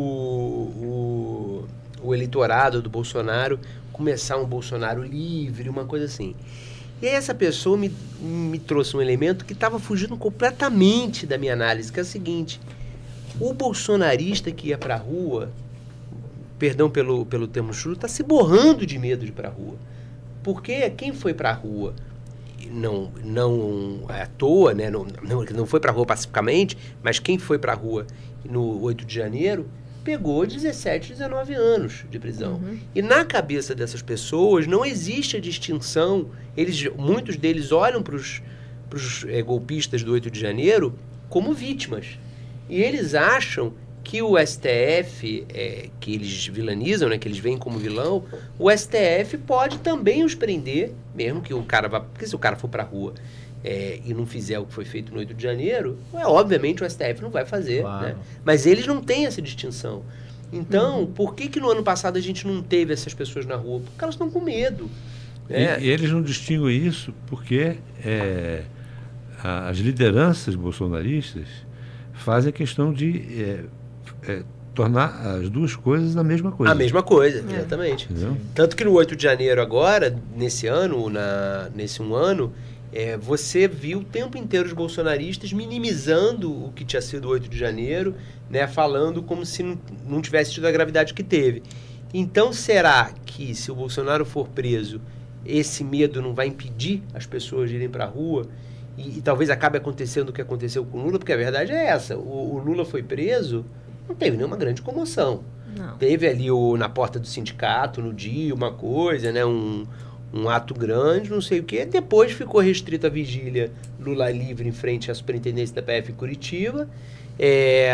o, o eleitorado do Bolsonaro começar um Bolsonaro livre, uma coisa assim. E aí essa pessoa me, me trouxe um elemento que estava fugindo completamente da minha análise, que é o seguinte, o bolsonarista que ia para a rua, perdão pelo, pelo termo chulo, está se borrando de medo de ir para a rua. Porque quem foi para a rua, não, não à toa, né, não, não, não foi para a rua pacificamente, mas quem foi para a rua no oito de janeiro, pegou dezessete, dezenove anos de prisão. Uhum. E na cabeça dessas pessoas não existe a distinção. Eles, muitos deles olham para os é, golpistas do oito de janeiro como vítimas. E eles acham que o S T F, é, que eles vilanizam, né, que eles veem como vilão, o S T F pode também os prender, mesmo que o cara vá... Porque se o cara for para a rua é, e não fizer o que foi feito no oito de janeiro, é, obviamente o S T F não vai fazer. Claro. Né? Mas eles não têm essa distinção. Então, Uhum. por que que no ano passado a gente não teve essas pessoas na rua? Porque elas estão com medo. E, e eles não distinguem isso porque é, a, as lideranças bolsonaristas fazem a questão de é, é, tornar as duas coisas a mesma coisa. A mesma coisa, É. exatamente. Entendeu? Tanto que no oito de janeiro agora, nesse ano, na, nesse um ano, é, você viu o tempo inteiro os bolsonaristas minimizando o que tinha sido o oito de janeiro, né, falando como se não, não tivesse tido a gravidade que teve. Então, será que se o Bolsonaro for preso, esse medo não vai impedir as pessoas de irem para a rua? E, e talvez acabe acontecendo o que aconteceu com o Lula, porque a verdade é essa. O, o Lula foi preso, não teve nenhuma grande comoção. Não. Teve ali o, na porta do sindicato, no dia, uma coisa, né? Um, um ato grande, não sei o quê. Depois ficou restrito a vigília Lula livre em frente à superintendência da P F em Curitiba. É,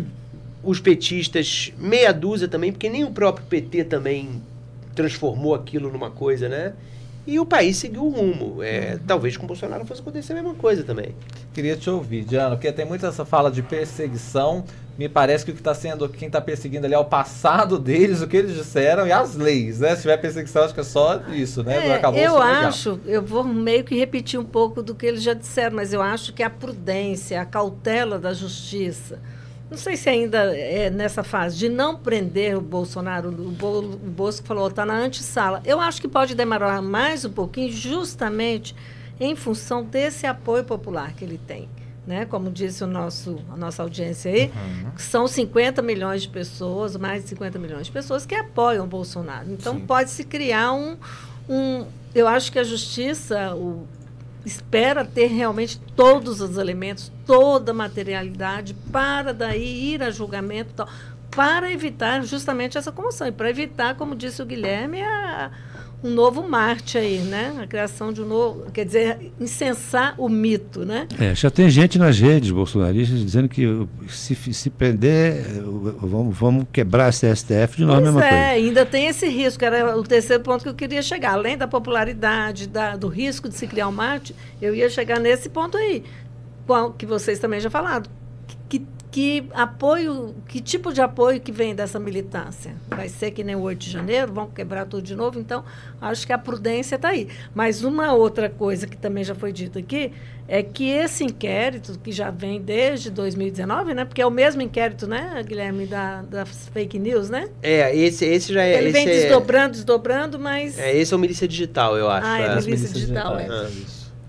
os petistas, meia dúzia também, porque nem o próprio P T também transformou aquilo numa coisa, né? E o país seguiu o rumo. É, talvez com o Bolsonaro fosse acontecer a mesma coisa também. Queria te ouvir, Diana, porque tem muito essa fala de perseguição. Me parece que o que está sendo, quem está perseguindo ali é o passado deles, o que eles disseram e as leis, né? Se tiver perseguição, acho que é só isso, né? É, Acabou eu legal. acho, eu vou meio que repetir um pouco do que eles já disseram, mas eu acho que a prudência, a cautela da justiça, não sei se ainda é nessa fase de não prender o Bolsonaro, o, Bo, o Bosco falou, está na antessala. Eu acho que pode demorar mais um pouquinho, justamente em função desse apoio popular que ele tem. Né? Como disse o nosso, a nossa audiência aí, uhum. são cinquenta milhões de pessoas, mais de cinquenta milhões de pessoas que apoiam o Bolsonaro. Então, pode-se criar um, um... Eu acho que a justiça o, espera ter realmente todos os elementos, toda a materialidade, para daí ir a julgamento, tal, para evitar justamente essa comoção. E para evitar, como disse o Guilherme, a... um novo Marte aí, né? A criação de um novo... Quer dizer, incensar o mito, né? É, já tem gente nas redes bolsonaristas dizendo que se, se prender, vamos, vamos quebrar esse S T F de novo, a mesma é, coisa. ainda tem esse risco, era o terceiro ponto que eu queria chegar. Além da popularidade, da, do risco de se criar um Marte, eu ia chegar nesse ponto aí, qual, que vocês também já falaram. Que Que apoio, que tipo de apoio que vem dessa militância? Vai ser que nem o oito de janeiro? Vão quebrar tudo de novo? Então, acho que a prudência está aí. Mas uma outra coisa que também já foi dita aqui é que esse inquérito, que já vem desde dois mil e dezenove, né? Porque é o mesmo inquérito, né, Guilherme, da, das fake news, né? É, esse, esse já é... Ele esse vem é, desdobrando, desdobrando, mas... É, esse é o Milícia Digital, eu acho. Ah, é, é. Milícia Digital, é. Ah.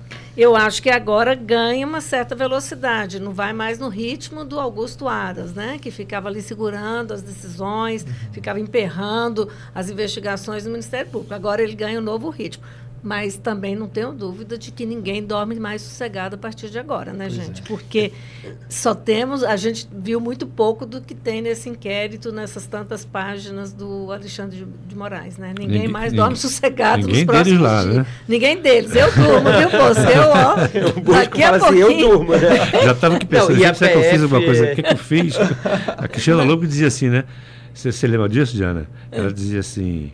Eu acho que agora ganha uma certa velocidade, não vai mais no ritmo do Augusto Aras, né? Que ficava ali segurando as decisões, uhum. ficava emperrando as investigações do Ministério Público. Agora ele ganha um novo ritmo. Mas também não tenho dúvida de que ninguém dorme mais sossegado a partir de agora, né, pois gente? É. Porque só temos, a gente viu muito pouco do que tem nesse inquérito, nessas tantas páginas do Alexandre de, de Moraes, né? Ninguém, ninguém mais dorme ninguém, sossegado ninguém nos próximos deles lá, dias. Né? Ninguém deles. Eu durmo, viu, moço? Eu, ó, o daqui a pouquinho... Assim, eu durmo, né? Já estava aqui pensando, não, será que eu fiz alguma coisa? O que, que eu fiz? A Cristiana Lobo dizia assim, né? Você, você lembra disso, Diana? Ela dizia assim...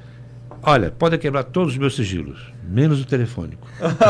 Olha, pode quebrar todos os meus sigilos, menos o telefônico.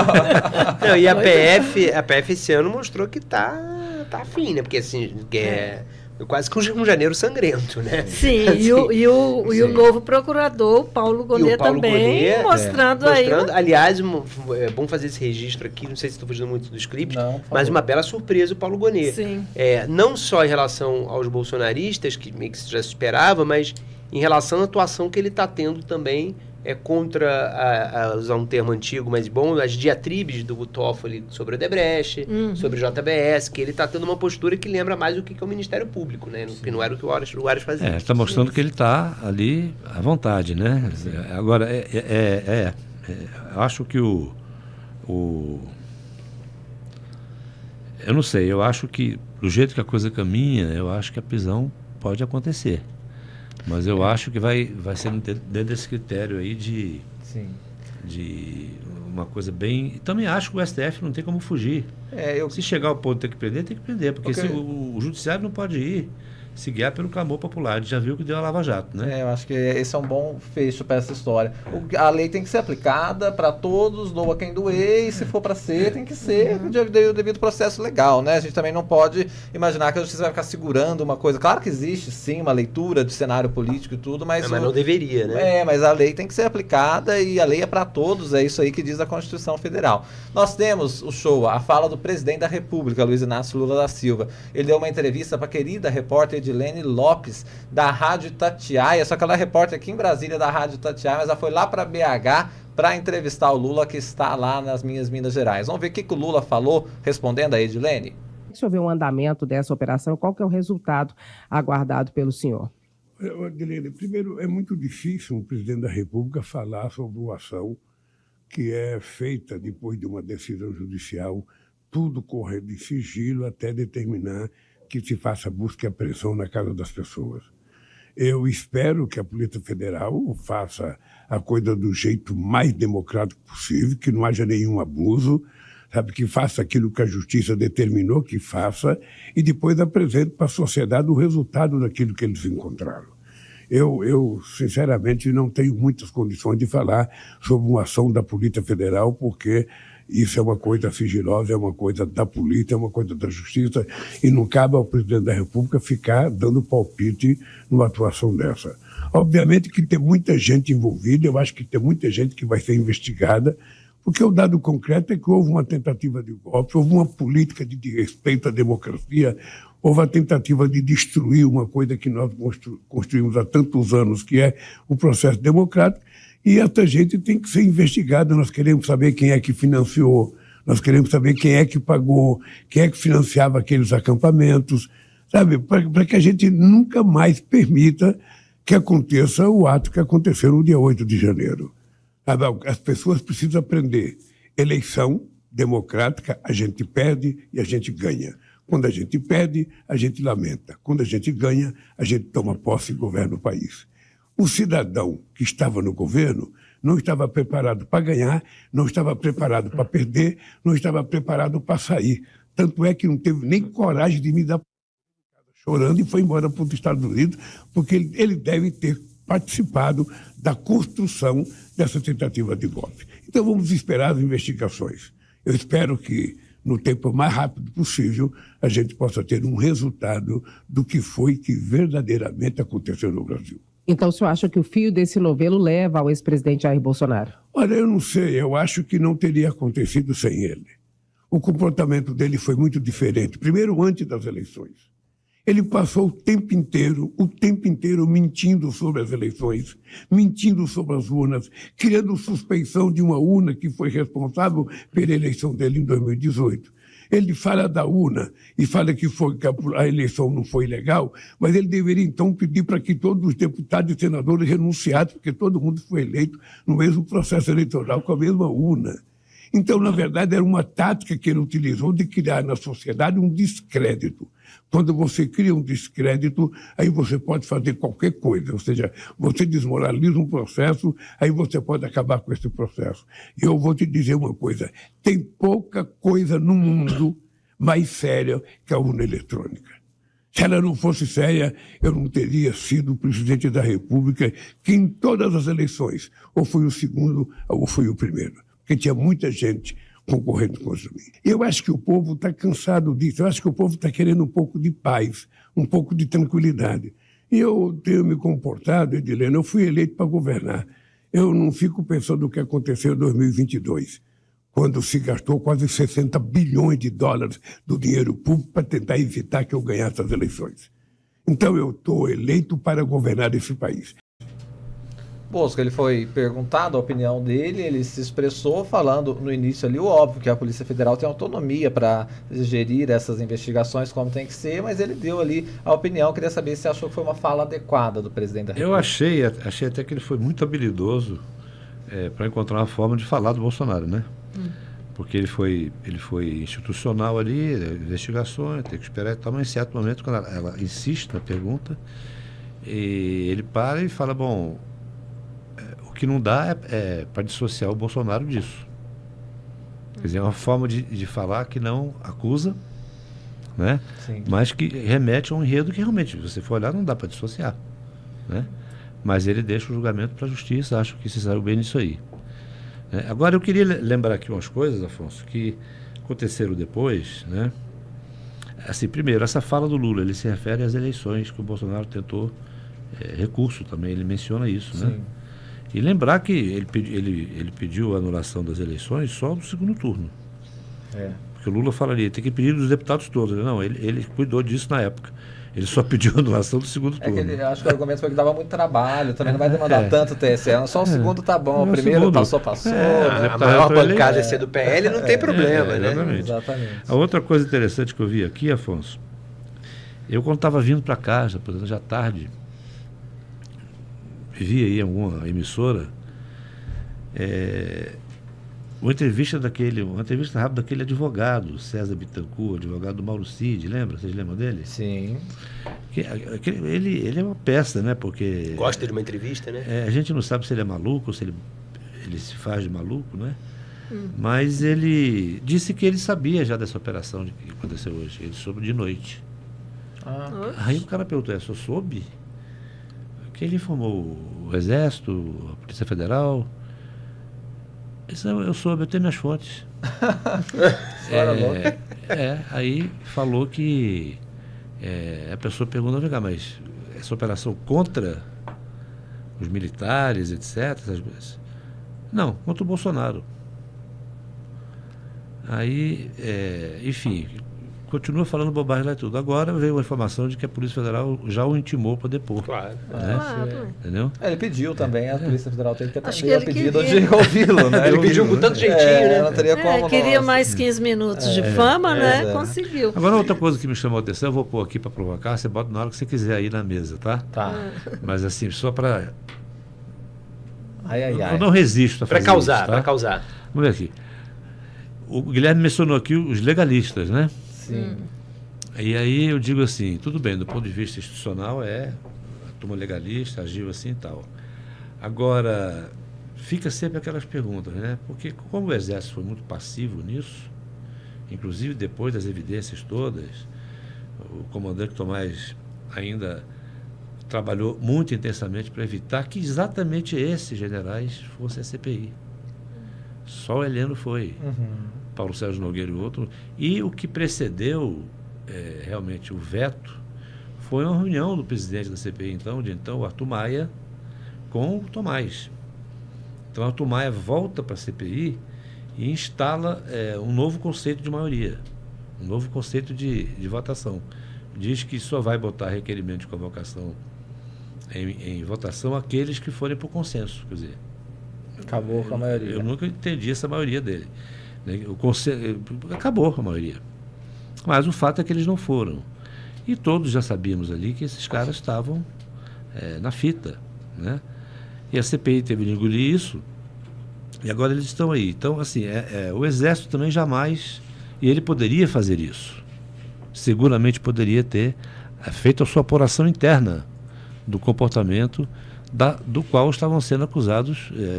Não, e a P F, a P F esse ano mostrou que tá, tá afim, né? Porque assim, que é, é quase que um janeiro sangrento, né? Sim, assim, e, o, e, o, sim. e o novo procurador, Paulo Gonet, também, Gonet, mostrando é, aí... Mostrando, aliás, é bom fazer esse registro aqui, não sei se estou fugindo muito do script, não, mas uma bela surpresa o Paulo Gonet. Sim. É, não só em relação aos bolsonaristas, que meio que já se esperava, mas em relação à atuação que ele está tendo também é contra, a, a usar um termo antigo, mas bom, as diatribes do Toffoli sobre o Odebrecht, uhum. sobre o J B S, que ele está tendo uma postura que lembra mais o que é o Ministério Público, né? Que não era o que o Aras, o Aras fazia. É, está mostrando Sim. que ele está ali à vontade, né? Sim. Agora, é, é, é, é, eu acho que o, o... Eu não sei, eu acho que, do jeito que a coisa caminha, eu acho que a prisão pode acontecer. Mas eu é. acho que vai, vai ser dentro desse critério aí de, Sim. de uma coisa bem... E também acho que o S T F não tem como fugir. É, eu... Se chegar ao ponto de ter que prender, tem que prender. Porque okay. se o, o judiciário não pode ir. se guiar pelo clamor popular. A gente já viu que deu a Lava Jato, né? É, eu acho que esse é um bom fecho para essa história. O, a lei tem que ser aplicada para todos, doa quem doer, e se for para ser, tem que ser o devido processo legal, né? A gente também não pode imaginar que a justiça vai ficar segurando uma coisa. Claro que existe, sim, uma leitura de cenário político e tudo, mas... É, mas o, não deveria, né? É, mas a lei tem que ser aplicada e a lei é para todos, é isso aí que diz a Constituição Federal. Nós temos o show, a fala do presidente da República, Luiz Inácio Lula da Silva. Ele deu uma entrevista para a querida repórter Edilene Lopes, da Rádio Itatiaia, só que ela é repórter aqui em Brasília da Rádio Itatiaia, mas ela foi lá para B H para entrevistar o Lula, que está lá nas minhas Minas Gerais. Vamos ver o que, que o Lula falou respondendo a Edilene? Deixa eu ver o andamento dessa operação, qual que é o resultado aguardado pelo senhor? Edilene, primeiro, é muito difícil um presidente da República falar sobre uma ação que é feita depois de uma decisão judicial, tudo correndo em sigilo até determinar que se faça busca e apreensão na casa das pessoas. Eu espero que a Polícia Federal faça a coisa do jeito mais democrático possível, que não haja nenhum abuso, sabe, que faça aquilo que a Justiça determinou que faça e depois apresente para a sociedade o resultado daquilo que eles encontraram. Eu, eu, sinceramente, não tenho muitas condições de falar sobre uma ação da Polícia Federal, porque isso é uma coisa sigilosa, é uma coisa da polícia, é uma coisa da justiça, e não cabe ao presidente da República ficar dando palpite numa atuação dessa. Obviamente que tem muita gente envolvida, eu acho que tem muita gente que vai ser investigada, porque o dado concreto é que houve uma tentativa de golpe, houve uma política de desrespeito à democracia, houve a tentativa de destruir uma coisa que nós constru- construímos há tantos anos, que é o processo democrático, e essa gente tem que ser investigada. Nós queremos saber quem é que financiou, nós queremos saber quem é que pagou, quem é que financiava aqueles acampamentos, sabe? Para que a gente nunca mais permita que aconteça o ato que aconteceu no dia oito de janeiro. As pessoas precisam aprender. Eleição democrática, a gente perde e a gente ganha. Quando a gente perde, a gente lamenta. Quando a gente ganha, a gente toma posse e governa o país. O cidadão que estava no governo não estava preparado para ganhar, não estava preparado para perder, não estava preparado para sair. Tanto é que não teve nem coragem de me dar chorando e foi embora para os Estados Unidos, porque ele, ele deve ter participado da construção dessa tentativa de golpe. Então vamos esperar as investigações. Eu espero que, no tempo mais rápido possível, a gente possa ter um resultado do que foi que verdadeiramente aconteceu no Brasil. Então o senhor acha que o fio desse novelo leva ao ex-presidente Jair Bolsonaro? Olha, eu não sei, eu acho que não teria acontecido sem ele. O comportamento dele foi muito diferente. Primeiro, antes das eleições. Ele passou o tempo inteiro, o tempo inteiro mentindo sobre as eleições, mentindo sobre as urnas, criando suspeição de uma urna que foi responsável pela eleição dele em dois mil e dezoito. Ele fala da urna e fala que, foi, que a eleição não foi legal, mas ele deveria então pedir para que todos os deputados e senadores renunciassem, porque todo mundo foi eleito no mesmo processo eleitoral com a mesma urna. Então, na verdade, era uma tática que ele utilizou de criar na sociedade um descrédito. Quando você cria um descrédito, aí você pode fazer qualquer coisa, ou seja, você desmoraliza um processo, aí você pode acabar com esse processo. E eu vou te dizer uma coisa, tem pouca coisa no mundo mais séria que a urna eletrônica. Se ela não fosse séria, eu não teria sido presidente da República, que em todas as eleições, ou fui o segundo, ou fui o primeiro. Porque tinha muita gente concorrendo contra mim. Eu acho que o povo está cansado disso, eu acho que o povo está querendo um pouco de paz, um pouco de tranquilidade. E eu tenho me comportado, Edilene, eu fui eleito para governar. Eu não fico pensando o que aconteceu em dois mil e vinte e dois, quando se gastou quase sessenta bilhões de dólares do dinheiro público para tentar evitar que eu ganhasse as eleições. Então eu estou eleito para governar esse país. Bosco, ele foi perguntado a opinião dele, ele se expressou falando no início ali o óbvio, que a Polícia Federal tem autonomia para gerir essas investigações como tem que ser, mas ele deu ali a opinião, queria saber se achou que foi uma fala adequada do presidente da República. Eu achei, achei até que ele foi muito habilidoso é, para encontrar uma forma de falar do Bolsonaro, né? Hum. Porque ele foi, ele foi institucional ali, investigações, tem que esperar e tal, mas em certo momento, quando ela, ela insiste na pergunta, e ele para e fala, bom... O que não dá é, é para dissociar o Bolsonaro disso. Quer dizer, é uma forma de, de falar que não acusa, né? Sim. Mas que remete a um enredo que realmente, se você for olhar, não dá para dissociar, né? Mas ele deixa o julgamento para a justiça, acho que se saiu bem nisso aí. É, agora, eu queria lembrar aqui umas coisas, Afonso, que aconteceram depois, né? Assim, primeiro, essa fala do Lula, ele se refere às eleições que o Bolsonaro tentou é, recurso também, ele menciona isso, Sim. né? E lembrar que ele, pedi, ele, ele pediu a anulação das eleições só no segundo turno. É. Porque o Lula falaria, tem que pedir dos deputados todos. Não, ele, ele cuidou disso na época. Ele só pediu a anulação do segundo É turno. que ele, acho que o argumento foi que dava muito trabalho, também não vai demandar É. tanto T S E, só o segundo tá bom, o É, o primeiro segundo. passou, passou. É, A maior Ele- bancada é ser do P L, não tem problema, É, né? exatamente. Exatamente. A outra coisa interessante que eu vi aqui, Afonso, eu quando estava vindo para casa, por exemplo, já tarde, vi aí em alguma emissora, é, uma entrevista daquele, uma entrevista rápida daquele advogado, César Bittencourt, advogado do Mauro Cid, lembra? Vocês lembram dele? Sim. Que, aquele, ele, ele é uma peça, né? Porque Gosta de uma entrevista, né? é, a gente não sabe se ele é maluco ou se ele, ele se faz de maluco, né? Hum. Mas ele disse que ele sabia já dessa operação de, que aconteceu hoje. Ele soube de noite. Ah. Aí o cara perguntou, é, só soube? Que ele informou o Exército, a Polícia Federal. Isso eu, eu soube, eu tenho minhas fontes. é, é, aí falou que é, a pessoa perguntou, vem cá, mas essa operação contra os militares, etcétera. Não, contra o Bolsonaro. Aí, é, enfim, continua falando bobagem lá e tudo. Agora veio a informação de que a Polícia Federal já o intimou para depor. Claro. Né? Claro. Entendeu? É, ele pediu também, a Polícia Federal teve que Acho atender que a ele pedido queria. de ouvi-lo, né? Ele pediu com tanto jeitinho, é, né? Não teria É, como queria nós. mais quinze minutos de fama, né? é. Conseguiu. Agora, outra coisa que me chamou a atenção, eu vou pôr aqui para provocar, você bota na hora que você quiser aí na mesa, tá? Tá. Mas assim, só para... Ai, ai, ai. Eu não resisto a Para fazer causar, isso, tá? para causar. Vamos ver aqui. O Guilherme mencionou aqui os legalistas, né? Sim. E aí eu digo assim, tudo bem, do ponto de vista institucional é a turma legalista, agiu assim e tal. Agora, fica sempre aquelas perguntas, né? Porque como o Exército foi muito passivo nisso, inclusive depois das evidências todas, o comandante Tomás ainda trabalhou muito intensamente para evitar que exatamente esses generais fossem a C P I. Só o Heleno foi, Uhum. Paulo Sérgio Nogueira e outro. E o que precedeu é, realmente o veto foi uma reunião do presidente da C P I, então, de então, o Arthur Maia, com o Tomás. Então, o Arthur Maia volta para a C P I e instala é, um novo conceito de maioria, um novo conceito de, de votação. Diz que só vai botar requerimento de convocação em, em votação aqueles que forem por consenso, quer dizer. Acabou com a maioria. Eu nunca entendi essa maioria dele. Né? O conselho, acabou com a maioria. Mas o fato é que eles não foram. E todos já sabíamos ali que esses caras estavam é, na fita. Né? E a C P I teve de engolir isso. E agora eles estão aí. Então, assim, é, é, o Exército também jamais... E ele poderia fazer isso. Seguramente poderia ter é, feito a sua apuração interna do comportamento Da, do qual estavam sendo acusados é,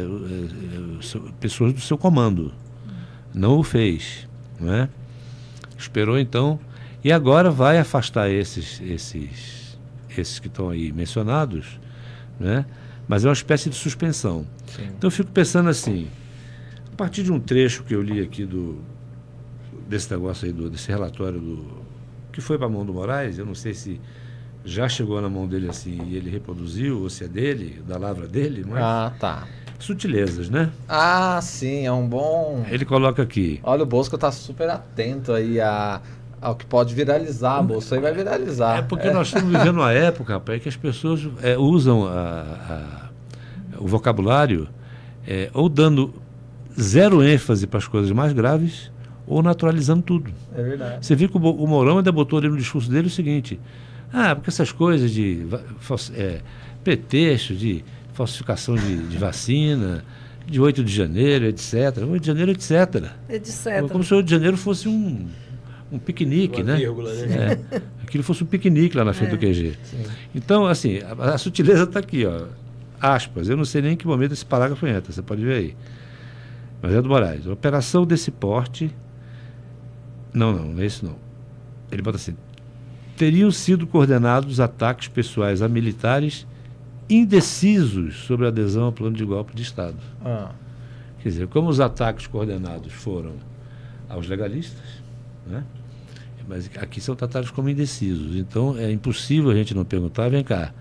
é, é, pessoas do seu comando. Não o fez. Não é? Esperou então, e agora vai afastar esses, esses, esses que estão aí mencionados, né? Mas é uma espécie de suspensão. Sim. Então eu fico pensando assim, a partir de um trecho que eu li aqui do, desse negócio aí, do, desse relatório do, que foi para a mão do Moraes, eu não sei se já chegou na mão dele assim e ele reproduziu, ou se é dele, da lavra dele, mas Ah, tá. sutilezas, né? Ah, sim, é um bom... Ele coloca aqui, Olha, o Bosco tá super atento aí a, ao que pode viralizar, Bosco. Isso aí vai viralizar. é porque nós estamos vivendo uma época, rapaz, que as pessoas é, usam a, a, o vocabulário é, ou dando zero ênfase para as coisas mais graves ou naturalizando tudo. É verdade. Você viu que o, o Mourão ainda botou ali no discurso dele o seguinte: ah, porque essas coisas de é, pretexto, de falsificação de, de vacina, de oito de janeiro, etcétera. oito de janeiro, etcétera. Etc. Como se o oito de janeiro fosse um, um piquenique, Uma né? vírgula, né? É, aquilo fosse um piquenique lá na frente É. do Q G. Sim. Então, assim, a, a sutileza está aqui, ó. Aspas, eu não sei nem em que momento esse parágrafo entra, você pode ver aí. Mas é do Moraes. Operação desse porte... Não, não, não é isso não. ele bota assim, teriam sido coordenados ataques pessoais a militares indecisos sobre a adesão ao plano de golpe de Estado. Ah. Quer dizer, como os ataques coordenados foram aos legalistas, né? Mas aqui são tratados como indecisos. Então, é impossível a gente não perguntar, vem cá,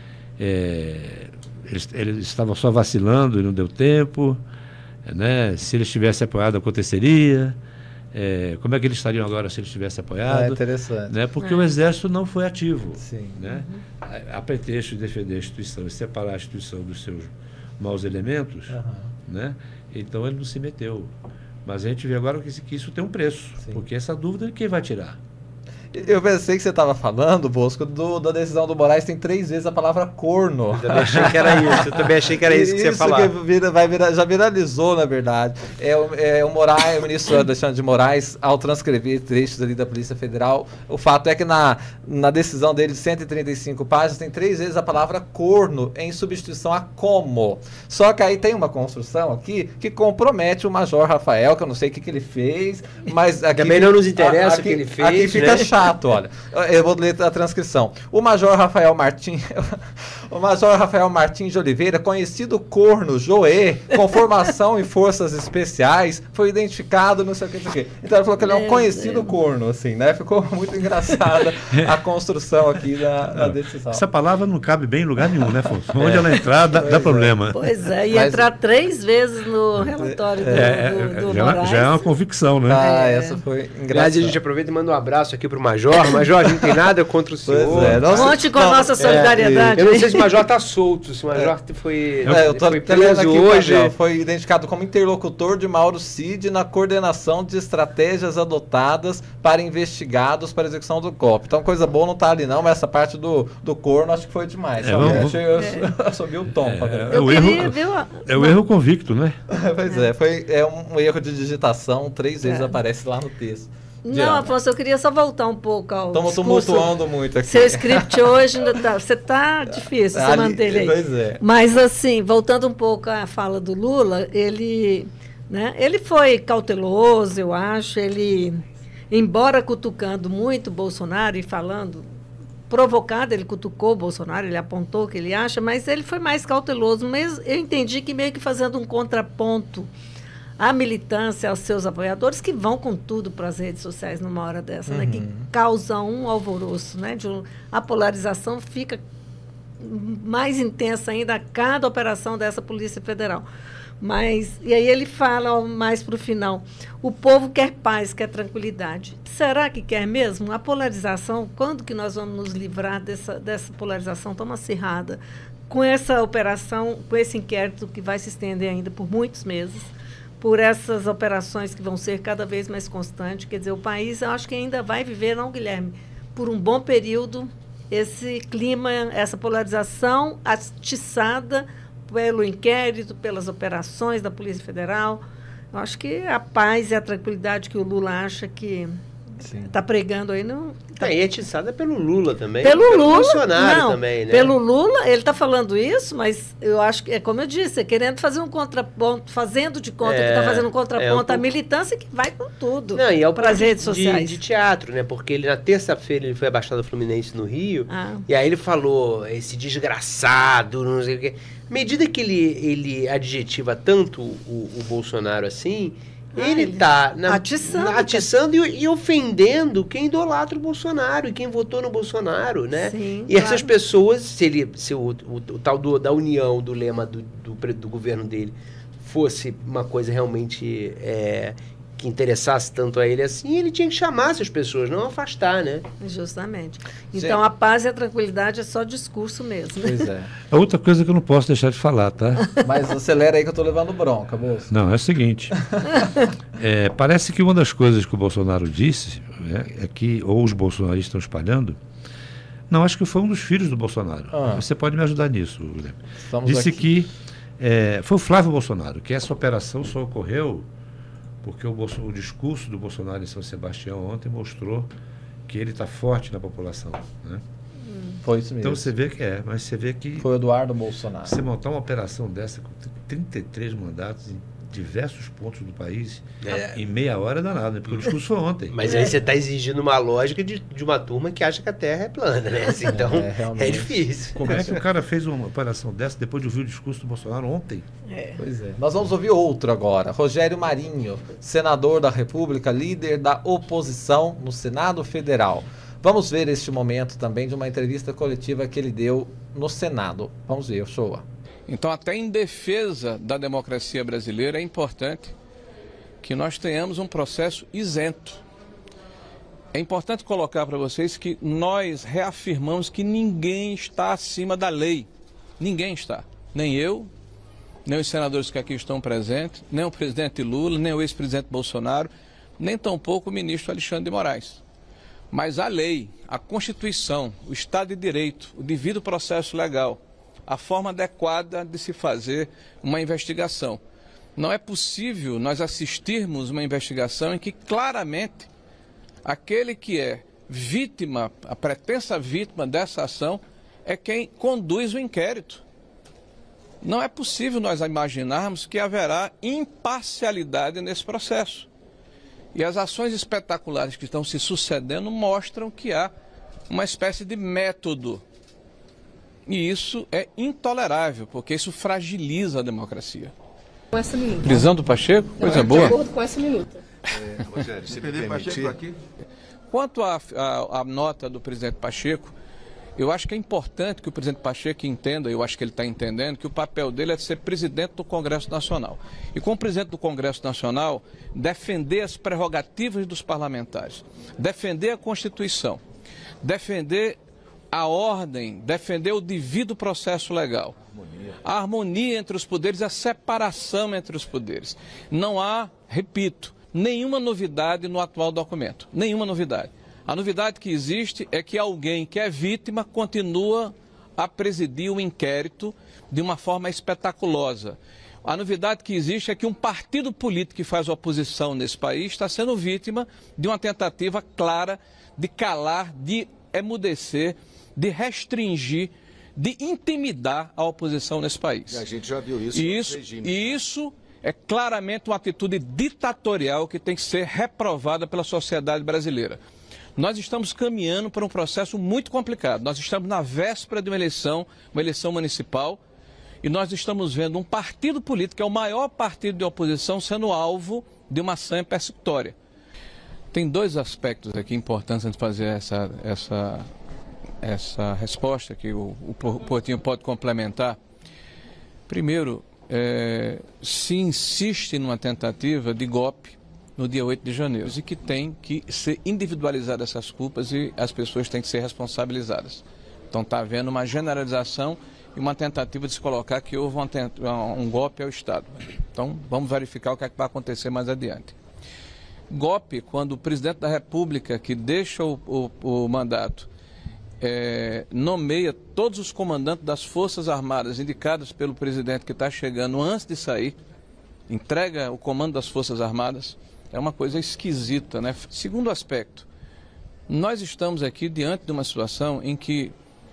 é, eles, eles estavam só vacilando e não deu tempo, né? Se eles tivessem apoiado, aconteceria. É, como é que eles estariam agora se eles tivessem apoiado? É interessante. Né? Porque é. o Exército não foi ativo. Sim. Né? Uhum. A, a pretexto de defender a instituição e separar a instituição dos seus maus elementos, uhum. né? Então ele não se meteu. Mas a gente vê agora que, que isso tem um preço. Sim. Porque essa dúvida quem vai tirar? Eu pensei que você estava falando, Bosco, do, da decisão do Moraes tem três vezes a palavra corno. Eu também achei que era isso. Eu também achei que era isso que você ia falar. Isso que vira, vai virar, já viralizou, na verdade. É, o, é o Moraes, o ministro Alexandre de Moraes, ao transcrever trechos ali da Polícia Federal, o fato é que na, na decisão dele de cento e trinta e cinco páginas tem três vezes a palavra corno em substituição a como. Só que aí tem uma construção aqui que compromete o Major Rafael, que eu não sei o que, que ele fez, mas aqui... Também não nos interessa aqui, o que ele fez. Aqui fica né? chato. Olha, eu vou ler a transcrição. O Major Rafael Martins, o Major Rafael Martins de Oliveira, conhecido corno Joê, com formação em forças especiais, foi identificado não sei o que, não sei o que. Então ele falou que ele é um conhecido corno, assim, né? Ficou muito engraçada a construção aqui da, da decisão. Essa palavra não cabe bem em lugar nenhum, né, Afonso? Onde é. ela entrar, dá, dá problema. Pois é, e Mas... entrar três vezes no relatório do, é, do, do já, Moraes. Já é uma convicção, né? Ah, é. essa foi engraçada. Aliás, a gente aproveita e manda um abraço aqui pro Major. Major, a gente não tem nada contra o senhor. Pois é, nossa, Conte com a nossa solidariedade. É, eu não sei se o Major está solto, se o Major é. foi, é, eu tô foi preso aqui, hoje. Gabriel, foi identificado como interlocutor de Mauro Cid na coordenação de estratégias adotadas para investigados para execução do golpe. Então, coisa boa não está ali não, mas essa parte do, do corno acho que foi demais. É, eu, vamos, achei, eu, é. eu subi o tom. É, é, o erro, é o erro convicto, né? Pois é, foi, é um, um erro de digitação, três vezes é. aparece lá no texto. Não, Diana. Afonso, eu queria só voltar um pouco ao Estamos tumultuando muito aqui. Seu script hoje, tá, você está difícil, você manter ele aí. Pois é. Mas, assim, voltando um pouco à fala do Lula, ele, né, ele foi cauteloso, eu acho, ele, embora cutucando muito Bolsonaro e falando, provocado, ele cutucou o Bolsonaro, ele apontou o que ele acha, mas ele foi mais cauteloso, mas eu entendi que meio que fazendo um contraponto a militância, aos seus apoiadores, que vão com tudo para as redes sociais numa hora dessa, uhum. né, que causa um alvoroço, né, de um, a polarização fica mais intensa ainda a cada operação dessa Polícia Federal. Mas, e aí ele fala mais para o final, o povo quer paz, quer tranquilidade. Será que quer mesmo? A polarização, quando que nós vamos nos livrar dessa, dessa polarização tão acirrada? Com essa operação, com esse inquérito que vai se estender ainda por muitos meses, por essas operações que vão ser cada vez mais constantes. Quer dizer, o país, eu acho que ainda vai viver, não, Guilherme, por um bom período, esse clima, essa polarização atiçada pelo inquérito, pelas operações da Polícia Federal. Eu acho que a paz e a tranquilidade que o Lula acha que está pregando aí não... Tá... É, e atiçada pelo Lula também. Pelo, pelo Lula, Bolsonaro não, também, né? Pelo Lula, ele está falando isso, mas eu acho que, é como eu disse, é querendo fazer um contraponto, fazendo de conta é, que está fazendo um contraponto é um pouco... à militância que vai com tudo para as redes sociais. De, de teatro, né? Porque ele, na terça-feira, ele foi abaixado do Fluminense no Rio, ah. e aí ele falou, esse desgraçado, não sei o quê. À medida que ele, ele adjetiva tanto o, o Bolsonaro assim... Ah, ele está atiçando, atiçando e, e ofendendo quem idolatra o Bolsonaro e quem votou no Bolsonaro, né? Sim, e claro. Essas pessoas, se, ele, se o, o, o tal do, da união, do lema do, do, do governo dele fosse uma coisa realmente é, que interessasse tanto a ele assim, ele tinha que chamar essas pessoas, não afastar, né? Justamente. Então, Sim. a paz e a tranquilidade é só discurso mesmo. Pois é. É outra coisa que eu não posso deixar de falar, tá? Mas acelera aí que eu tô levando bronca, moço. Não, é o seguinte. é, parece que uma das coisas que o Bolsonaro disse, né, é que, ou os bolsonaristas estão espalhando, não, acho que foi um dos filhos do Bolsonaro. Ah. Você pode me ajudar nisso, Guilherme. Disse aqui. que é, foi o Flávio Bolsonaro, que essa operação só ocorreu porque o, Bolso, o discurso do Bolsonaro em São Sebastião ontem mostrou que ele está forte na população, né? Hum. Foi isso mesmo. Então você vê que é, mas você vê que... Foi o Eduardo Bolsonaro. Você montar uma operação dessa com trinta e três mandatos em diversos pontos do país É. em meia hora é danado, né? Porque o discurso foi ontem. Mas aí você está exigindo uma lógica de, de uma turma que acha que a Terra é plana, né? Assim, então é, é difícil. Como é que o cara fez uma operação dessa depois de ouvir o discurso do Bolsonaro ontem? É. Pois é. Nós vamos ouvir outro agora. Rogério Marinho, senador da República, líder da oposição no Senado Federal. Vamos ver este momento também de uma entrevista coletiva que ele deu no Senado. Vamos ver, Shoa. Então, até em defesa da democracia brasileira, é importante que nós tenhamos um processo isento. É importante colocar para vocês que nós reafirmamos que ninguém está acima da lei. Ninguém está. Nem eu, nem os senadores que aqui estão presentes, nem o presidente Lula, nem o ex-presidente Bolsonaro, nem tampouco o ministro Alexandre de Moraes. Mas a lei, a Constituição, o Estado de Direito, o devido processo legal, a forma adequada de se fazer uma investigação. Não é possível nós assistirmos uma investigação em que claramente aquele que é vítima, a pretensa vítima dessa ação, é quem conduz o inquérito. Não é possível nós imaginarmos que haverá imparcialidade nesse processo. E as ações espetaculares que estão se sucedendo mostram que há uma espécie de método. E isso é intolerável, porque isso fragiliza a democracia. Com essa minuta. Prisão do Pacheco? Coisa boa. De acordo com essa minuta. É, Rogério, se me permitir... aqui? Quanto à a, a, a nota do presidente Pacheco, eu acho que é importante que o presidente Pacheco entenda, eu acho que ele está entendendo, que o papel dele é de ser presidente do Congresso Nacional. E como presidente do Congresso Nacional, defender as prerrogativas dos parlamentares, defender a Constituição, defender a ordem, defender o devido processo legal, a harmonia entre os poderes, a separação entre os poderes. Não há, repito, nenhuma novidade no atual documento, nenhuma novidade. A novidade que existe é que alguém que é vítima continua a presidir o inquérito de uma forma espetaculosa. A novidade que existe é que um partido político que faz oposição nesse país está sendo vítima de uma tentativa clara de calar, de emudecer, de restringir, de intimidar a oposição nesse país. E a gente já viu isso. E isso, e isso é claramente uma atitude ditatorial que tem que ser reprovada pela sociedade brasileira. Nós estamos caminhando para um processo muito complicado. Nós estamos na véspera de uma eleição, uma eleição municipal, e nós estamos vendo um partido político, que é o maior partido de oposição, sendo alvo de uma ação persecutória. Tem dois aspectos aqui importantes de fazer essa, essa, essa resposta que o, o Portinho pode complementar. Primeiro, é, se insiste numa tentativa de golpe no dia oito de janeiro, e que tem que ser individualizadas essas culpas e as pessoas têm que ser responsabilizadas. Então está havendo uma generalização e uma tentativa de se colocar que houve uma, um golpe ao Estado. Então vamos verificar o que, é que vai acontecer mais adiante. Golpe, quando o presidente da República, que deixa o, o, o mandato, é, nomeia todos os comandantes das Forças Armadas indicados pelo presidente que está chegando antes de sair, entrega o comando das Forças Armadas, é uma coisa esquisita, né? Segundo aspecto, nós estamos aqui diante de uma situação em que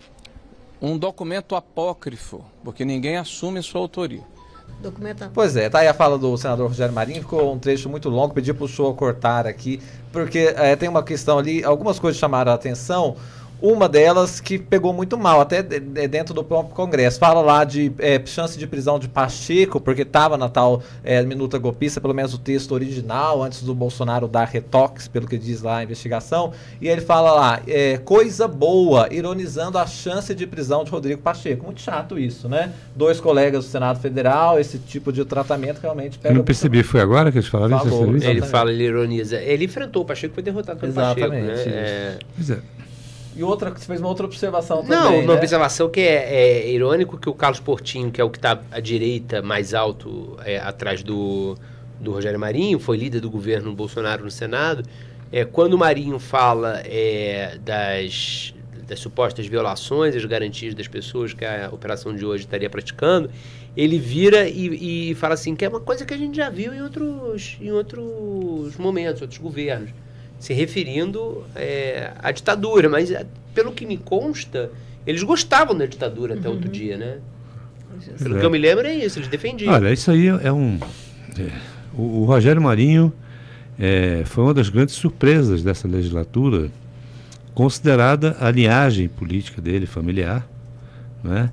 um documento apócrifo, porque ninguém assume sua autoria. Documento. Pois é, tá aí a fala do senador Rogério Marinho, ficou um trecho muito longo, pedi pro show cortar aqui, porque é, tem uma questão ali, algumas coisas chamaram a atenção. Uma delas que pegou muito mal, até dentro do próprio Congresso. Fala lá de é, chance de prisão de Pacheco, porque estava na tal é, minuta golpista, pelo menos o texto original, antes do Bolsonaro dar retoques, pelo que diz lá a investigação. E ele fala lá, é, coisa boa, ironizando a chance de prisão de Rodrigo Pacheco. Muito chato isso, né? Dois colegas do Senado Federal, esse tipo de tratamento realmente pega... Eu não percebi, foi agora que eles falaram Falou, isso? Ele fala, ele ironiza. Ele enfrentou o Pacheco, foi derrotado pelo Exatamente, Pacheco, né? É... Pois é. E outra, você fez uma outra observação também, Não, uma né? observação que é, é irônico que o Carlos Portinho, que é o que está à direita, mais alto, é, atrás do, do Rogério Marinho, foi líder do governo Bolsonaro no Senado, é, quando o Marinho fala é, das, das supostas violações, as garantias das pessoas que a operação de hoje estaria praticando, ele vira e, e fala assim, que é uma coisa que a gente já viu em outros, em outros momentos, outros governos, se referindo é, à ditadura, mas pelo que me consta, eles gostavam da ditadura até uhum. outro dia, né? Pelo é. que eu me lembro é isso, eles defendiam. Olha, isso aí é um, É, o, o Rogério Marinho é, foi uma das grandes surpresas dessa legislatura, considerada a linhagem política dele, familiar, né?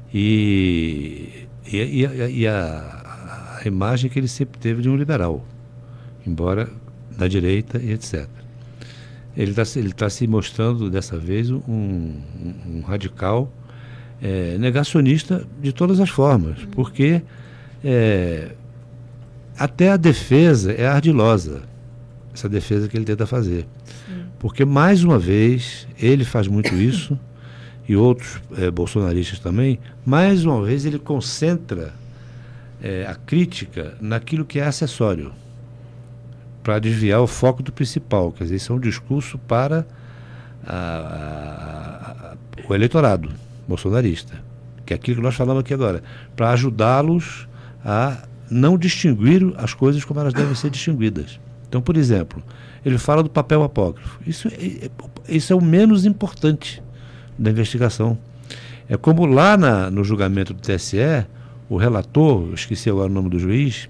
e, e, e, a, e a, a imagem que ele sempre teve de um liberal, embora da direita e etcétera. Ele está ele tá se mostrando, dessa vez, um, um, um radical é, negacionista de todas as formas, porque é, até a defesa é ardilosa, essa defesa que ele tenta fazer. Sim. Porque, mais uma vez, ele faz muito isso, e outros é, bolsonaristas também, mais uma vez ele concentra é, a crítica naquilo que é acessório, para desviar o foco do principal. Quer dizer, isso é um discurso para a, a, a, o eleitorado bolsonarista, que é aquilo que nós falamos aqui agora, para ajudá-los a não distinguir as coisas como elas devem ser distinguidas. Então, por exemplo, ele fala do papel apócrifo. Isso é, isso é o menos importante da investigação. É como lá na, no julgamento do T S E, o relator, eu esqueci agora o nome do juiz,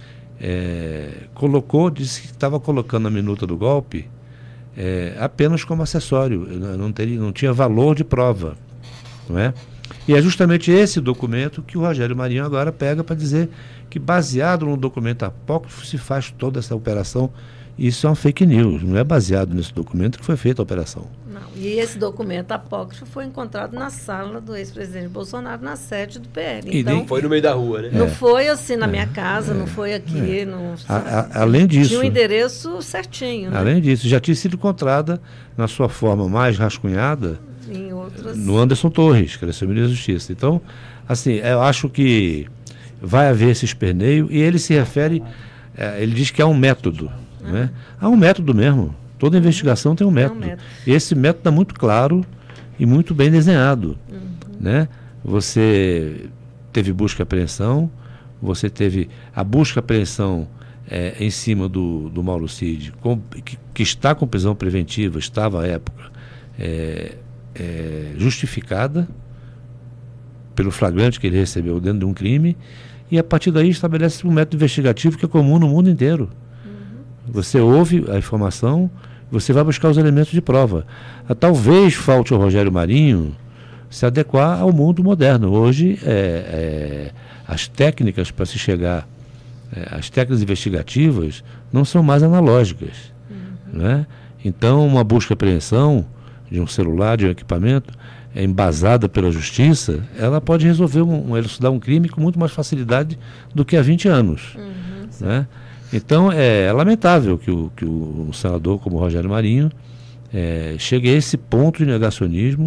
É, colocou, disse que estava colocando a minuta do golpe é, apenas como acessório, não, teria, não tinha valor de prova, não é? E é justamente esse documento que o Rogério Marinho agora pega para dizer que, baseado no documento apócrifo, se faz toda essa operação. Isso é uma fake news, não é baseado nesse documento que foi feita a operação. Não, e esse documento apócrifo foi encontrado na sala do ex-presidente Bolsonaro, na sede do P L. Então, nem, foi no meio da rua, né? Não é. foi assim na minha casa, é. não foi aqui. É. Não, a, a, além disso... Tinha um endereço certinho. Né? Além disso, já tinha sido encontrada, na sua forma mais rascunhada, em outras... no Anderson Torres, que era seu ministro da Justiça. Então, assim, eu acho que vai haver esse esperneio, e ele se refere, é, ele diz que há um método. Né? Há um método mesmo. Toda investigação tem um método. É um método. E esse método é muito claro e muito bem desenhado. Uhum. Né? Você teve busca e apreensão, você teve a busca e apreensão é, em cima do, do Mauro Cid, com, que, que está com prisão preventiva, estava à época é, é, justificada pelo flagrante que ele recebeu dentro de um crime, e a partir daí estabelece um método investigativo que é comum no mundo inteiro. Você ouve a informação, você vai buscar os elementos de prova. Ah, talvez falte ao Rogério Marinho se adequar ao mundo moderno. Hoje, é, é, as técnicas para se chegar, é, as técnicas investigativas não são mais analógicas. Uhum. Né? Então, uma busca e apreensão de um celular, de um equipamento, é, embasada pela justiça, ela pode resolver, um, um, elucidar um crime com muito mais facilidade do que há vinte anos. Uhum, né? Então, é, é lamentável que, o, que o, um senador como o Rogério Marinho é, chegue a esse ponto de negacionismo.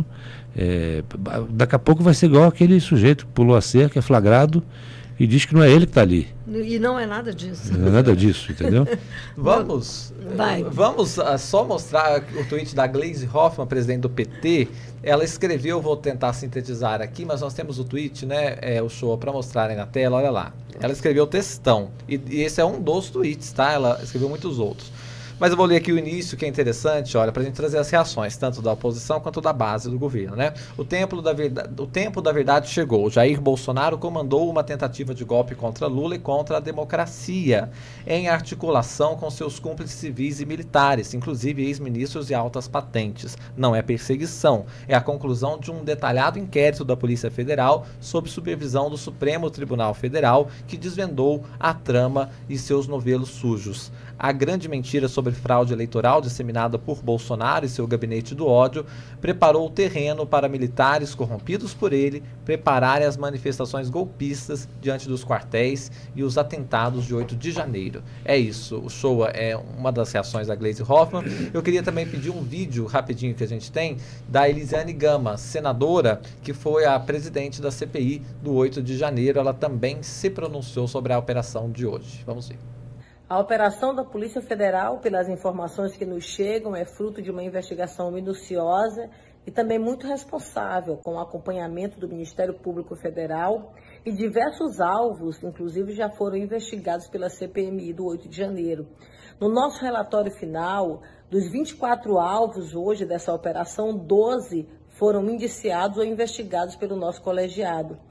É, daqui a pouco vai ser igual aquele sujeito que pulou a cerca, é flagrado, e diz que não é ele que está ali. E não é nada disso. Não é nada disso, entendeu? Vamos, Vai. vamos uh, só mostrar o tweet da Gleisi Hoffmann, presidente do P T. Ela escreveu, vou tentar sintetizar aqui, mas nós temos o tweet, né, é, o show para mostrar aí na tela, olha lá. Ela escreveu textão, e, e esse é um dos tweets, tá? Ela escreveu muitos outros. Mas eu vou ler aqui o início, que é interessante, olha, para a gente trazer as reações, tanto da oposição quanto da base do governo, né? O tempo da verdade, o tempo da verdade chegou. Jair Bolsonaro comandou uma tentativa de golpe contra Lula e contra a democracia, em articulação com seus cúmplices civis e militares, inclusive ex-ministros e altas patentes. Não é perseguição, é a conclusão de um detalhado inquérito da Polícia Federal sob supervisão do Supremo Tribunal Federal, que desvendou a trama e seus novelos sujos. A grande mentira sobre fraude eleitoral disseminada por Bolsonaro e seu gabinete do ódio preparou o terreno para militares corrompidos por ele prepararem as manifestações golpistas diante dos quartéis e os atentados de oito de janeiro. É isso, o show é uma das reações da Gleisi Hoffmann. Eu queria também pedir um vídeo rapidinho que a gente tem da Elisiane Gama, senadora, que foi a presidente da C P I do oito de janeiro. Ela também se pronunciou sobre a operação de hoje. Vamos ver. A operação da Polícia Federal, pelas informações que nos chegam, é fruto de uma investigação minuciosa e também muito responsável, com o acompanhamento do Ministério Público Federal, e diversos alvos, inclusive, já foram investigados pela C P M I do oito de janeiro. No nosso relatório final, dos vinte e quatro alvos hoje dessa operação, doze foram indiciados ou investigados pelo nosso colegiado.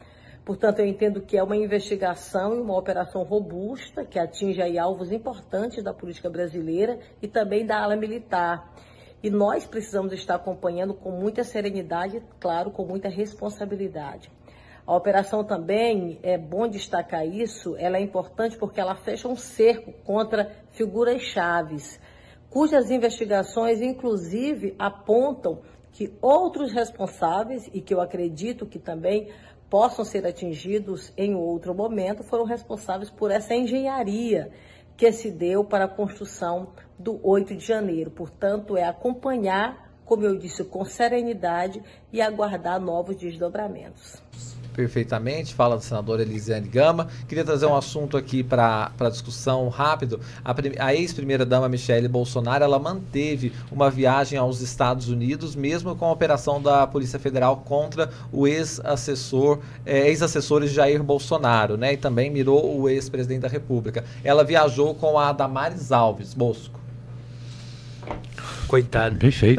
Portanto, eu entendo que é uma investigação e uma operação robusta que atinge aí alvos importantes da política brasileira e também da ala militar. E nós precisamos estar acompanhando com muita serenidade, claro, com muita responsabilidade. A operação também, é bom destacar isso, ela é importante porque ela fecha um cerco contra figuras chaves, cujas investigações, inclusive, apontam que outros responsáveis, e que eu acredito que também possam ser atingidos em outro momento, foram responsáveis por essa engenharia que se deu para a construção do oito de janeiro. Portanto, é acompanhar, como eu disse, com serenidade e aguardar novos desdobramentos. Perfeitamente, fala da senadora Elisiane Gama. Queria trazer um assunto aqui para a discussão rápido. A, a ex-primeira-dama Michele Bolsonaro, ela manteve uma viagem aos Estados Unidos, mesmo com a operação da Polícia Federal contra o ex-assessor, é, ex-assessores Jair Bolsonaro, né? E também mirou o ex-presidente da República. Ela viajou com a Damares Alves, Bosco. Coitado. Bem feito.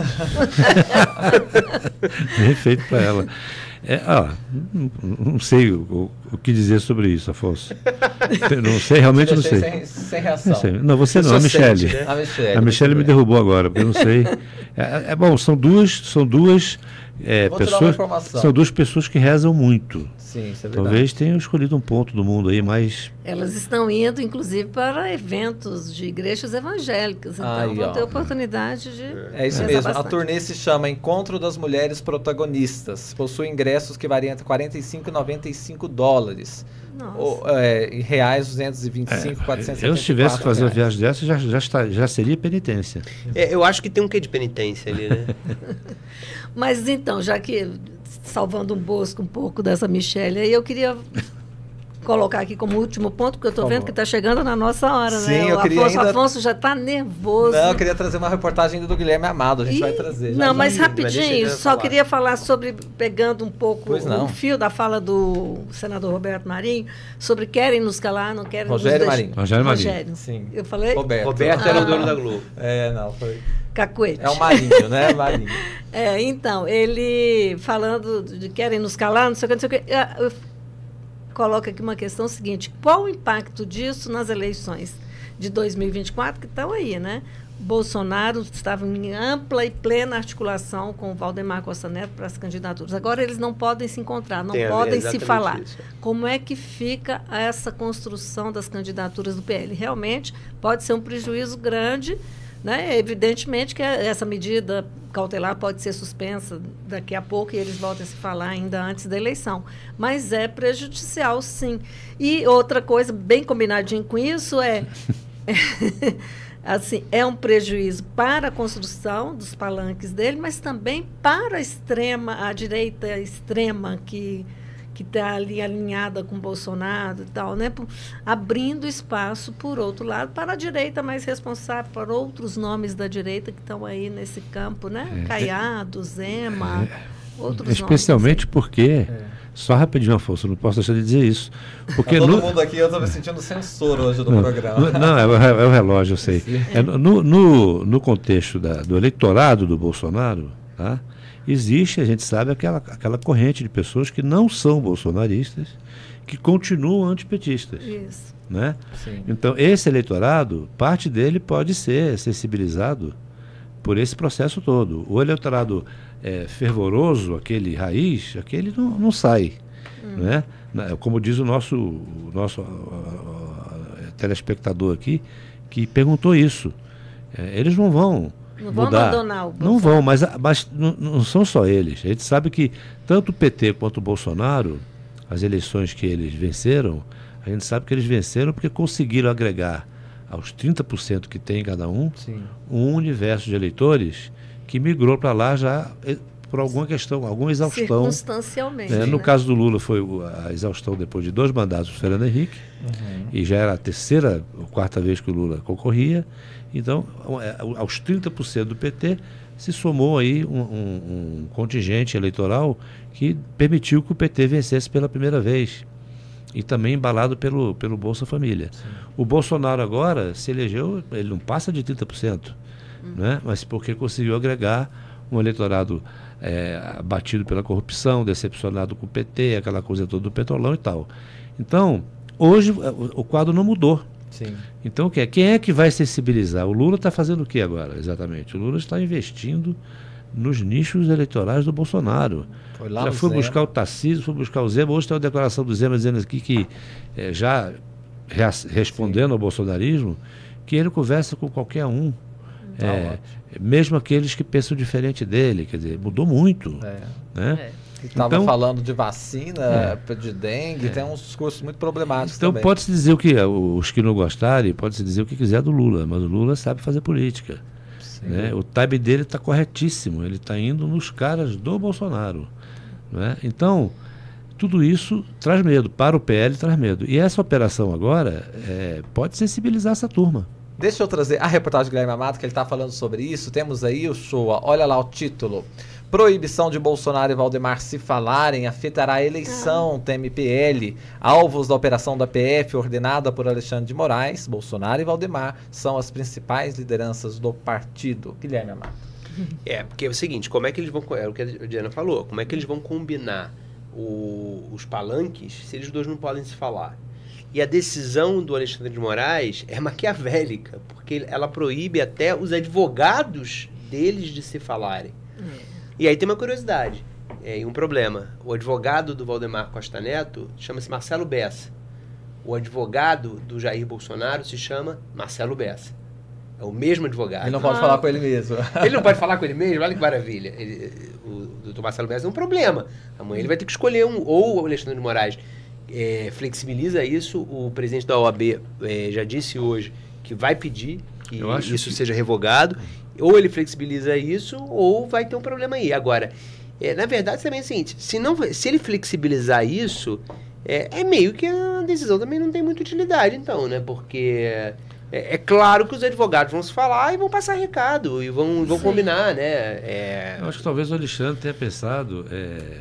Bem feito para ela. É, ah, não, não sei o, o, o que dizer sobre isso, Afonso. Não sei, realmente não sei. Sem, sem reação. Não, sei. Não, você não, a Michele. Né? A Michele, a Michele me derrubou agora, porque eu não sei. É, é bom, são duas, são duas é, pessoas. São duas pessoas que rezam muito. Sim, isso é verdade. Talvez tenham escolhido um ponto do mundo aí, mas. Elas estão indo, inclusive, para eventos de igrejas evangélicas. Então aí, vão ó. ter oportunidade de. É isso mesmo. Bastante. A turnê se chama Encontro das Mulheres Protagonistas. Possui ingressos que variam entre quarenta e cinco e noventa e cinco dólares. Ou, é, em reais, duzentos e vinte e cinco, é, quatrocentos e setenta e quatro eu, se tivesse que fazer reais. uma viagem dessa, já, já, está, já seria penitência. É, eu acho que tem um quê de penitência ali, né? Mas então, já que, salvando um Bosco um pouco dessa Michele, aí eu queria colocar aqui como último ponto, porque eu estou vendo que está chegando na nossa hora, Sim, né? Eu o queria Afonso, ainda... Afonso já está nervoso. Não, eu queria trazer uma reportagem do Guilherme Amado, a gente e... vai trazer. Já não, já mas já rapidinho, só falar. queria falar sobre, pegando um pouco o fio da fala do senador Roberto Marinho, sobre querem nos calar, não querem Rogério nos Marinho. Rogério Marinho. Rogério. Sim. Eu falei? Roberto. Roberto ah. era o dono da Globo. É, não, foi... Cacuete. É o Marinho, né? Marinho. É, então, ele falando de querem nos calar, não sei o que, não sei o que. Eu coloco aqui uma questão seguinte: qual o impacto disso nas eleições de dois mil e vinte e quatro, que estão aí, né? Bolsonaro estava em ampla e plena articulação com o Valdemar Costa Neto para as candidaturas. Agora eles não podem se encontrar, não Tem podem se falar. Isso. Como é que fica essa construção das candidaturas do P L? Realmente pode ser um prejuízo grande. Né? Evidentemente que essa medida cautelar pode ser suspensa daqui a pouco e eles voltem a se falar ainda antes da eleição. Mas é prejudicial, sim. E outra coisa, bem combinadinho com isso, é, é, assim, é um prejuízo para a construção dos palanques dele, mas também para a extrema, a direita extrema que... que está ali alinhada com Bolsonaro e tal, né? Abrindo espaço, por outro lado, para a direita mais responsável, para outros nomes da direita que estão aí nesse campo, né? É. Caiado, Zema, é. outros Especialmente nomes. porque, é. só rapidinho, Afonso, não posso deixar de dizer isso. Porque todo no... mundo aqui, eu estou me sentindo censor hoje do não, programa. No, não, é, é o relógio, eu sei. É, no, no, no contexto da, do eleitorado do Bolsonaro, tá? Existe, a gente sabe, aquela, aquela corrente de pessoas que não são bolsonaristas, que continuam antipetistas. Isso. Né? Então, esse eleitorado, parte dele pode ser sensibilizado por esse processo todo. O eleitorado é, fervoroso, aquele raiz, aquele não, não sai. Hum. Né? Como diz o nosso, o nosso uh, uh, telespectador aqui, que perguntou isso. É, eles não vão... Não vão mudar. abandonar o Bolsonaro. Não vão, mas, mas não, não são só eles. A gente sabe que tanto o P T quanto o Bolsonaro, as eleições que eles venceram, a gente sabe que eles venceram porque conseguiram agregar aos trinta por cento que tem cada um, Sim. um universo de eleitores que migrou para lá já por alguma questão, alguma exaustão. Circunstancialmente. Né? Né? No caso do Lula foi a exaustão depois de dois mandatos do Fernando Henrique, uhum. e já era a terceira ou quarta vez que o Lula concorria. Então, aos trinta por cento do P T, se somou aí um, um, um contingente eleitoral que permitiu que o P T vencesse pela primeira vez. E também embalado pelo, pelo Bolsa Família. Sim. O Bolsonaro agora se elegeu, ele não passa de trinta por cento, hum. né? Mas porque conseguiu agregar um eleitorado é, abatido pela corrupção, decepcionado com o P T, aquela coisa toda do petrolão e tal. Então, hoje o, o quadro não mudou. Sim. Então, quem é, quem é que vai sensibilizar? O Lula está fazendo o que agora, exatamente? O Lula está investindo nos nichos eleitorais do Bolsonaro. Foi lá já no foi Zema. buscar o Tarcísio, foi buscar o Zema. Hoje tem uma declaração do Zema dizendo aqui que, é, já rea- respondendo Sim. ao bolsonarismo, que ele conversa com qualquer um. Tá é, mesmo aqueles que pensam diferente dele. Quer dizer, mudou muito. É. Né? É. Estava então, falando de vacina, é, de dengue, é. tem uns discursos muito problemáticos então também. pode-se dizer o que, os que não gostarem, pode-se dizer o que quiser do Lula, mas o Lula sabe fazer política. Né? O time dele está corretíssimo, ele está indo nos caras do Bolsonaro. Né? Então, tudo isso traz medo, para o P L traz medo. E essa operação agora é, pode sensibilizar essa turma. Deixa eu trazer a reportagem do Guilherme Amado, que ele está falando sobre isso. Temos aí o show, olha lá o título. Proibição de Bolsonaro e Valdemar se falarem afetará a eleição, teme P L. Alvos da operação da P F, ordenada por Alexandre de Moraes, Bolsonaro e Valdemar são as principais lideranças do partido. Guilherme Amado. É, porque é o seguinte, como é que eles vão, é o que a Diana falou, como é que eles vão combinar o, os palanques se eles dois não podem se falar? E a decisão do Alexandre de Moraes é maquiavélica, porque ela proíbe até os advogados deles de se falarem. É. E aí tem uma curiosidade, é, e um problema. O advogado do Valdemar Costa Neto chama-se Marcelo Bessa. O advogado do Jair Bolsonaro se chama Marcelo Bessa. É o mesmo advogado. Ele não pode ah. falar com ele mesmo. Ele não pode falar com ele mesmo? Olha que maravilha. Ele, o doutor Marcelo Bessa é um problema. Amanhã ele vai ter que escolher um, ou o Alexandre de Moraes é, flexibiliza isso. O presidente da O A B é, já disse hoje que vai pedir que isso que... seja revogado. Ou ele flexibiliza isso, ou vai ter um problema aí. Agora, é, na verdade, também é o seguinte, se, não, se ele flexibilizar isso, é, é meio que a decisão também não tem muita utilidade, então, né? Porque é, é claro que os advogados vão se falar e vão passar recado, e vão, vão combinar, né? É... Eu acho que talvez o Alexandre tenha pensado é,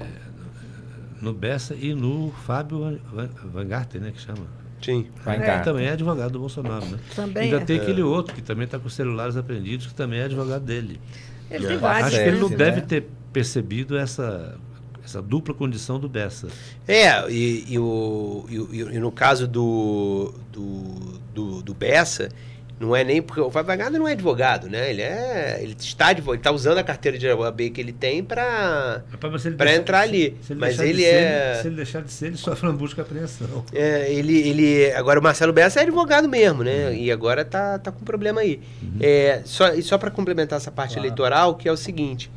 no Bessa e no Fábio Van Garten, né, que chama. Sim. É, também é advogado do Bolsonaro, né? Também Ainda é. tem aquele outro que também está com os celulares apreendidos, que também é advogado dele. Ele tem vários. Acho que ele não deve ter percebido essa, essa dupla condição do Bessa. É, e, e, o, e, e no caso do, do, do, do Bessa, não é nem porque o Fábio Van Garten não é advogado, né? Ele é, ele está ele está usando a carteira de O A B que ele tem para para entrar ali. Se ele mas ele de é ser, se ele deixar de ser, ele sofre uma busca e apreensão. É, ele ele agora o Marcelo Bessa é advogado mesmo, né? Uhum. E agora tá tá com problema aí. Uhum. É, só e só para complementar essa parte claro. eleitoral, que é o seguinte,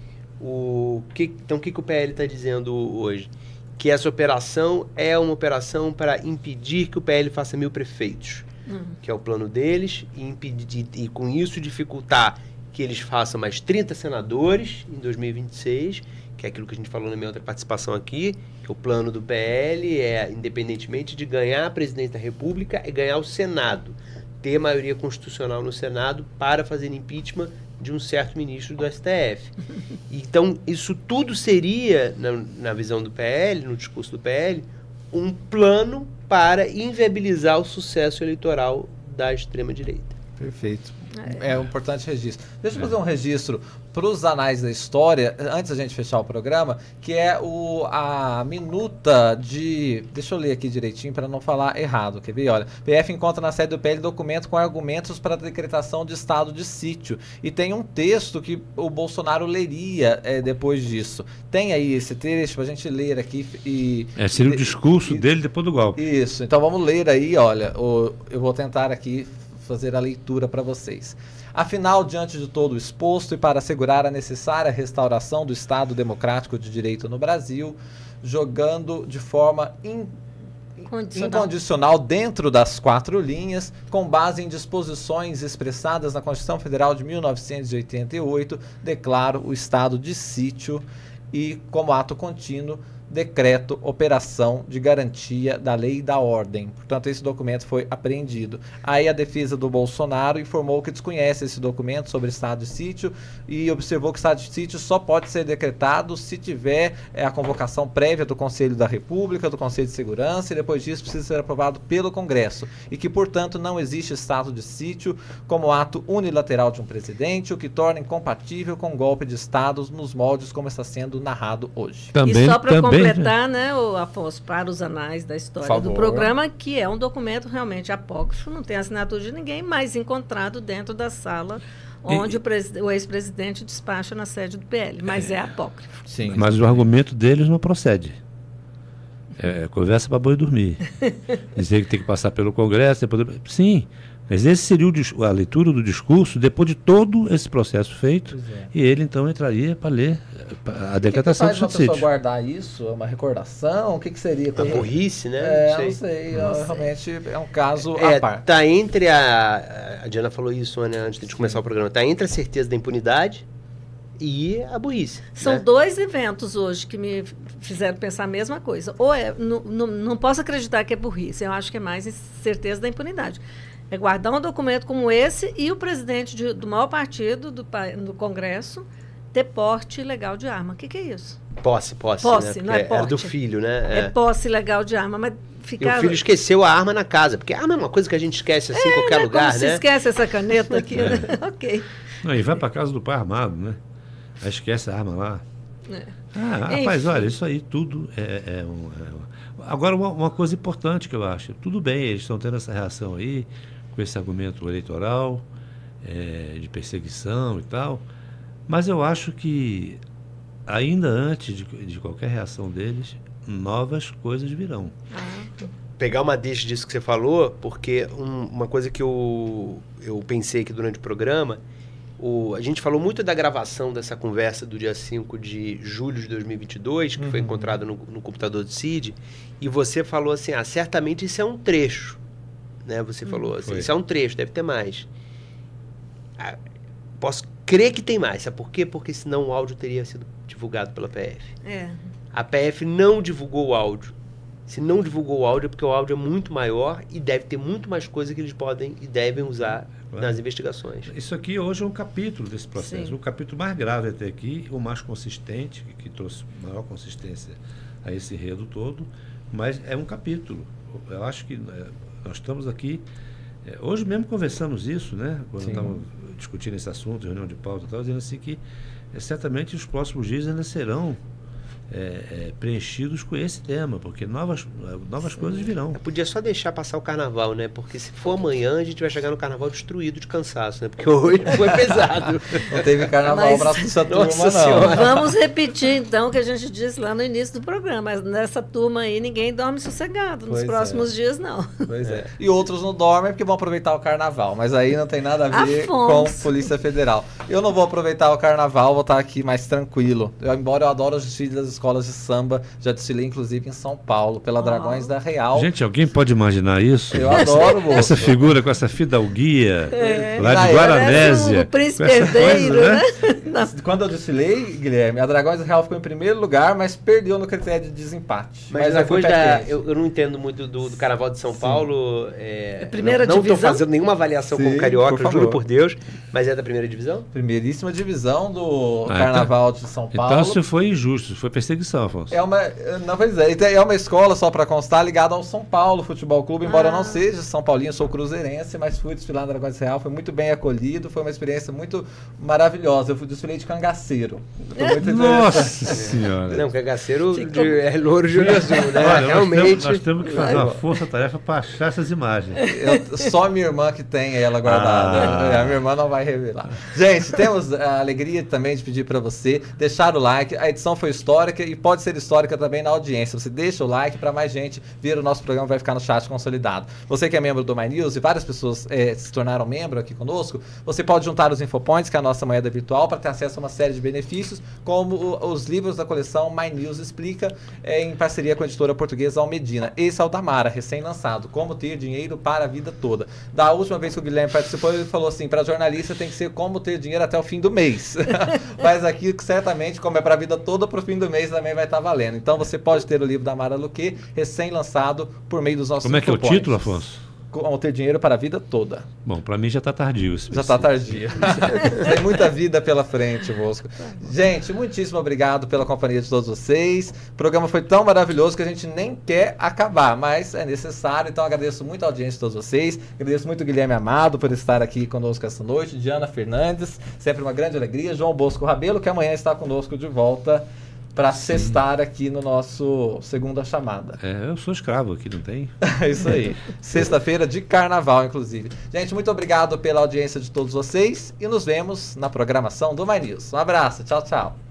o que então o que, que o P L está dizendo hoje? Que essa operação é uma operação para impedir que o P L faça mil prefeitos. Uhum. Que é o plano deles, e, impedir, e com isso dificultar que eles façam mais trinta senadores em dois mil e vinte e seis, que é aquilo que a gente falou na minha outra participação aqui, que o plano do P L é, independentemente de ganhar a presidência da República, é ganhar o Senado, ter maioria constitucional no Senado para fazer impeachment de um certo ministro do S T F. Então, isso tudo seria, na, na visão do P L, no discurso do P L, um plano para inviabilizar o sucesso eleitoral da extrema-direita. Perfeito. É, é um importante registro. Deixa eu fazer um registro para os anais da história, antes da gente fechar o programa, que é o, a minuta de... Deixa eu ler aqui direitinho para não falar errado. Quer ver? Olha, P F encontra na sede do P L documento com argumentos para a decretação de estado de sítio. E tem um texto que o Bolsonaro leria é, depois disso. Tem aí esse texto para a gente ler aqui e... É, seria o discurso e, dele depois do golpe. Isso. Então vamos ler aí, olha. O, eu vou tentar aqui fazer a leitura para vocês. Afinal, diante de todo o exposto e para assegurar a necessária restauração do Estado Democrático de Direito no Brasil, jogando de forma in, incondicional. incondicional dentro das quatro linhas, com base em disposições expressadas na Constituição Federal de mil novecentos e oitenta e oito, declaro o estado de sítio e, como ato contínuo, decreto operação de garantia da lei e da ordem. Portanto, esse documento foi apreendido. Aí a defesa do Bolsonaro informou que desconhece esse documento sobre estado de sítio e observou que o estado de sítio só pode ser decretado se tiver é, a convocação prévia do Conselho da República, do Conselho de Segurança, e depois disso precisa ser aprovado pelo Congresso. E que, portanto, não existe estado de sítio como ato unilateral de um presidente, o que torna incompatível com o golpe de Estado nos moldes como está sendo narrado hoje. Também, e só para completar, né, o Afonso, para os anais da história do programa, que é um documento realmente apócrifo, não tem assinatura de ninguém, mas encontrado dentro da sala onde e, o, o ex-presidente despacha na sede do P L, mas é, é apócrifo. Sim, mas sim. O argumento deles não procede. É conversa para boi dormir. Dizer que tem que passar pelo Congresso, depois... Sim, mas esse seria o, a leitura do discurso depois de todo esse processo feito, é. E ele então entraria para ler a decretação do subsídio. Uma pessoa guardar isso, uma recordação, o que, que seria? A burrice, né? É, não sei, não sei. Realmente é um caso é, à parte. Está entre a... A Diana falou isso, né, antes de começar o programa. Está entre a certeza da impunidade e a burrice. São né? dois eventos hoje que me fizeram pensar a mesma coisa. Ou é, não, não, não posso acreditar que é burrice, eu acho que é mais certeza da impunidade. É guardar um documento como esse e o presidente de, do maior partido do, do Congresso ter porte ilegal de arma. O que, que é isso? Posse, posse. Posse, né? não é porte. É do filho, né? É, é posse ilegal de arma, mas ficar... E o filho esqueceu a arma na casa, porque a arma é uma coisa que a gente esquece assim é, em qualquer né? lugar, como né? Se esquece essa caneta aqui, é. Né? Ok. Não, e vai para casa do pai armado, né? Aí esquece a arma lá. É. Ah, rapaz, olha, isso aí tudo é, é, um, é um... Agora, uma, uma coisa importante que eu acho, tudo bem, eles estão tendo essa reação aí, com esse argumento eleitoral, é, de perseguição e tal, mas eu acho que, ainda antes de, de qualquer reação deles, novas coisas virão. Ah. Pegar uma deixa disso que você falou, porque um, uma coisa que eu, eu pensei aqui durante o programa, o, a gente falou muito da gravação dessa conversa do dia cinco de julho de dois mil e vinte e dois, que uhum. foi encontrado no, no computador do Cid, e você falou assim, ah, certamente isso é um trecho. Né? Você hum, falou assim, foi. Isso é um trecho, deve ter mais. Ah, posso crer que tem mais. Sabe por quê? Porque senão o áudio teria sido divulgado pela P F. É. A P F não divulgou o áudio. Se não divulgou o áudio é porque o áudio é muito maior e deve ter muito mais coisa que eles podem e devem usar claro. Nas investigações. Isso aqui hoje é um capítulo desse processo. Sim. O capítulo mais grave até aqui, o mais consistente, que, que trouxe maior consistência a esse enredo todo, mas é um capítulo. Eu acho que... É, nós estamos aqui, é, hoje mesmo conversamos isso, né? Quando estávamos discutindo esse assunto, reunião de pauta, estava dizendo assim que é, certamente os próximos dias ainda serão é, é, preenchidos com esse tema, porque novas, novas coisas virão. Eu podia só deixar passar o carnaval, né? Porque se for amanhã, a gente vai chegar no carnaval destruído de cansaço, né? Porque hoje foi pesado. Não teve carnaval para essa turma, não. Vamos repetir, então, o que a gente disse lá no início do programa. Nessa turma aí, ninguém dorme sossegado. Nos pois próximos é. dias, não. Pois é. E outros não dormem porque vão aproveitar o carnaval. Mas aí não tem nada a ver Afonso. com Polícia Federal. Eu não vou aproveitar o carnaval, vou estar aqui mais tranquilo. Eu, embora eu adoro os desfiles das escolas de samba, já desfilei inclusive em São Paulo, pela oh. Dragões da Real. Gente, alguém pode imaginar isso? Eu adoro, moço. Essa figura com essa fidalguia é. lá de Guaranésia. O príncipe herdeiro, coisa, né? né? Quando eu desfilei, Guilherme, a Dragões da Real ficou em primeiro lugar, mas perdeu no critério de desempate. Mas, mas a coisa da, eu, eu não entendo muito do, do Carnaval de São Sim. Paulo. É, é primeira não estou fazendo nenhuma avaliação Sim, como carioca, eu juro por Deus, mas é da primeira divisão? Primeiríssima divisão do ah, Carnaval então, de São Paulo. Então isso foi injusto, foi perseguição, Afonso. É uma, não, pois é, é uma escola, só para constar, ligada ao São Paulo Futebol Clube, embora ah. eu não seja São Paulinho, sou cruzeirense, mas fui desfilar na Dragões Real, foi muito bem acolhido, foi uma experiência muito maravilhosa. Eu fui desfilei de cangaceiro. Muito Nossa Senhora! Não, cangaceiro de, é louro Júlio Azul, né? Olha, realmente. Nós temos, nós temos que fazer uma força-tarefa para achar essas imagens. Eu, só minha irmã que tem ela guardada. Ah. A minha irmã não vai revelar. Gente, temos a alegria também de pedir para você deixar o like. A edição foi histórica e pode ser histórica também na audiência. Você deixa o like para mais gente ver o nosso programa, vai ficar no chat consolidado. Você que é membro do My News e várias pessoas é, se tornaram membro aqui conosco, você pode juntar os Infopoints, que é a nossa moeda virtual, para ter acesso a uma série de benefícios, como o, os livros da coleção My News Explica, é, em parceria com a editora portuguesa Almedina. Esse é o da Mara, recém-lançado, Como Ter Dinheiro para a Vida Toda. Da última vez que o Guilherme participou, ele falou assim, para jornalista tem que ser como ter dinheiro até o fim do mês. Mas aqui, certamente, como é para a vida toda, para o fim do mês, mês também vai estar valendo. Então você pode ter o livro da Mara Luque, recém-lançado por meio dos nossos Como é que é o cupons. título, Afonso? Como ter dinheiro para a vida toda. Bom, para mim já está tardio. Esse já está tardio. Tem muita vida pela frente, Bosco. Gente, muitíssimo obrigado pela companhia de todos vocês. O programa foi tão maravilhoso que a gente nem quer acabar, mas é necessário. Então agradeço muito a audiência de todos vocês. Agradeço muito o Guilherme Amado por estar aqui conosco essa noite. Diana Fernandes, sempre uma grande alegria. João Bosco Rabelo, que amanhã está conosco de volta para sextar aqui no nosso Segunda Chamada. É, eu sou escravo aqui, não tem? É isso aí. Sexta-feira de carnaval, inclusive. Gente, muito obrigado pela audiência de todos vocês e nos vemos na programação do My News. Um abraço, tchau, tchau.